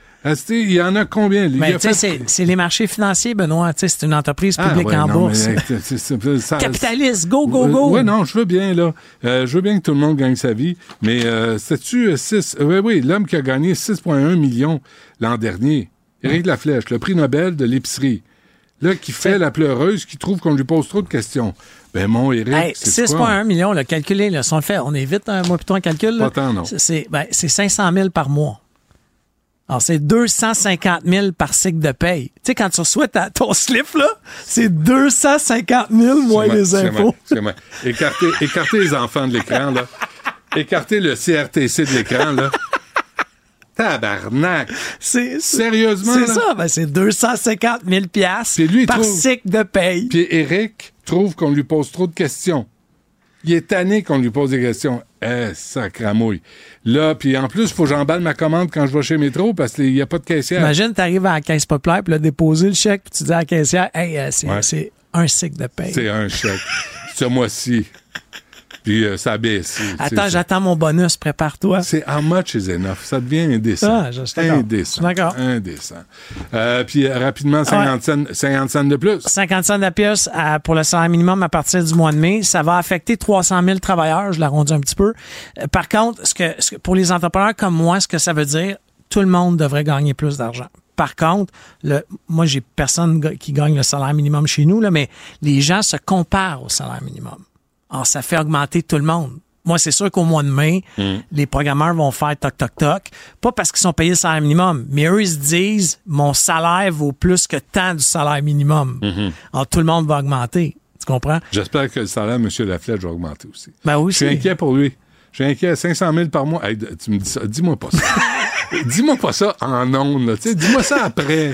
Il y en a combien? Ben, fait... c'est, c'est les marchés financiers, Benoît. C'est une entreprise publique ah, ouais, en non, bourse. Mais, c'est, c'est, ça, Capitaliste, go, go, go! Oui, non, je veux bien, là. Euh, je veux bien que tout le monde gagne sa vie. Mais euh, c'est-tu six... Oui, oui, l'homme qui a gagné six virgule un millions l'an dernier, Éric mmh. Laflèche, le prix Nobel de l'épicerie, là, qui fait c'est... la pleureuse, qui trouve qu'on lui pose trop de questions. Ben, mon Éric, hey, c'est six virgule un millions, là, calculé, là, si on le fait, on est vite, un mois plutôt en calcul. Là. Pas tant, non. C'est, ben, c'est cinq cent mille par mois. Alors, c'est deux cent cinquante mille par cycle de paye. Tu sais, quand tu reçois ta, ton slip, là, c'est deux cent cinquante mille moins les impôts. Excuse-moi. Écartez, écartez les enfants de l'écran, là. Écartez le C R T C de l'écran, là. Tabarnak! C'est, Sérieusement, c'est là? ça, ben c'est deux cent cinquante mille piastres lui, par trouve... cycle de paye. Puis Éric trouve qu'on lui pose trop de questions. Il est tanné qu'on lui pose des questions. Eh, sacramouille. Là, puis en plus, il faut que j'emballe ma commande quand je vais chez Métro parce qu'il n'y a pas de caissière. Imagine, tu arrives à la caisse populaire, puis là, déposer le chèque, puis tu dis à la caissière, hey, euh, c'est, ouais. c'est un cycle de paye. C'est un chèque. Ce mois-ci. Puis euh, ça baisse. Attends, c'est, j'attends mon bonus, prépare-toi. C'est how much is enough. Ça devient indécent. Ah, je suis d'accord. Indécent. D'accord. Indécent. Euh, puis euh, rapidement, cinquante, ouais. cents, cinquante cents de plus. cinquante cents de plus euh, pour le salaire minimum à partir du mois de mai. Ça va affecter trois cent mille travailleurs. Je l'arrondis un petit peu. Euh, par contre, ce que, ce que, pour les entrepreneurs comme moi, ce que ça veut dire, tout le monde devrait gagner plus d'argent. Par contre, le, moi, j'ai personne qui gagne le salaire minimum chez nous, là, mais les gens se comparent au salaire minimum. Alors, ça fait augmenter tout le monde. Moi, c'est sûr qu'au mois de mai, mm. les programmeurs vont faire toc, toc, toc. Pas parce qu'ils sont payés le salaire minimum, mais eux, ils se disent, mon salaire vaut plus que tant du salaire minimum. Mm-hmm. Alors, tout le monde va augmenter. Tu comprends? J'espère que le salaire de M. Laflèche va augmenter aussi. Ben oui, Je suis inquiet pour lui. Je suis inquiet à cinq cent mille par mois. Hey, tu me dis ça. Dis-moi pas ça. Dis-moi pas ça en ondes, là. Tu sais, dis-moi ça après.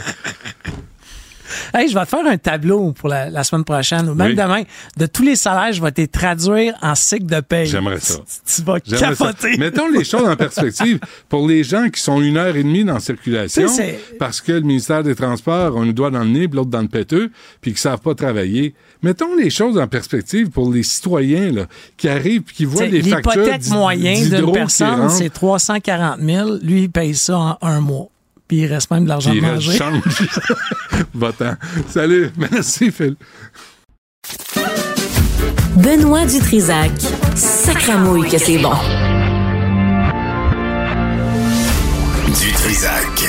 Hey, je vais te faire un tableau pour la, la semaine prochaine, ou même oui. demain. De tous les salaires, je vais te traduire en cycle de paye. J'aimerais ça. Tu, tu vas J'aimerais capoter. Ça. Mettons les choses en perspective. Pour les gens qui sont une heure et demie dans la circulation, c'est... parce que le ministère des Transports, on nous doit dans le nez, puis l'autre dans le péteux, puis qui ne savent pas travailler. Mettons les choses en perspective pour les citoyens là, qui arrivent et qui voient des factures d'hydro. L'hypothèque moyenne d'une personne, c'est trois cent quarante mille. Lui, il paye ça en un mois. Puis il reste même de l'argent puis de manger. Va-t'en. Salut. Merci, Phil. Benoît Dutrisac. Sacramouille que c'est bon. Dutrisac.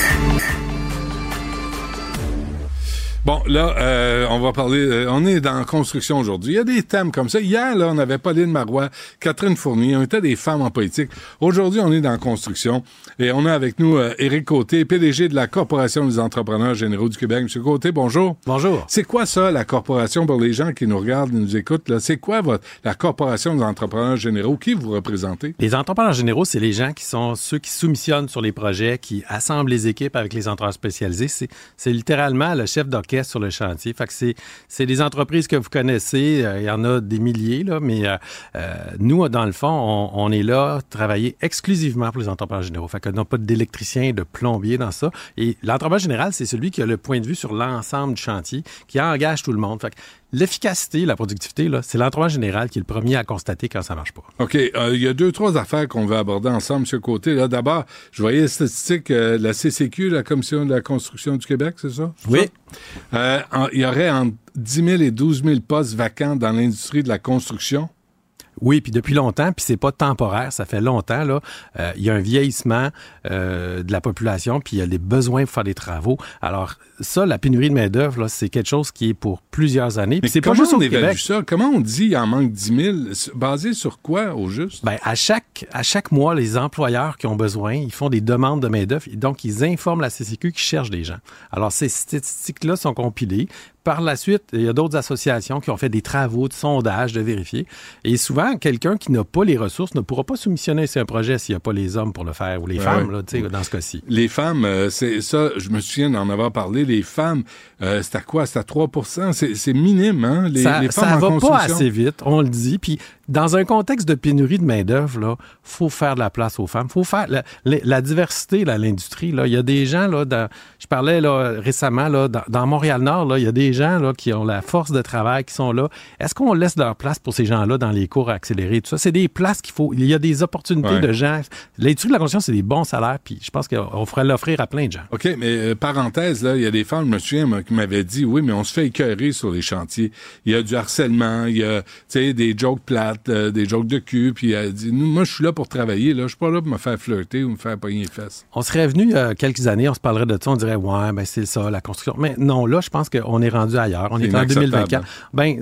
Bon, là, euh, on va parler... Euh, on est dans la construction aujourd'hui. Il y a des thèmes comme ça. Hier, là, on avait Pauline Marois, Catherine Fournier. On était des femmes en politique. Aujourd'hui, on est dans la construction. Et on a avec nous euh, Éric Côté, P D G de la Corporation des entrepreneurs généraux du Québec. Monsieur Côté, bonjour. Bonjour. C'est quoi ça, la Corporation, pour les gens qui nous regardent, qui nous écoutent? Là? C'est quoi votre, la Corporation des entrepreneurs généraux? Qui vous représentez? Les entrepreneurs généraux, c'est les gens qui sont ceux qui soumissionnent sur les projets, qui assemblent les équipes avec les entrepreneurs spécialisés. C'est, c'est littéralement le chef d'orchestre sur le chantier. Fait que c'est, c'est des entreprises que vous connaissez. Euh, il y en a des milliers, là, mais euh, euh, nous, dans le fond, on, on est là travailler exclusivement pour les entrepreneurs généraux. Fait qu'on n'a pas d'électricien, de plombier dans ça. Et l'entrepreneur général, c'est celui qui a le point de vue sur l'ensemble du chantier, qui engage tout le monde. Fait que l'efficacité, la productivité, là, c'est l'entrepreneur général qui est le premier à constater quand ça marche pas. OK. Il euh, y a deux, trois affaires qu'on va aborder ensemble, M. Côté. Là, d'abord, je voyais les statistiques euh, de la C C Q, la Commission de la construction du Québec, c'est ça? Oui. Il euh, y aurait entre dix mille et douze mille postes vacants dans l'industrie de la construction. Oui, puis depuis longtemps, puis c'est pas temporaire, ça fait longtemps, là. Euh, il y a un vieillissement euh, de la population, puis il y a des besoins pour faire des travaux. Alors, ça, la pénurie de main-d'œuvre, là, c'est quelque chose qui est pour plusieurs années. Mais c'est comment pas juste on au évalue Québec. ça? Comment on dit qu'il en manque dix mille? Basé sur quoi, au juste? Bien, à chaque, à chaque mois, les employeurs qui ont besoin, ils font des demandes de main-d'œuvre, donc ils informent la C C Q qui cherche des gens. Alors, ces statistiques-là sont compilées. Par la suite, il y a d'autres associations qui ont fait des travaux de sondage, de vérifier. Et souvent, quelqu'un qui n'a pas les ressources ne pourra pas soumissionner sur un projet s'il n'y a pas les hommes pour le faire, ou les ouais, femmes, là, tu sais, dans ce cas-ci. Les femmes, euh, c'est ça, je me souviens d'en avoir parlé, les femmes, euh, c'est à quoi? C'est à trois pour cent? C'est, c'est minime, hein? Les, ça les femmes ça en va construction. Pas assez vite, on le dit. Puis, dans un contexte de pénurie de main-d'œuvre, là, faut faire de la place aux femmes. Faut faire la, la, la diversité dans l'industrie. Là, il y a des gens, là, dans, je parlais là, récemment, là, dans, dans Montréal-Nord, là, il y a des gens là, qui ont la force de travail, qui sont là. Est-ce qu'on laisse leur place pour ces gens-là dans les cours accélérés? Tout ça, c'est des places qu'il faut. Il y a des opportunités ouais. de gens. L'industrie de la construction, c'est des bons salaires, puis je pense qu'on ferait l'offrir à plein de gens. OK, mais euh, parenthèse, là, il y a des femmes, je me souviens, moi, qui m'avaient dit, oui, mais on se fait écœurer sur les chantiers. Il y a du harcèlement, il y a, tu sais, des jokes plates, euh, des jokes de cul, puis elle dit, nous, moi, je suis là pour travailler, là, je suis pas là pour me faire flirter ou me faire pogner les fesses. On serait venu il y a quelques années, on se parlerait de ça, on dirait, ouais, ben c'est ça, la construction. Mais non, là, je pense qu'on est rendu ailleurs. On est, est en deux mille vingt-quatre. Ben,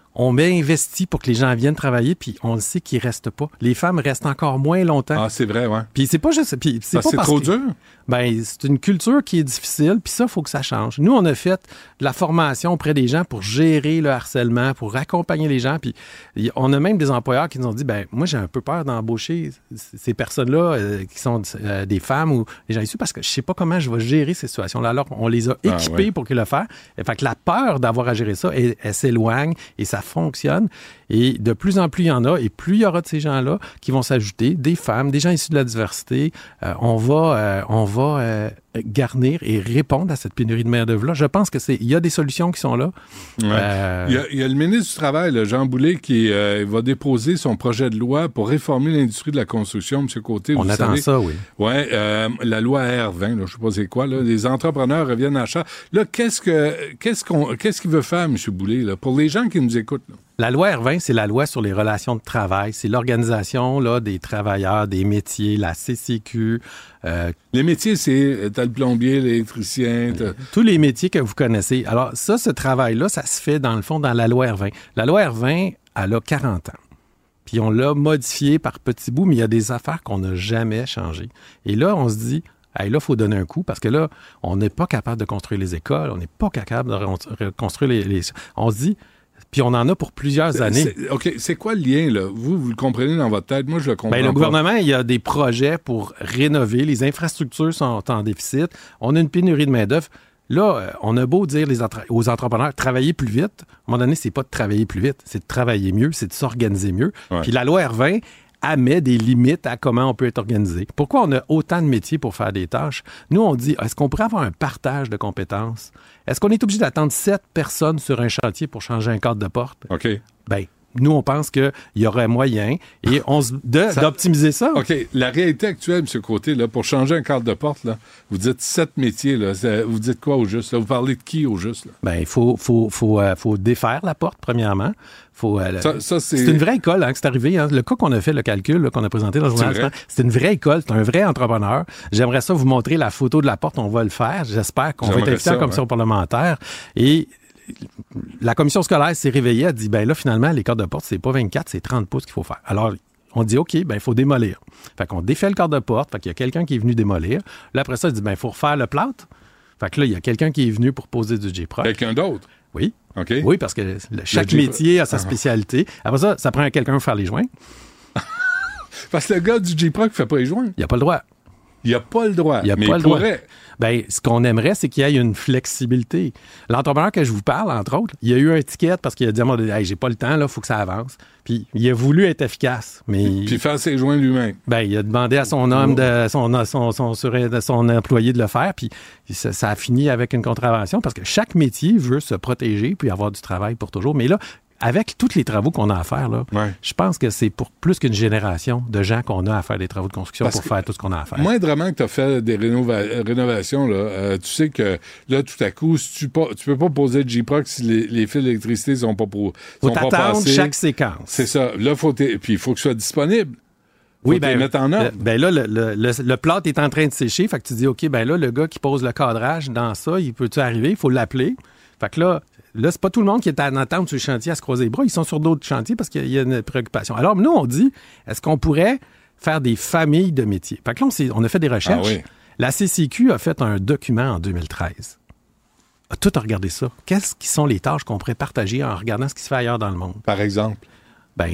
on met investi pour que les gens viennent travailler, puis on le sait qu'ils restent pas. Les femmes restent encore moins longtemps. Ah, c'est vrai, ouais. Puis c'est pas juste... Puis c'est parce pas c'est parce trop que, dur? Ben, c'est une culture qui est difficile, puis ça, il faut que ça change. Nous, on a fait de la formation auprès des gens pour gérer le harcèlement, pour accompagner les gens, puis on a même des employeurs qui nous ont dit, ben moi, j'ai un peu peur d'embaucher ces personnes-là euh, qui sont euh, des femmes ou des gens issus, parce que je sais pas comment je vais gérer ces situations-là. Alors, on les a équipés ah, ouais. pour qu'ils le fassent. Fait que la peur d'avoir à gérer ça, elle, elle s'éloigne et ça fonctionne. Et de plus en plus, il y en a, et plus il y aura de ces gens-là qui vont s'ajouter, des femmes, des gens issus de la diversité. Euh, on va, euh, on va euh, garnir et répondre à cette pénurie de main-d'œuvre-là. Je pense que c'est, il y a des solutions qui sont là. Ouais. Euh... Il, y a, il y a le ministre du Travail, là, Jean Boulet, qui euh, va déposer son projet de loi pour réformer l'industrie de la construction, M. Côté. On attend savez. ça, oui. Oui, euh, la loi R vingt, là, je ne sais pas c'est quoi, là, les entrepreneurs reviennent à charge. Là, qu'est-ce que qu'est-ce qu'on qu'est-ce qu'il veut faire, M. Boulet, là, pour les gens qui nous écoutent? Là? La loi R vingt, c'est la loi sur les relations de travail. C'est l'organisation là, des travailleurs, des métiers, la C C Q. Euh, les métiers, c'est t'as le plombier, l'électricien. T'as... Tous les métiers que vous connaissez. Alors ça, ce travail-là, ça se fait dans le fond dans la loi R vingt. La loi R vingt, elle a quarante ans. Puis on l'a modifiée par petits bouts, mais il y a des affaires qu'on n'a jamais changées. Et là, on se dit... Hey, là, il faut donner un coup parce que là, on n'est pas capable de construire les écoles, on n'est pas capable de reconstruire les, les... On se dit... Puis on en a pour plusieurs années. C'est, OK, c'est quoi le lien, là? Vous, vous le comprenez dans votre tête. Moi, je le comprends Bien, le pas. gouvernement, il y a des projets pour rénover. Les infrastructures sont en déficit. On a une pénurie de main-d'œuvre. Là, on a beau dire les entre- aux entrepreneurs, travailler plus vite. À un moment donné, c'est pas de travailler plus vite, c'est de travailler mieux, c'est de s'organiser mieux. Ouais. Puis la loi R vingt, elle met des limites à comment on peut être organisé. Pourquoi on a autant de métiers pour faire des tâches? Nous, on dit, est-ce qu'on pourrait avoir un partage de compétences? Est-ce qu'on est obligé d'attendre sept personnes sur un chantier pour changer un cadre de porte? OK. Bien, nous, on pense qu'il y aurait moyen et on se, de, ça, d'optimiser ça. OK. La réalité actuelle, M. Côté, là, pour changer un cadre de porte, là, vous dites sept métiers. Là, vous dites quoi au juste? Là? Vous parlez de qui au juste? Bien, il faut, faut, faut, euh, faut défaire la porte, premièrement. Faut, euh, ça, ça, c'est... c'est une vraie école hein, que c'est arrivé. Hein. Le cas qu'on a fait, le calcul là, qu'on a présenté dans le journal, c'est, c'est une vraie école. C'est un vrai entrepreneur. J'aimerais ça vous montrer la photo de la porte. On va le faire. J'espère qu'on J'aimerais va être invité en commission ouais. parlementaire. Et la commission scolaire s'est réveillée, a dit, ben là, finalement, les cadres de porte, c'est pas vingt-quatre, c'est trente pouces qu'il faut faire. Alors, on dit, OK, ben il faut démolir. Fait qu'on défait le cadre de porte, fait qu'il y a quelqu'un qui est venu démolir. Là, après ça, il dit, ben il faut refaire le plâtre. Fait que là, il y a quelqu'un qui est venu pour poser du J-Proc. Quelqu'un d'autre? Oui. OK. Oui, parce que le, chaque métier a sa spécialité. Après ça, ça prend quelqu'un pour faire les joints. Parce que le gars du J-Proc ne fait pas les joints. Il n'a pas le droit. Il n'a pas le droit. Il a mais pas il le pourrait. Droit. Ben, ce qu'on aimerait, c'est qu'il y ait une flexibilité. L'entrepreneur que je vous parle, entre autres, il a eu un ticket parce qu'il a dit hey, j'ai pas le temps, il faut que ça avance. Puis il a voulu être efficace. Mais Puis faire ses joints lui-même. Ben, il a demandé à son homme, de, son, son, son, son, son employé de le faire. Puis ça, ça a fini avec une contravention parce que chaque métier veut se protéger puis avoir du travail pour toujours. Mais là, avec tous les travaux qu'on a à faire, là, ouais. je pense que c'est pour plus qu'une génération de gens qu'on a à faire des travaux de construction Parce pour faire tout ce qu'on a à faire. Moindrement que tu as fait des rénova- rénovations, là, euh, tu sais que là, tout à coup, si tu ne peux pas poser de J-Proc si les, les fils d'électricité sont pas pour faut t'attendre chaque séquence. C'est ça. Là, faut t- puis il faut que ce soit disponible. Faut oui, ben, mettre en ordre. Ben là, le, le, le, le plâtre est en train de sécher. Fait que tu dis, OK, ben là, le gars qui pose le cadrage dans ça, il peut-tu arriver? Il faut l'appeler. Fait que là, Là, c'est pas tout le monde qui est en attente sur le chantier à se croiser les bras. Ils sont sur d'autres chantiers parce qu'il y a une préoccupation. Alors, nous, on dit, est-ce qu'on pourrait faire des familles de métiers? Fait que là, on, s'est, on a fait des recherches. Ah oui. La C C Q a fait un document en deux mille treize. A tout à regarder ça. Qu'est-ce qui sont les tâches qu'on pourrait partager en regardant ce qui se fait ailleurs dans le monde? Par exemple? Ben...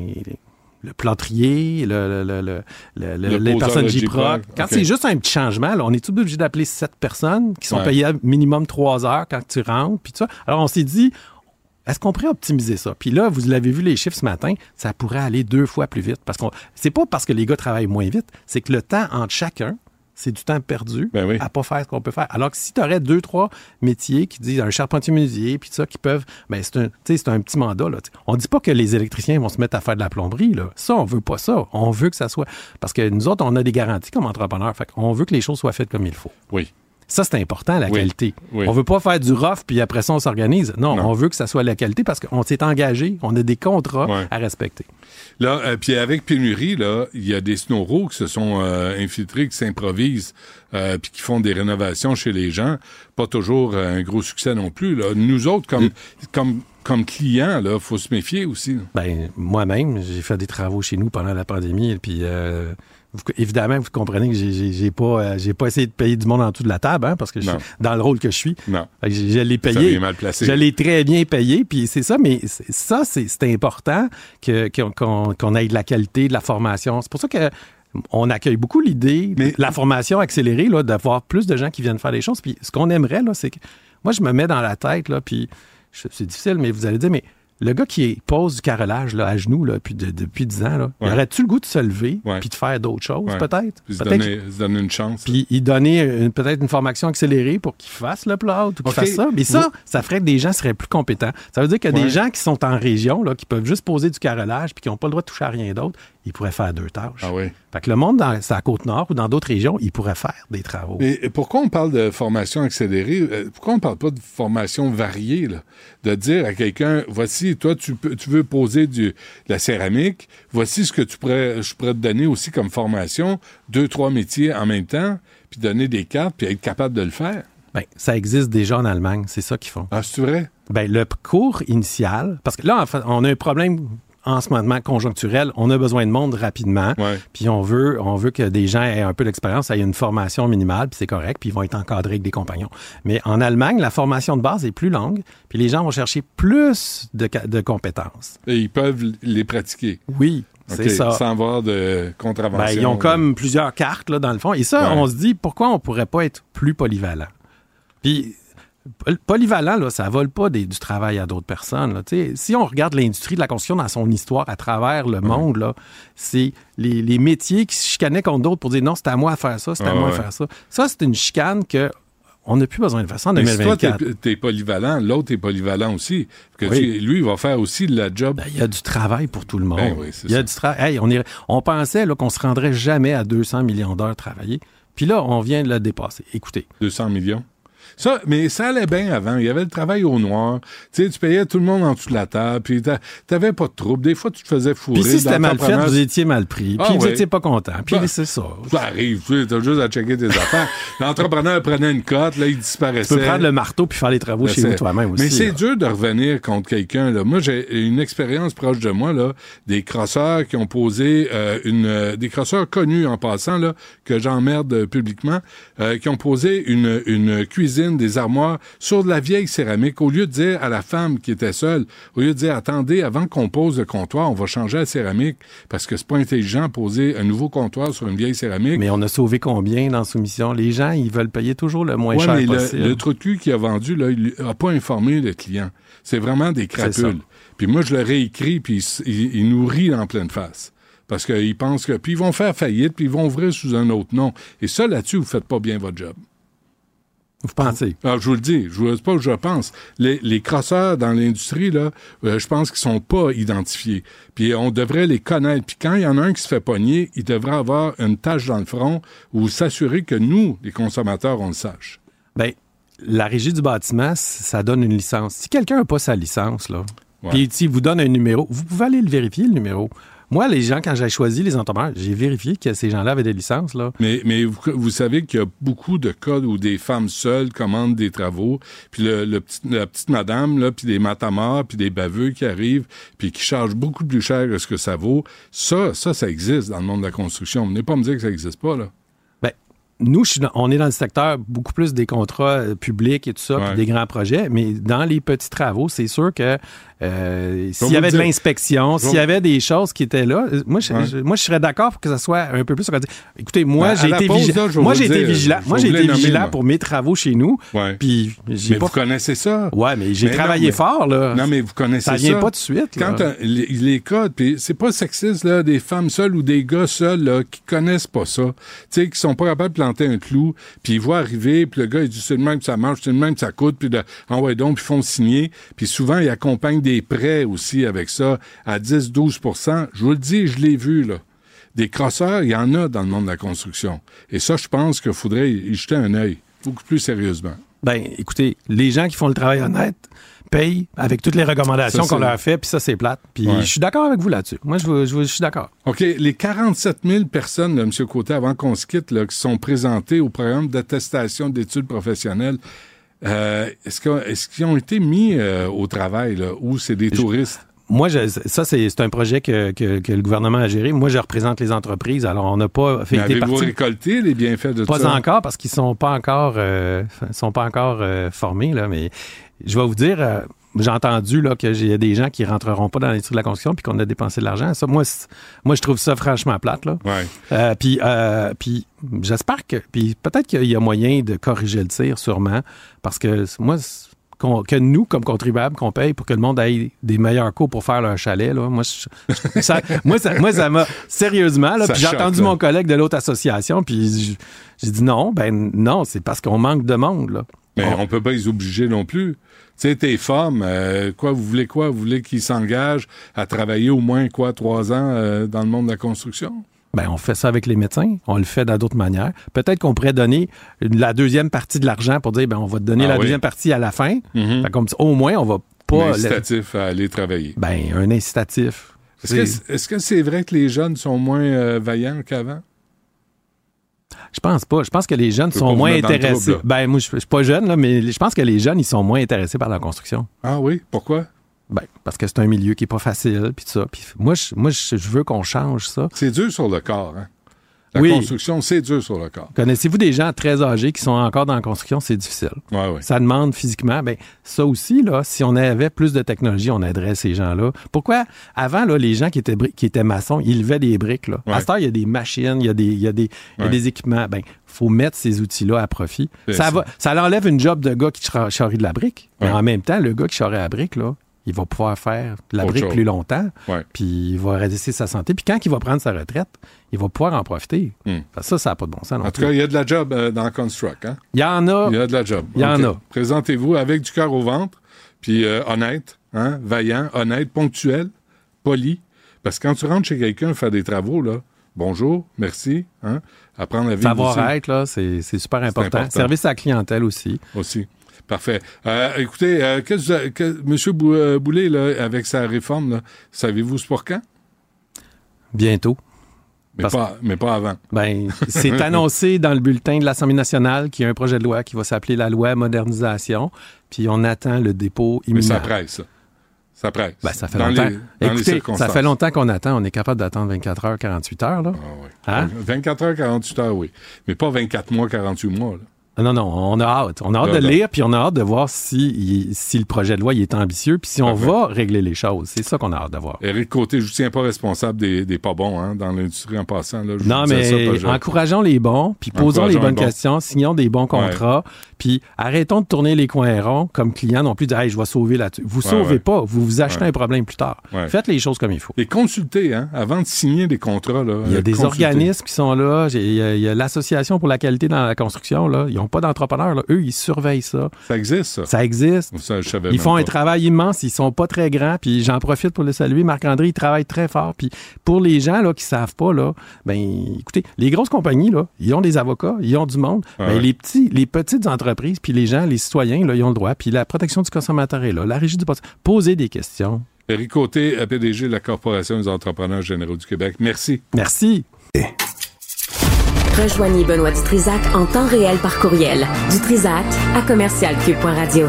le plâtrier, le, le, le, le, le les personnes J-Proc. Quand okay. c'est juste un petit changement, là, on est tout obligé d'appeler sept personnes qui sont ouais. payées à minimum trois heures quand tu rentres. Puis tout ça. Alors, on s'est dit, est-ce qu'on pourrait optimiser ça? Puis là, vous l'avez vu les chiffres ce matin, ça pourrait aller deux fois plus vite. Parce qu'on c'est pas parce que les gars travaillent moins vite, c'est que le temps entre chacun, c'est du temps perdu ben oui. à pas faire ce qu'on peut faire. Alors que si tu aurais deux, trois métiers qui disent un charpentier menuisier, puis ça, qui peuvent, ben c'est un, c'est un petit mandat. Là, on dit pas que les électriciens vont se mettre à faire de la plomberie. Là. Ça, on veut pas ça. On veut que ça soit... Parce que nous autres, on a des garanties comme entrepreneurs. Fait qu'on veut que les choses soient faites comme il faut. Oui. Ça, c'est important, la oui. qualité. Oui. On veut pas faire du rough, puis après ça, on s'organise. Non, non, on veut que ça soit la qualité parce qu'on s'est engagé. On a des contrats ouais. à respecter. Là, euh, puis avec pénurie, là, il y a des snoros qui se sont euh, infiltrés, qui s'improvisent, euh, puis qui font des rénovations chez les gens. Pas toujours euh, un gros succès non plus. Là. Nous autres, comme, mm. comme comme client, il faut se méfier aussi. Ben, moi-même, j'ai fait des travaux chez nous pendant la pandémie, puis euh, vous, évidemment, vous comprenez que j'ai, j'ai, j'ai pas, euh, j'ai pas essayé de payer du monde en dessous de la table, hein, parce que je suis dans le rôle que je suis. Non. Fait que je, je l'ai payé. Ça mal placé. Je l'ai très bien payé, puis c'est ça, mais c'est, ça, c'est, c'est important que, qu'on, qu'on ait de la qualité, de la formation. C'est pour ça que on accueille beaucoup l'idée mais, de la formation accélérée, là, d'avoir plus de gens qui viennent faire des choses. Puis ce qu'on aimerait, là, c'est que moi, je me mets dans la tête, là, puis c'est difficile, mais vous allez dire, mais le gars qui pose du carrelage là, à genoux là, depuis, de, depuis dix ans, là, ouais. aurais-tu le goût de se lever et ouais. de faire d'autres choses, ouais. peut-être? Puis peut-être se, donner, se donner une chance. Puis il donner une, peut-être une formation accélérée pour qu'il fasse le plot ou qu'il okay. fasse ça. Mais ça, Vous... ça ferait que des gens seraient plus compétents. Ça veut dire qu'il y a ouais. des gens qui sont en région, là, qui peuvent juste poser du carrelage puis qui n'ont pas le droit de toucher à rien d'autre. Ils pourraient faire deux tâches. Ah oui. Fait que le monde dans la Côte-Nord ou dans d'autres régions, ils pourraient faire des travaux. Mais pourquoi on parle de formation accélérée? Pourquoi on ne parle pas de formation variée? Là? De dire à quelqu'un, voici, toi, tu, peux, tu veux poser du, de la céramique, voici ce que tu pourrais, je pourrais te donner aussi comme formation, deux, trois métiers en même temps, puis donner des cartes, puis être capable de le faire. Bien, ça existe déjà en Allemagne, c'est ça qu'ils font. Ah, c'est vrai? Bien, le cours initial, parce que là, en fait, on a un problème en ce moment conjoncturel, on a besoin de monde rapidement, ouais. puis on veut, on veut que des gens aient un peu d'expérience, aient une formation minimale, puis c'est correct, puis ils vont être encadrés avec des compagnons. Mais en Allemagne, la formation de base est plus longue, puis les gens vont chercher plus de, de compétences. Et ils peuvent les pratiquer. Oui. C'est okay, ça. Sans avoir de contravention. Ben, ils ont comme ouais. plusieurs cartes, là, dans le fond. Et ça, ouais. on se dit, pourquoi on pourrait pas être plus polyvalent? Puis, polyvalent, là, ça vole pas des, du travail à d'autres personnes. Là. Si on regarde l'industrie de la construction dans son histoire à travers le monde, là, c'est les, les métiers qui se chicanaient contre d'autres pour dire non, c'est à moi à faire ça, c'est à ah, moi ouais. à faire ça. Ça, c'est une chicane que on n'a plus besoin de faire ça en deux mille vingt-quatre. Si toi, t'es, t'es polyvalent, l'autre est polyvalent aussi. Que oui. tu, lui, il va faire aussi le job. Il ben, y a du travail pour tout le monde. Ben oui, c'est il y a ça. du travail. Hey, on, est... on pensait là, qu'on se rendrait jamais à deux cents millions d'heures travaillées. Puis là, on vient de le dépasser. Écoutez. deux cents millions? Ça, mais ça allait bien avant. Il y avait le travail au noir. Tu sais, tu payais tout le monde en dessous de la table. Puis t'avais pas de trouble. Des fois, tu te faisais fourrer. Puis si c'était mal fait, vous étiez mal pris. Puis ah, vous ouais. étiez pas content. Puis ben, c'est ça. Ça arrive. Tu as juste à checker tes affaires. L'entrepreneur prenait une cote, là, il disparaissait. Tu peux prendre le marteau puis faire les travaux ben, chez vous toi-même aussi. Mais c'est là. dur de revenir contre quelqu'un. Là. Moi, j'ai une expérience proche de moi, là, des crosseurs qui ont posé euh, une... Euh, des crosseurs connus en passant, là, que j'emmerde publiquement, euh, qui ont posé une, une cuisine, des armoires sur de la vieille céramique, au lieu de dire à la femme qui était seule, au lieu de dire, attendez, avant qu'on pose le comptoir, on va changer la céramique, parce que c'est pas intelligent de poser un nouveau comptoir sur une vieille céramique. Mais on a sauvé combien dans Soumission? Les gens, ils veulent payer toujours le moins ouais, cher mais possible. Le, le trou de cul qui a vendu, là, il a pas informé le client. C'est vraiment des crapules. Puis moi, je leur ai écrit, puis il, il nous rit en pleine face. Parce qu'ils pensent que... Puis ils vont faire faillite, puis ils vont ouvrir sous un autre nom. Et ça, là-dessus, vous faites pas bien votre job. Vous pensez? Alors, je vous le dis, je vous dis pas que je pense. Les, les crosseurs dans l'industrie, là, euh, je pense qu'ils sont pas identifiés. Puis on devrait les connaître. Puis quand il y en a un qui se fait pogner, il devrait avoir une tache dans le front ou s'assurer que nous, les consommateurs, on le sache. Bien, la régie du bâtiment, ça donne une licence. Si quelqu'un n'a pas sa licence, là, ouais. puis s'il vous donne un numéro, vous pouvez aller le vérifier, le numéro. Moi, les gens, quand j'ai choisi les entrepreneurs, j'ai vérifié que ces gens-là avaient des licences. Là. Mais, mais vous, vous savez qu'il y a beaucoup de cas où des femmes seules commandent des travaux, puis le, le petit, la petite madame, là, puis des matamars, puis des baveux qui arrivent, puis qui chargent beaucoup plus cher que ce que ça vaut. Ça, ça, ça existe dans le monde de la construction. Venez pas me dire que ça n'existe pas, là. Ben, nous, on est dans le secteur beaucoup plus des contrats publics et tout ça, ouais. puis des grands projets, mais dans les petits travaux, c'est sûr que Euh, s'il y avait de l'inspection, s'il y avait des choses qui étaient là, moi je, ouais. je, moi, je serais d'accord pour que ça soit un peu plus... Écoutez, moi, ben, j'ai été, vigi- là, moi, j'ai été vigilant. Moi, j'ai été vigilant moi. pour mes travaux chez nous. Ouais. Puis j'ai mais pas... vous connaissez ça. Ouais, mais j'ai mais travaillé non, mais... fort, là. Non, mais vous connaissez ça. Ça vient pas de suite, là. Quand les, les codes, puis c'est pas sexiste, là, des femmes seules ou des gars seuls, là, qui connaissent pas ça. Tu sais, qui sont pas capables de planter un clou, puis ils voient arriver, puis le gars, il dit, c'est le même que ça marche, c'est le même que ça coûte, puis en ouais donc, puis ils font signer. Puis souvent, ils accompagnent des prêts aussi avec ça, à dix à douze pour cent. Je vous le dis, je l'ai vu, là. Des crosseurs, il y en a dans le monde de la construction. Et ça, je pense qu'il faudrait y jeter un œil, beaucoup plus sérieusement. Bien, écoutez, les gens qui font le travail honnête payent avec toutes les recommandations ça, qu'on leur a fait, puis ça, c'est plate. Puis ouais. je suis d'accord avec vous là-dessus. Moi, je, je, je suis d'accord. OK. Les quarante-sept mille personnes, là, M. Côté, avant qu'on se quitte, là, qui sont présentées au programme d'attestation d'études professionnelles, euh, est-ce, que, est-ce qu'ils ont été mis euh, au travail, là, ou c'est des touristes? Moi, je, ça, c'est, c'est un projet que, que, que le gouvernement a géré. Moi, je représente les entreprises. Alors, on n'a pas fait Mais avez-vous partie... récolté les bienfaits de pas ça? Pas encore, parce qu'ils sont pas encore, euh, sont pas encore euh, formés, là. Mais je vais vous dire, euh, j'ai entendu là qu'il y a des gens qui rentreront pas dans l'industrie de la construction puis qu'on a dépensé de l'argent. Ça, moi, moi, je trouve ça franchement plate, là. Ouais. Euh, puis, euh, puis, j'espère que, puis peut-être qu'il y a moyen de corriger le tir, sûrement, parce que moi. Qu'on, que nous, comme contribuables, qu'on paye pour que le monde ait des meilleurs coûts pour faire leur chalet. Là. Moi, je, ça, moi, ça, moi, ça m'a sérieusement. Là, puis j'ai entendu là. Mon collègue de l'autre association, puis j'ai dit non, ben non, c'est parce qu'on manque de monde. Là. Mais on, on peut pas les obliger non plus. Tu sais, tes femmes, euh, quoi, vous voulez quoi? Vous voulez qu'ils s'engagent à travailler au moins, quoi, trois ans euh, dans le monde de la construction? Ben, on fait ça avec les médecins. On le fait dans d'autres manières. Peut-être qu'on pourrait donner la deuxième partie de l'argent pour dire, ben, on va te donner ah, la oui. deuxième partie à la fin. Mm-hmm. Fait comme ça, au moins, on va pas... Un incitatif le... à aller travailler. Ben, un incitatif. Est-ce que, est-ce que c'est vrai que les jeunes sont moins euh, vaillants qu'avant? Je pense pas. Je pense que les jeunes sont moins intéressés. Trouble, ben, moi, je suis pas jeune, là, mais je pense que les jeunes, ils sont moins intéressés par la construction. Ah oui? Pourquoi? Ben, parce que c'est un milieu qui est pas facile, puis tout ça. Puis moi, je, moi, je, je veux qu'on change ça. C'est dur sur le corps, hein? La oui. construction, c'est dur sur le corps. Connaissez-vous des gens très âgés qui sont encore dans la construction? C'est difficile. Ouais, ouais. Ça demande physiquement. Ben, ça aussi, là, si on avait plus de technologie, on aiderait ces gens-là. Pourquoi? Avant, là, les gens qui étaient, qui étaient maçons, ils levaient des briques, là. Ouais. À cette heure, il y a des machines, il y a des, il y a des, ouais. il y a des équipements. Ben, faut mettre ces outils-là à profit. Ça, ça. Va, ça enlève une job de gars qui charrie de la brique. Ouais. Mais en même temps, le gars qui charrie la brique, là, il va pouvoir faire de la Autre brique chose. Plus longtemps, ouais. puis il va résister sa santé. Puis quand il va prendre sa retraite, il va pouvoir en profiter. Mm. Ça, ça n'a pas de bon sens. En tout cas, il y a de la job euh, dans Construct. Hein? Il y en a. Il y a de la job. Il y en a. Présentez-vous avec du cœur au ventre, puis euh, honnête, hein? Vaillant, honnête, ponctuel, poli. Parce que quand tu rentres chez quelqu'un faire des travaux, là, bonjour, merci, hein? Apprendre à vivre. Savoir-être, là, c'est, c'est super important. C'est important. Service à la clientèle aussi. Aussi. Parfait. Euh, écoutez, euh, que, que, M. Boulay, là, avec sa réforme, là, savez-vous c'est pour quand? Bientôt. Mais, Parce... pas, mais pas avant. Ben, c'est annoncé dans le bulletin de l'Assemblée nationale qu'il y a un projet de loi qui va s'appeler la loi modernisation, puis on attend le dépôt imminent. Mais ça presse, ça. Ça presse. Ben, ça fait dans longtemps. Les, dans Écoutez, ça fait longtemps qu'on attend. On est capable d'attendre vingt-quatre heures, quarante-huit heures, là. Ah, oui. Hein? vingt-quatre heures, quarante-huit heures, oui. Mais pas vingt-quatre mois, quarante-huit mois, là. Non, non, on a hâte. On a hâte là, de lire, puis on a hâte de voir si, il, si le projet de loi il est ambitieux, puis si on Parfait. Va régler les choses. C'est ça qu'on a hâte de voir. Éric Côté, je ne tiens pas responsable des, des pas bons hein, dans l'industrie en passant. Là, je non, mais ça, encourageons les bons, puis posons les bonnes questions, signons des bons contrats, ouais. Puis arrêtons de tourner les coins ronds comme clients non plus de « Hey, je vais sauver là-dessus ». Vous ne ouais, sauvez ouais. pas, vous vous achetez ouais. un problème plus tard. Ouais. Faites les choses comme il faut. Et consultez, hein, avant de signer des contrats. Là, il y a des consultez. organismes qui sont là, il y a, il y a l'Association pour la qualité dans la construction, là. Ils n'ont pas d'entrepreneurs, là. Eux, ils surveillent ça. Ça existe, ça? Ça existe. Ça, je savais ils font pas. un travail immense, ils sont pas très grands, puis j'en profite pour le saluer. Marc-André, il travaille très fort, puis pour les gens là, qui savent pas, là, ben écoutez, les grosses compagnies, là, ils ont des avocats, ils ont du monde, ah, ben, ouais. les, petits, les petites entreprises, puis les gens, les citoyens, là, ils ont le droit, puis la protection du consommateur est là, la régie du poste. Posez des questions. Éric Côté, P D G de la Corporation des entrepreneurs généraux du Québec. Merci. Merci. Rejoignez Benoît Dutrisac en temps réel par courriel. Dutrisac à commercial cube point radio.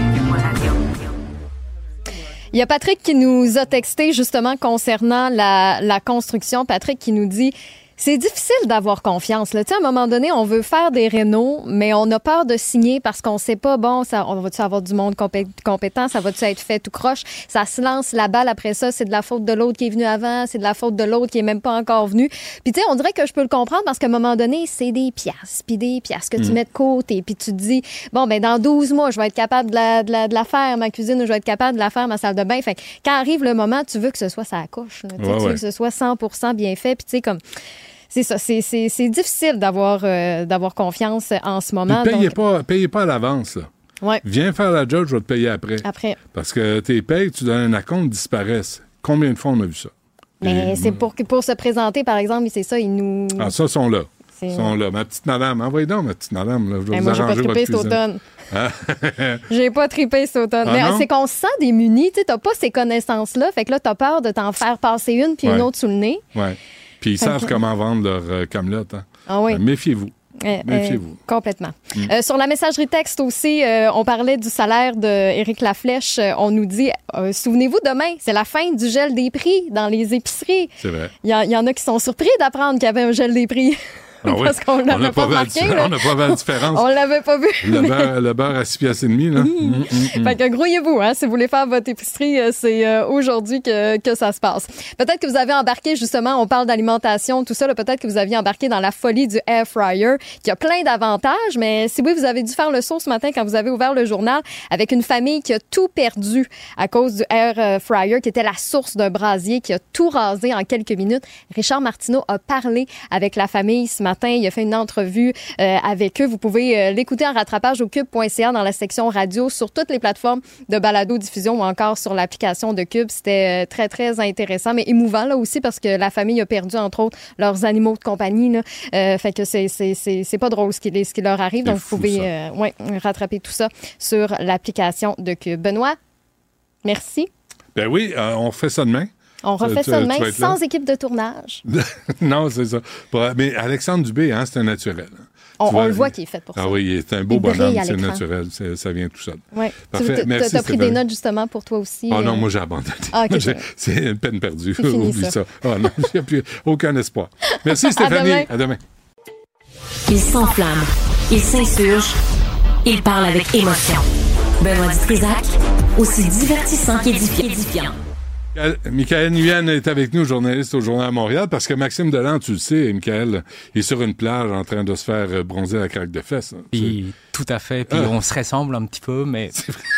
Il y a Patrick qui nous a texté justement concernant la, la construction. Patrick qui nous dit... C'est difficile d'avoir confiance. Là. Tu sais, à un moment donné, on veut faire des rénaux, mais on a peur de signer parce qu'on sait pas, bon, ça, on va-tu avoir du monde compé- compétent, ça va-tu être fait tout croche? Ça se lance la balle après ça, c'est de la faute de l'autre qui est venu avant, c'est de la faute de l'autre qui est même pas encore venu. Puis tu sais, on dirait que je peux le comprendre parce qu'à un moment donné, c'est des piastres, puis des piastres que mmh. tu mets de côté, puis tu te dis, bon, ben dans douze mois, je vais être capable de la, de la, de la faire, ma cuisine, je vais être capable de la faire, ma salle de bain. Fait quand arrive le moment, tu veux que ce soit ça coche. Là, ouais, tu veux ouais. que ce soit cent pour cent bien fait, puis tu sais, comme... C'est ça, c'est, c'est, c'est difficile d'avoir, euh, d'avoir confiance en ce moment. Ne payez, donc... pas, payez pas à l'avance. Là. Ouais. Viens faire la job, je vais te payer après. Après. Parce que tes payes, tu donnes un acompte, disparaissent. Combien de fois on a vu ça? Mais Et, c'est pour, pour se présenter, par exemple, c'est ça, ils nous... Ah, ça, sont là. Ils sont là. Ma petite madame, envoyez donc ma petite madame. Là. Je vais hey, vous moi, j'ai pas trippé cet automne. Hein? J'ai pas trippé cet automne. Ah, mais non? C'est qu'on se sent démuni. Tu n'as pas ces connaissances-là. Fait que là, tu as peur de t'en faire passer une puis ouais. une autre sous le nez. Oui. Puis ils savent que... comment vendre leur euh, camelote. Hein. Ah oui. Euh, méfiez-vous. Euh, Méfiez-vous. Euh, complètement. Mm. Euh, sur la messagerie texte aussi, euh, on parlait du salaire d'Éric Laflèche. Euh, on nous dit, euh, souvenez-vous, demain, c'est la fin du gel des prix dans les épiceries. C'est vrai. Il y, y en a qui sont surpris d'apprendre qu'il y avait un gel des prix. Ah oui. Parce qu'on l'avait pas, pas remarqué. On n'a pas vu la différence. On l'avait pas vu. Le beurre, le beurre à six piastres et demi, là. Mmh. Mmh, mmh, mmh. Fait que grouillez-vous, hein, si vous voulez faire votre épicerie, c'est euh, aujourd'hui que, que ça se passe. Peut-être que vous avez embarqué, justement, on parle d'alimentation, tout ça, là, peut-être que vous aviez embarqué dans la folie du air fryer, qui a plein d'avantages, mais si oui, vous avez dû faire le saut ce matin quand vous avez ouvert le journal avec une famille qui a tout perdu à cause du air fryer, qui était la source d'un brasier, qui a tout rasé en quelques minutes. Richard Martineau a parlé avec la famille ce matin. Il a fait une entrevue euh, avec eux. Vous pouvez euh, l'écouter en rattrapage au cube point c a dans la section radio, sur toutes les plateformes de balado-diffusion ou encore sur l'application de Cube. C'était euh, très, très intéressant, mais émouvant là aussi parce que la famille a perdu, entre autres, leurs animaux de compagnie. Là. Euh, fait que c'est, c'est, c'est, c'est pas drôle ce qui, ce qui leur arrive. Donc, vous pouvez euh, ouais, rattraper tout ça sur l'application de Cube. Benoît, merci. Ben oui, euh, on fait ça demain. On refait tu, ça demain sans là? équipe de tournage. Non, c'est ça. Mais Alexandre Dubé, hein, c'est un naturel. On, vois, on le voit qu'il est fait pour ah ça. Ah oui, c'est un beau il bonhomme, c'est naturel, c'est, ça vient tout seul. Oui. Parfait. Tu Merci, as pris des notes justement pour toi aussi. Ah euh... non, moi j'ai abandonné. Ah, okay, j'ai, c'est une peine perdue. C'est fini, Oublie ça. ça. Ah non, il n'y a plus aucun espoir. Merci Stéphanie. À demain. À demain. Il s'enflamme, il s'insurge, il parle avec émotion. Benoît Dutrisac, aussi divertissant qu'édifiant. Michael Nguyen est avec nous, journaliste au Journal de Montréal, parce que Maxime Delan, tu le sais, Michael, est sur une plage en train de se faire bronzer la craque de fesses. Hein, Puis, tout à fait. Puis ah. on se ressemble un petit peu, mais...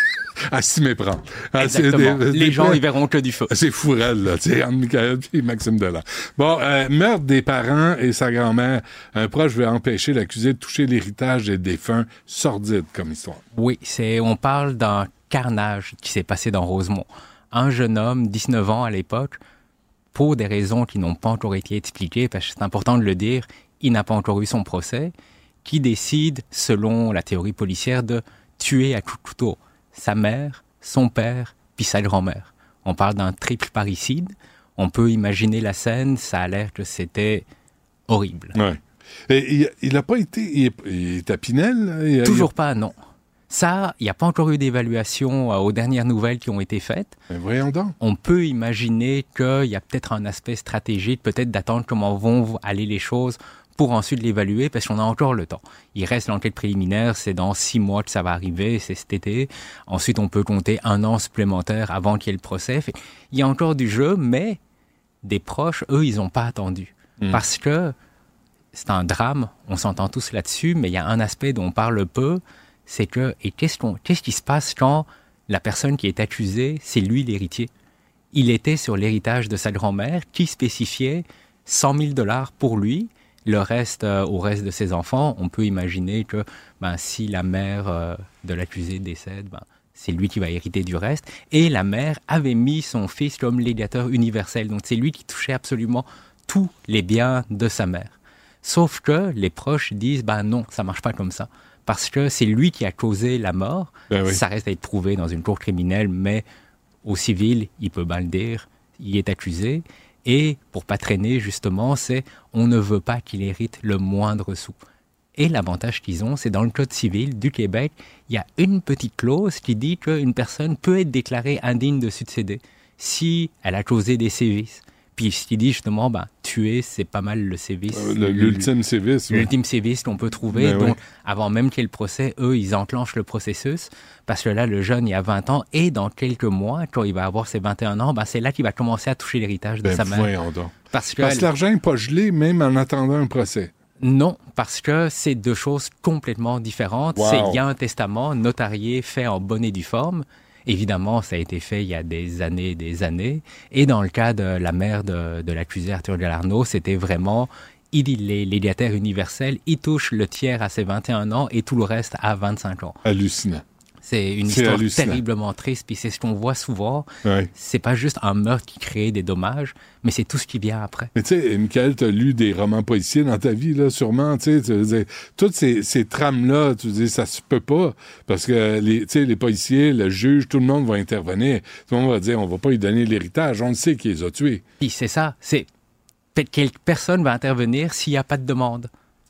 À s'y méprendre. Exactement. Des, Les des, gens, ils verront que du feu. C'est fourrel, là, tu sais, entre Michael et Maxime Delan. Bon, euh, meurtre des parents et sa grand-mère. Un proche veut empêcher l'accusé de toucher l'héritage des défunts. Sordide comme histoire. Oui, c'est, on parle d'un carnage qui s'est passé dans Rosemont. Un jeune homme, dix-neuf ans à l'époque, pour des raisons qui n'ont pas encore été expliquées, parce que c'est important de le dire, il n'a pas encore eu son procès, qui décide, selon la théorie policière, de tuer à coups de couteau sa mère, son père, puis sa grand-mère. On parle d'un triple parricide. On peut imaginer la scène, ça a l'air que c'était horrible. Ouais. Et il n'a pas été... Il est, il est à Pinel? Il a, Toujours il a... pas, non. Ça, il n'y a pas encore eu d'évaluation euh, aux dernières nouvelles qui ont été faites. Mais voyons donc. On peut imaginer qu'il y a peut-être un aspect stratégique, peut-être d'attendre comment vont aller les choses pour ensuite l'évaluer, parce qu'on a encore le temps. Il reste l'enquête préliminaire, c'est dans six mois que ça va arriver, c'est cet été. Ensuite, on peut compter un an supplémentaire avant qu'il y ait le procès. Fait, il y a encore du jeu, mais des proches, eux, ils n'ont pas attendu. Mmh. Parce que c'est un drame, on s'entend tous là-dessus, mais il y a un aspect dont on parle peu, c'est que, et qu'est-ce, qu'on, qu'est-ce qui se passe quand la personne qui est accusée, c'est lui l'héritier? Il était sur l'héritage de sa grand-mère qui spécifiait cent mille dollars pour lui, le reste euh, au reste de ses enfants. On peut imaginer que ben, si la mère euh, de l'accusé décède, ben, c'est lui qui va hériter du reste. Et la mère avait mis son fils comme légateur universel, donc c'est lui qui touchait absolument tous les biens de sa mère. Sauf que les proches disent, ben non, ça marche pas comme ça. Parce que c'est lui qui a causé la mort. Ben oui. Ça reste à être prouvé dans une cour criminelle, mais au civil, il peut bien le dire, il est accusé. Et pour pas traîner, justement, c'est on ne veut pas qu'il hérite le moindre sou. Et l'avantage qu'ils ont, c'est dans le Code civil du Québec, il y a une petite clause qui dit qu'une personne peut être déclarée indigne de succéder si elle a causé des sévices. Puis ce qui dit justement, ben, tuer, c'est pas mal le sévice. Euh, le, l'ultime sévice. L'ultime oui. sévice qu'on peut trouver. Ben Donc, oui. avant même qu'il y ait le procès, eux, ils enclenchent le processus. Parce que là, le jeune, il a vingt ans. Et dans quelques mois, quand il va avoir ses vingt et un ans, ben, c'est là qu'il va commencer à toucher l'héritage de ben, sa mère. Voyons donc. Parce que, parce que l'argent n'est pas gelé, même en attendant un procès. Non, parce que c'est deux choses complètement différentes. Wow. C'est, il y a un testament notarié fait en bonne et due forme. Évidemment, ça a été fait il y a des années et des années. Et dans le cas de la mère de, de l'accusé Arthur Galarneau, c'était vraiment, il est légataire universel, il touche le tiers à ses vingt et un ans et tout le reste à vingt-cinq ans. Hallucinant. C'est une c'est histoire hallucinant. Terriblement triste, puis c'est ce qu'on voit souvent. Ouais. C'est pas juste un meurtre qui crée des dommages, mais c'est tout ce qui vient après. Mais tu sais, Michael, tu as lu des romans policiers dans ta vie, là, sûrement, tu sais, toutes ces, ces trames-là, tu dis, ça se peut pas, parce que les, tu sais, les policiers, le juge, tout le monde va intervenir. Tout le monde va dire, on va pas lui donner l'héritage, on le sait qu'il les a tués. Puis c'est ça, c'est peut-être quelle personne va intervenir s'il n'y a pas de demande.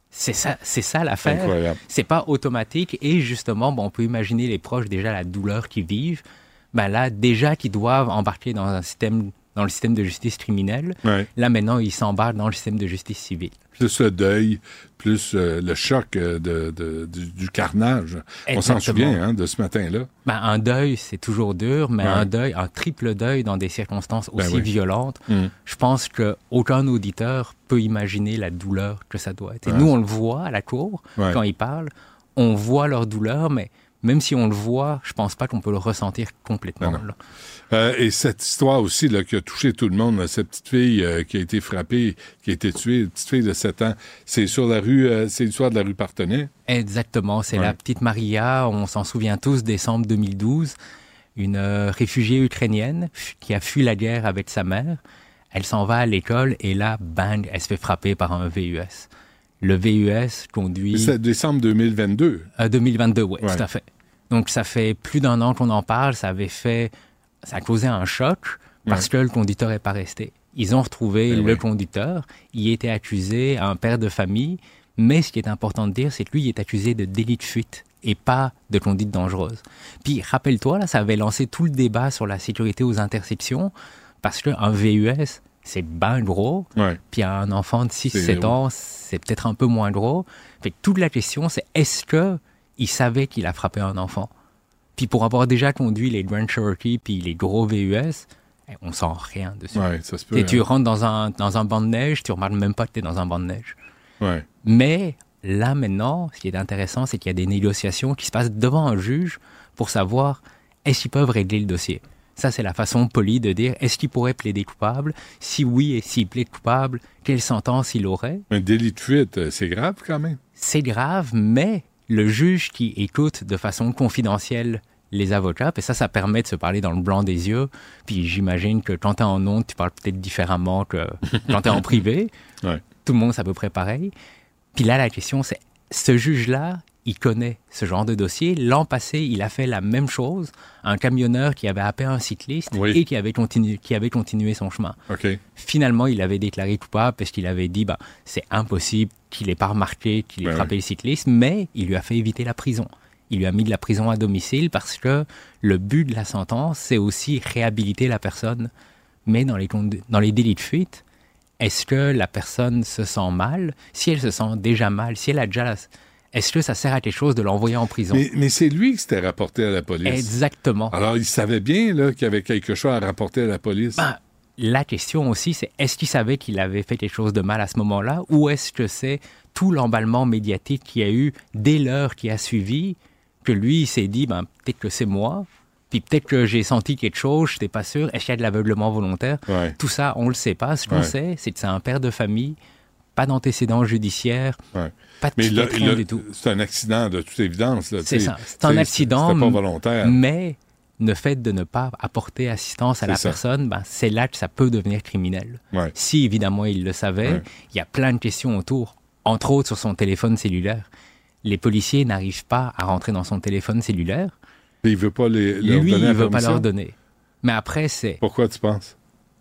C'est ça, c'est ça l'affaire. Incroyable. C'est pas automatique et justement, bon, on peut imaginer les proches déjà la douleur qu'ils vivent. Ben là, déjà qu'ils doivent embarquer dans un système, dans le système de justice criminelle. Ouais. Là maintenant, ils s'embarquent dans le système de justice civile. Plus le deuil, plus euh, le choc de, de, du, du carnage. Exactement. On s'en souvient hein, de ce matin-là. Ben, un deuil, c'est toujours dur, mais ouais. un deuil, un triple deuil dans des circonstances aussi ben oui. violentes, mm. je pense qu'aucun auditeur peut imaginer la douleur que ça doit être. Et ouais. nous, on le voit à la cour, ouais. quand ils parlent, on voit leur douleur, mais même si on le voit, je pense pas qu'on peut le ressentir complètement. Là. Euh, et cette histoire aussi là, qui a touché tout le monde, là, cette petite fille euh, qui a été frappée, qui a été tuée, une petite fille de sept ans, c'est sur la rue, euh, c'est l'histoire de la rue Parthenay. Exactement, c'est ouais. la petite Maria, on s'en souvient tous, décembre deux mille douze, une euh, réfugiée ukrainienne qui a fui la guerre avec sa mère. Elle s'en va à l'école et là, bang, elle se fait frapper par un V U S. Le V U S conduit... C'est décembre deux mille vingt-deux. Euh, deux mille vingt-deux, oui, ouais. tout à fait. Donc, ça fait plus d'un an qu'on en parle. Ça avait fait... Ça a causé un choc parce ouais. que le conducteur n'est pas resté. Ils ont retrouvé ben le oui. conducteur. Il était accusé, un père de famille. Mais ce qui est important de dire, c'est que lui, il est accusé de délit de fuite et pas de conduite dangereuse. Puis, rappelle-toi, là, ça avait lancé tout le débat sur la sécurité aux intersections parce qu'un V U S... c'est bien gros. Ouais. Puis un enfant de six sept ans, c'est peut-être un peu moins gros. Fait que toute la question, c'est est-ce qu'il savait qu'il a frappé un enfant? Puis pour avoir déjà conduit les Grand Cherokee puis les gros V U S, on sent rien dessus. Ouais, ça se peut, tu hein. rentres dans un, dans un banc de neige, tu remarques même pas que tu es dans un banc de neige. Ouais. Mais là, maintenant, ce qui est intéressant, c'est qu'il y a des négociations qui se passent devant un juge pour savoir est-ce qu'ils peuvent régler le dossier. Ça, c'est la façon polie de dire est-ce qu'il pourrait plaider coupable? Si oui, et s'il plaide coupable, quelle sentence il aurait? Un délit de fuite, c'est grave quand même. C'est grave, mais le juge qui écoute de façon confidentielle les avocats, et ça, ça permet de se parler dans le blanc des yeux. Puis j'imagine que quand t'es en ondes, tu parles peut-être différemment que quand t'es en privé. Ouais. Tout le monde, c'est à peu près pareil. Puis là, la question, c'est ce juge-là, il connaît ce genre de dossier. L'an passé, il a fait la même chose. Un camionneur qui avait happé un cycliste oui. et qui avait, continué, qui avait continué son chemin. Okay. Finalement, il avait déclaré coupable parce qu'il avait dit bah, c'est impossible qu'il n'ait pas remarqué qu'il ait ben frappé oui. le cycliste, mais il lui a fait éviter la prison. Il lui a mis de la prison à domicile parce que le but de la sentence, c'est aussi réhabiliter la personne. Mais dans les, dans les délits de fuite, est-ce que la personne se sent mal? Si elle se sent déjà mal, si elle a déjà... La, est-ce que ça sert à quelque chose de l'envoyer en prison? Mais, mais c'est lui qui s'était rapporté à la police. Exactement. Alors, il savait bien là, qu'il y avait quelque chose à rapporter à la police. Ben, la question aussi, c'est est-ce qu'il savait qu'il avait fait quelque chose de mal à ce moment-là ou est-ce que c'est tout l'emballement médiatique qu'il y a eu dès l'heure qui a suivi que lui, il s'est dit, ben, peut-être que c'est moi, puis peut-être que j'ai senti quelque chose, je n'étais pas sûr, est-ce qu'il y a de l'aveuglement volontaire? Ouais. Tout ça, on ne le sait pas. Ce qu'on ouais. sait, c'est que c'est un père de famille, pas d'antécédents judiciaires, ouais. pas de mais là, rien du tout. C'est un accident de toute évidence. Là, c'est ça, c'est un accident, c'était pas volontaire. Mais le fait de ne pas apporter assistance à c'est la ça. personne, ben, c'est là que ça peut devenir criminel. Ouais. Si, évidemment, il le savait, ouais. il y a plein de questions autour, entre autres sur son téléphone cellulaire. Les policiers n'arrivent pas à rentrer dans son téléphone cellulaire. Mais il veut pas les, leur Lui, donner il la veut permission? pas leur donner. Mais après, c'est... Pourquoi tu penses?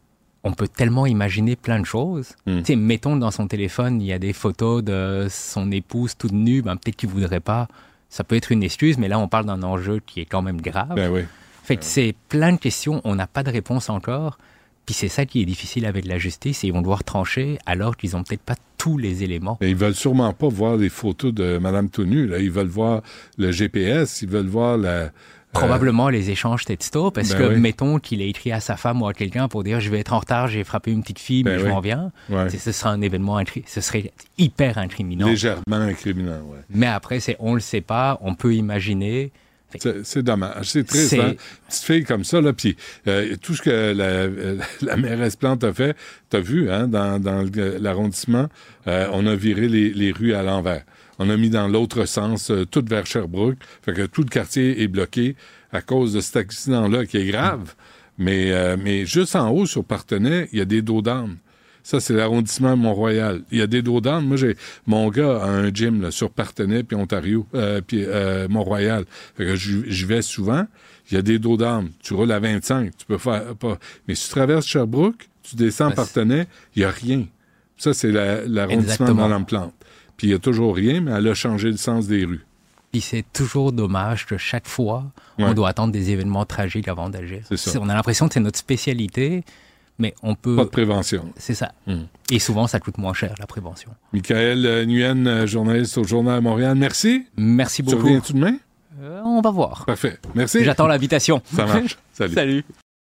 On peut tellement imaginer plein de choses. Mm. Tu sais, mettons que dans son téléphone, il y a des photos de son épouse toute nue, ben, peut-être qu'il voudrait pas. Ça peut être une excuse, mais là, on parle d'un enjeu qui est quand même grave. Ben oui. Fait que c'est plein de questions, on n'a pas de réponse encore. Puis c'est ça qui est difficile avec la justice, et ils vont devoir trancher alors qu'ils n'ont peut-être pas tous les éléments. Mais ils veulent sûrement pas voir les photos de Mme Tounu. Là. Ils veulent voir le G P S, ils veulent voir la... Probablement euh... les échanges textos, parce ben que, oui. mettons qu'il a écrit à sa femme ou à quelqu'un pour dire « Je vais être en retard, j'ai frappé une petite fille, mais ben je oui. m'en viens ouais. ». Ce serait un événement, incri... ce serait hyper incriminant. Légèrement incriminant, oui. Mais après, c'est, on le sait pas, on peut imaginer... C'est, c'est dommage. C'est triste, c'est... hein? Petite fille comme ça, là, puis euh, tout ce que la, euh, la mairesse Plante a fait, t'as vu, hein, dans, dans l'arrondissement, euh, on a viré les, les rues à l'envers. On a mis dans l'autre sens, euh, tout vers Sherbrooke, fait que tout le quartier est bloqué à cause de cet accident-là qui est grave. Mmh. Mais, euh, mais juste en haut, sur Parthenay, il y a des dos d'âne. Ça, c'est l'arrondissement Mont-Royal. Il y a des dos d'âne. Moi, j'ai mon gars a un gym là, sur Parthenay puis Ontario, euh, puis euh, Mont-Royal. Fait que j'y vais souvent. Il y a des dos d'âne. Tu roules à vingt-cinq, tu peux faire pas. Mais si tu traverses Sherbrooke, tu descends ben, Parthenay, il y a rien. Ça, c'est la, l'arrondissement de Mme Plante. puis il n'y a toujours rien, mais elle a changé le sens des rues. Puis c'est toujours dommage que chaque fois, ouais. on doit attendre des événements tragiques avant d'agir. C'est ça. On a l'impression que c'est notre spécialité, mais on peut... Pas de prévention. C'est ça. Mm. Et souvent, ça coûte moins cher, la prévention. Michaël Nguyen, journaliste au Journal de Montréal, merci. Merci beaucoup. Tu reviens-tu demain? Euh, on va voir. Parfait. Merci. J'attends l'invitation. Ça marche. Salut. Salut.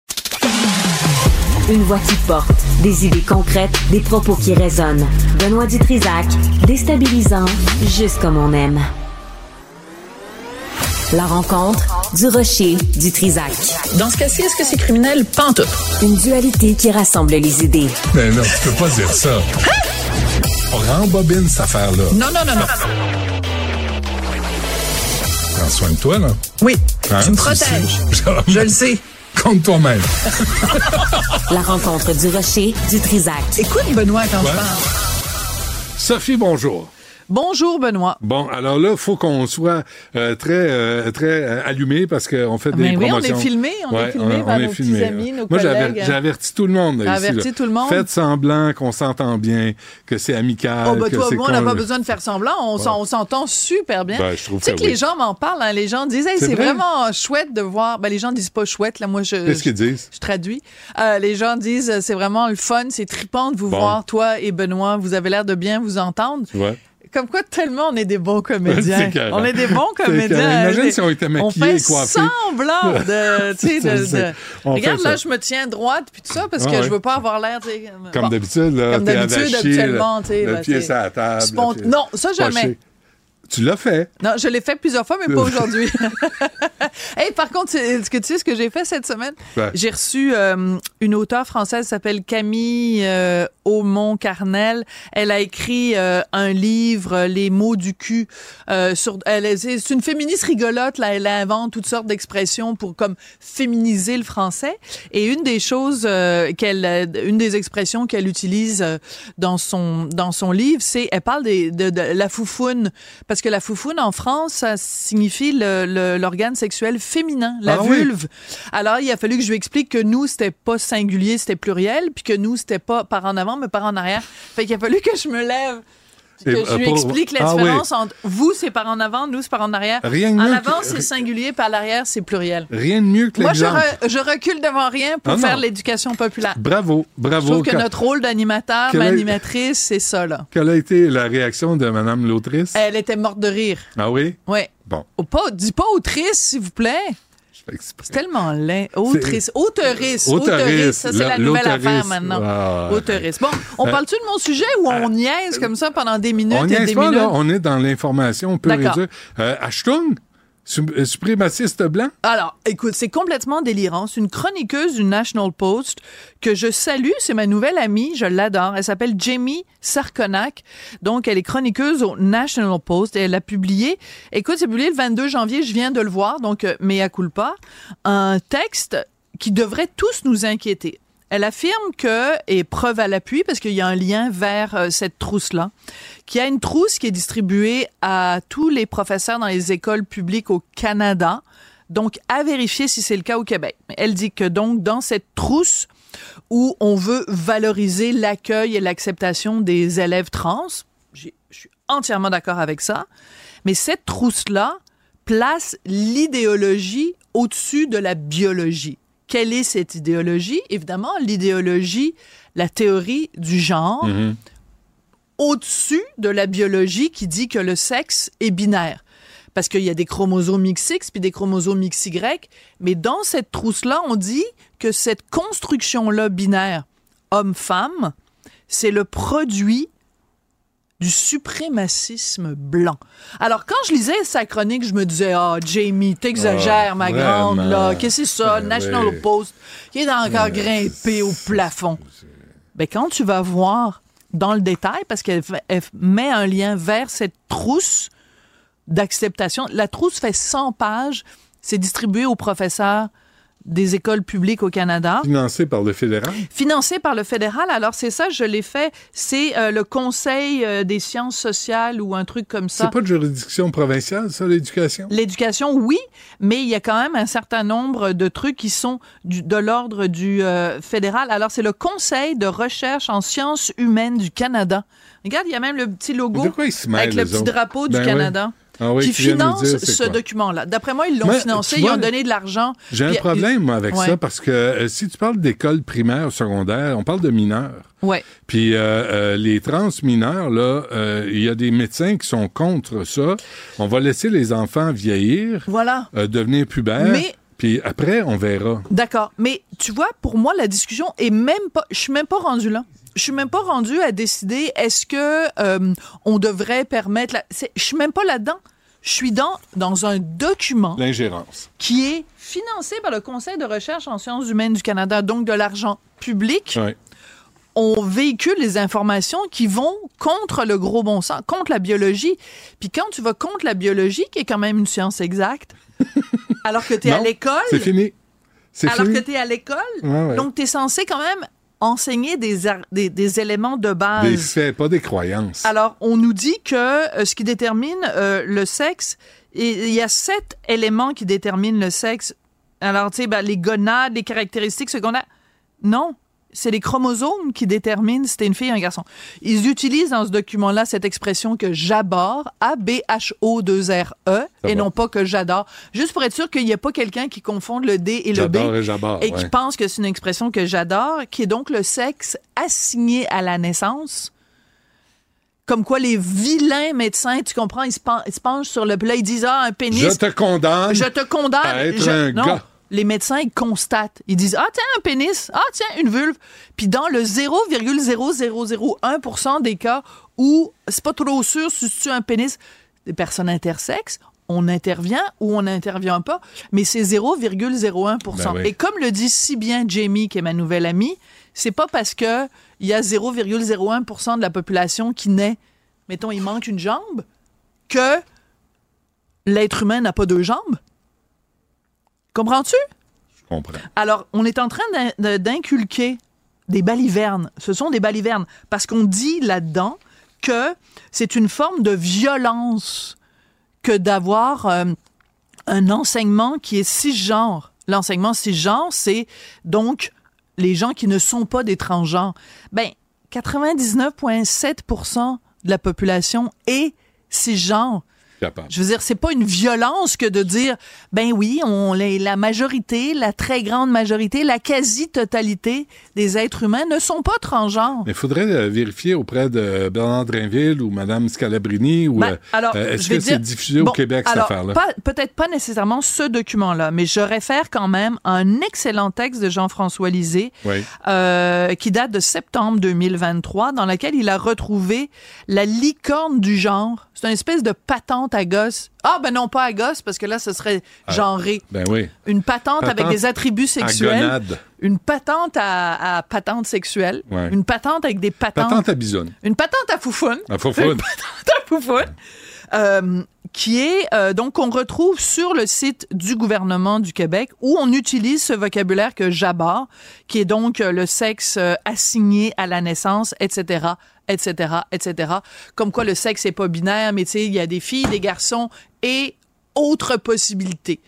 Une voix qui porte, des idées concrètes, des propos qui résonnent. Benoît Dutrisac, déstabilisant, juste comme on aime. La rencontre du Rocher du Trisac. Dans ce cas-ci, est-ce que c'est criminel? Pantoute. Une dualité qui rassemble les idées. Mais non, tu peux pas dire ça. Hein? On rembobine cette affaire-là. Non, non, non, non. Prends soin de toi, là. Oui, hein? Tu me protèges. Je, je le sais. Compte toi-même. La rencontre du Rocher du Trisac. Écoute, Benoît, quand ouais. je parle. Sophie, bonjour. Bonjour, Benoît. Bon, alors là, il faut qu'on soit euh, très euh, très euh, allumé parce qu'on fait des Mais promotions. Oui, on est filmé, on ouais, est filmé on, par on nos filmé. petits amis, nos Moi, collègues. Moi, j'ai averti tout le monde. Là, averti ici, là. tout le monde. Faites semblant qu'on s'entend bien, que c'est amical. Oh, ben que toi, c'est moi, on n'a pas besoin de faire semblant. On, ouais. on s'entend super bien. Ben, je trouve tu sais que, que oui. les gens m'en parlent. Hein, les gens disent, hey, c'est, c'est vraiment chouette de voir. Ben, les gens disent pas chouette. Là, moi, je. Qu'est-ce qu'ils disent? Je traduis. Euh, les gens disent, c'est vraiment le fun, c'est trippant de vous bon. voir, toi et Benoît. Vous avez l'air de bien vous entendre. Ouais. Comme quoi, tellement on est des bons comédiens. On est des bons comédiens. Imagine si on était maquillés et coiffés. On fait semblant de... tu sais, de, de... Regarde, là, je me tiens droite puis tout ça parce ah, que ouais. je veux pas avoir l'air... Comme bon. d'habitude, là. Comme d'habitude, habituellement. Le, le ben, pied sur la table. Spont... Pied... Non, ça, jamais. Poché. Tu l'as fait. Non, je l'ai fait plusieurs fois, mais pas aujourd'hui. Hey, par contre, est-ce que tu sais ce que j'ai fait cette semaine? Ouais. J'ai reçu euh, une auteure française qui s'appelle Camille euh, Aumont-Carnel. Elle a écrit euh, un livre, Les mots du cul. Euh, sur, elle, c'est, c'est une féministe rigolote. Là, elle invente toutes sortes d'expressions pour comme féminiser le français. Et une des choses euh, qu'elle, une des expressions qu'elle utilise euh, dans son dans son livre, c'est elle parle des, de, de la foufoune. Parce que la foufoune, en France, ça signifie le, le, l'organe sexuel féminin, la ah, vulve. Oui. Alors, il a fallu que je lui explique que nous, c'était pas singulier, c'était pluriel, puis que nous, c'était pas par en avant, mais par en arrière. Fait qu'il a fallu que je me lève, que Et, je lui pour... explique la différence ah, oui. entre vous, c'est par en avant, nous, c'est par en arrière. Rien de en avant, que... c'est singulier, puis à l'arrière, c'est pluriel. Rien de mieux que l'exemple. Moi, je, re, je recule devant rien pour ah, faire l'éducation populaire. Bravo, bravo. Je trouve que Quand... notre rôle d'animateur, Quelle d'animatrice, c'est ça, là. Quelle a été la réaction de Mme l'autrice? Elle était morte de rire. Ah oui? Oui. Bon. Oh, pas, dis pas autrice, s'il vous plaît. C'est tellement laid. Autrice. Auteurice. Auteurice. Ça, c'est la nouvelle affaire maintenant. Ah, Auteurice. Bon, on euh, parle-tu de mon sujet ou on niaise comme ça pendant des minutes on et des pas, minutes? Là, on est dans l'information, on peut réduire. Euh, Ashton, suprémaciste blanc? Alors, écoute, c'est complètement délirant. C'est une chroniqueuse du National Post que je salue. C'est ma nouvelle amie. Je l'adore. Elle s'appelle Jamie Sarkonak. Donc, elle est chroniqueuse au National Post et elle a publié, écoute, c'est publié le vingt-deux janvier. Je viens de le voir. Donc, euh, mea culpa. Un texte qui devrait tous nous inquiéter. Elle affirme que, et preuve à l'appui, parce qu'il y a un lien vers euh, cette trousse-là, qu'il y a une trousse qui est distribuée à tous les professeurs dans les écoles publiques au Canada, donc à vérifier si c'est le cas au Québec. Elle dit que donc, dans cette trousse où on veut valoriser l'accueil et l'acceptation des élèves trans, je suis entièrement d'accord avec ça, mais cette trousse-là place l'idéologie au-dessus de la biologie. Quelle est cette idéologie? Évidemment, l'idéologie, la théorie du genre, mm-hmm. au-dessus de la biologie qui dit que le sexe est binaire. Parce qu'il y a des chromosomes X X puis des chromosomes X Y, mais dans cette trousse-là, on dit que cette construction-là binaire, homme-femme, c'est le produit du suprémacisme blanc. Alors, quand je lisais sa chronique, je me disais, ah, oh, Jamie, t'exagères, oh, ma vraiment? grande, là. Qu'est-ce que c'est ça? Le National oui. Post, qui est encore oui. grimpé au plafond. Ben, quand tu vas voir dans le détail, parce qu'elle elle met un lien vers cette trousse d'acceptation, la trousse fait cent pages, c'est distribué aux professeurs des écoles publiques au Canada. Financé par le fédéral? Financé par le fédéral. Alors, c'est ça, je l'ai fait. C'est euh, le Conseil euh, des sciences sociales ou un truc comme ça. C'est pas de juridiction provinciale, ça, l'éducation? L'éducation, oui, mais il y a quand même un certain nombre de trucs qui sont du, de l'ordre du euh, fédéral. Alors, c'est le Conseil de recherche en sciences humaines du Canada. Regarde, il y a même le petit logo avec le petit autres? drapeau ben du Canada. Oui. Ah oui, qui finance dire, ce quoi? document-là. D'après moi, ils l'ont Mais, financé, vois, ils ont donné de l'argent. J'ai puis, un problème, moi, avec ouais. ça, parce que euh, si tu parles d'école primaire, secondaire, on parle de mineurs. Ouais. Puis euh, euh, les trans mineurs, là, euh, il y a des médecins qui sont contre ça. On va laisser les enfants vieillir, voilà. euh, devenir pubères. Mais... Puis après, on verra. D'accord. Mais tu vois, pour moi, la discussion est même pas... Je suis même pas rendue là. Je suis même pas rendue à décider est-ce que euh, on devrait permettre... La... Je suis même pas là-dedans. Je suis dans, dans un document... L'ingérence. Qui est financé par le Conseil de recherche en sciences humaines du Canada, donc de l'argent public. Oui. On véhicule les informations qui vont contre le gros bon sens, contre la biologie. Puis quand tu vas contre la biologie, qui est quand même une science exacte, alors que tu es à l'école... c'est fini. C'est alors fini. que tu es à l'école, ouais, ouais. donc tu es censé quand même enseigner des, ar- des, des éléments de base. Des faits, pas des croyances. Alors, on nous dit que euh, ce qui détermine euh, le sexe, il y a sept éléments qui déterminent le sexe. Alors, tu sais, ben, les gonades, les caractéristiques secondaires. Non, c'est les chromosomes qui déterminent si t'es une fille ou un garçon. Ils utilisent dans ce document-là cette expression que j'abhorre, A B H O deux R E, et non pas que j'adore. Juste pour être sûr qu'il n'y a pas quelqu'un qui confonde le D et le B. J'adore et j'abhorre, et ouais. qui pense que c'est une expression que j'adore, qui est donc le sexe assigné à la naissance. Comme quoi les vilains médecins, tu comprends, ils se, pen- ils se penchent sur le... Puis là, ils disent, ah, un pénis... Je te condamne Je te condamne. à être je, un non. gars. Les médecins, ils constatent. Ils disent, ah, tiens, un pénis. Ah, tiens, une vulve. Puis dans le zéro virgule zéro zéro zéro un pour cent des cas où c'est pas trop sûr si c'est un pénis des personnes intersexes, on intervient ou on n'intervient pas, mais c'est zéro virgule zéro un pour cent. Ben oui. Et comme le dit si bien Jamie, qui est ma nouvelle amie, c'est pas parce que il y a zéro virgule zéro un pour cent de la population qui naît, mettons, il manque une jambe, que l'être humain n'a pas deux jambes. Comprends-tu? Je comprends. Alors, on est en train d'in- d'inculquer des balivernes. Ce sont des balivernes. Parce qu'on dit là-dedans que c'est une forme de violence que d'avoir euh, un enseignement qui est cisgenre. L'enseignement cisgenre, c'est donc les gens qui ne sont pas des transgenres. Ben, quatre-vingt-dix-neuf virgule sept pour cent de la population est cisgenre. Capable. Je veux dire, c'est pas une violence que de dire, ben oui, on la, la majorité, la très grande majorité, la quasi-totalité des êtres humains ne sont pas transgenres. Mais il faudrait euh, vérifier auprès de Bernard Drinville ou Mme Scalabrini ou Ben, euh, alors, euh, est-ce je vais que c'est dire- diffusé bon, au Québec, alors, cette affaire-là? pas- peut-être pas nécessairement ce document-là, mais je réfère quand même à un excellent texte de Jean-François Lisée Oui. euh, qui date de septembre deux mille vingt-trois, dans lequel il a retrouvé la licorne du genre. C'est une espèce de patente à gosse. Ah, ben non, pas à gosse, parce que là, ce serait Ah, genré. Ben oui. Une patente, Patente avec des attributs à sexuels. gonade. Une patente à, à patente sexuelle. Ouais. Une patente avec des patentes. Patente à bisoune. Une patente à foufoune. À foufoune. Une patente à foufoune. Euh, qui est, euh, donc, qu'on retrouve sur le site du gouvernement du Québec, où on utilise ce vocabulaire que j'abhorre, qui est donc euh, le sexe euh, assigné à la naissance, et cetera, et cetera, et cetera. Comme quoi le sexe n'est pas binaire, mais tu sais, il y a des filles, des garçons et autres possibilités.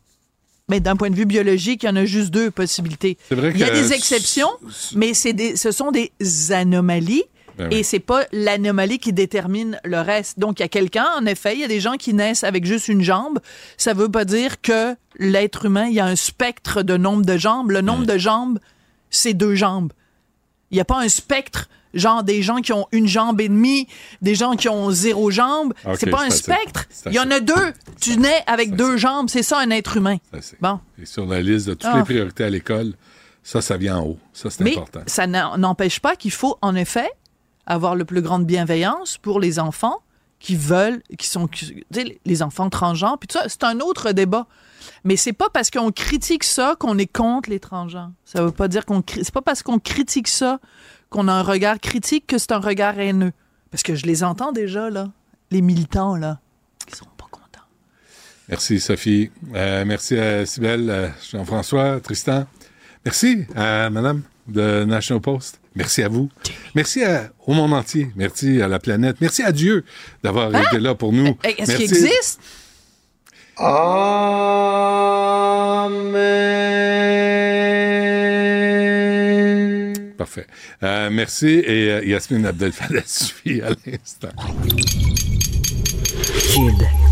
Mais d'un point de vue biologique, il y en a juste deux possibilités. C'est vrai Il y a que des exceptions, mais c'est des, ce sont des anomalies. Ben Et oui. c'est pas l'anomalie qui détermine le reste. Donc, il y a quelqu'un, en effet, il y a des gens qui naissent avec juste une jambe. Ça veut pas dire que l'être humain, il y a un spectre de nombre de jambes. Le nombre de jambes, c'est deux jambes. Il n'y a pas un spectre, genre des gens qui ont une jambe et demie, des gens qui ont zéro jambe. Ok, c'est pas un c'est assez. spectre. C'est Il y en a deux. Tu nais avec deux jambes. C'est ça, un être humain. Bon. Et sur la liste de toutes Ah. les priorités à l'école, ça, ça vient en haut. Ça, c'est Mais important. ça n'en- n'empêche pas qu'il faut, en effet, avoir le plus grande bienveillance pour les enfants qui veulent, qui sont, qui- tu sais, les enfants transgenres. Puis tout ça, c'est un autre débat. Mais c'est pas parce qu'on critique ça qu'on est contre les transgenres. Ça veut pas dire qu'on, cri- c'est pas parce qu'on critique ça qu'on a un regard critique que c'est un regard haineux. Parce que je les entends déjà là, les militants là, qui sont pas contents. Merci, Sophie. Euh, merci à Cybèle, euh, Jean-François, Tristan. Merci à Madame de National Post. Merci à vous. Merci à, au monde entier. Merci à la planète. Merci à Dieu d'avoir hein? été là pour nous. Est-ce Merci. qu'il existe? Amen. Parfait. Euh, merci. Et euh, Yasmine Abdel-Fadel suit à l'instant. Cube.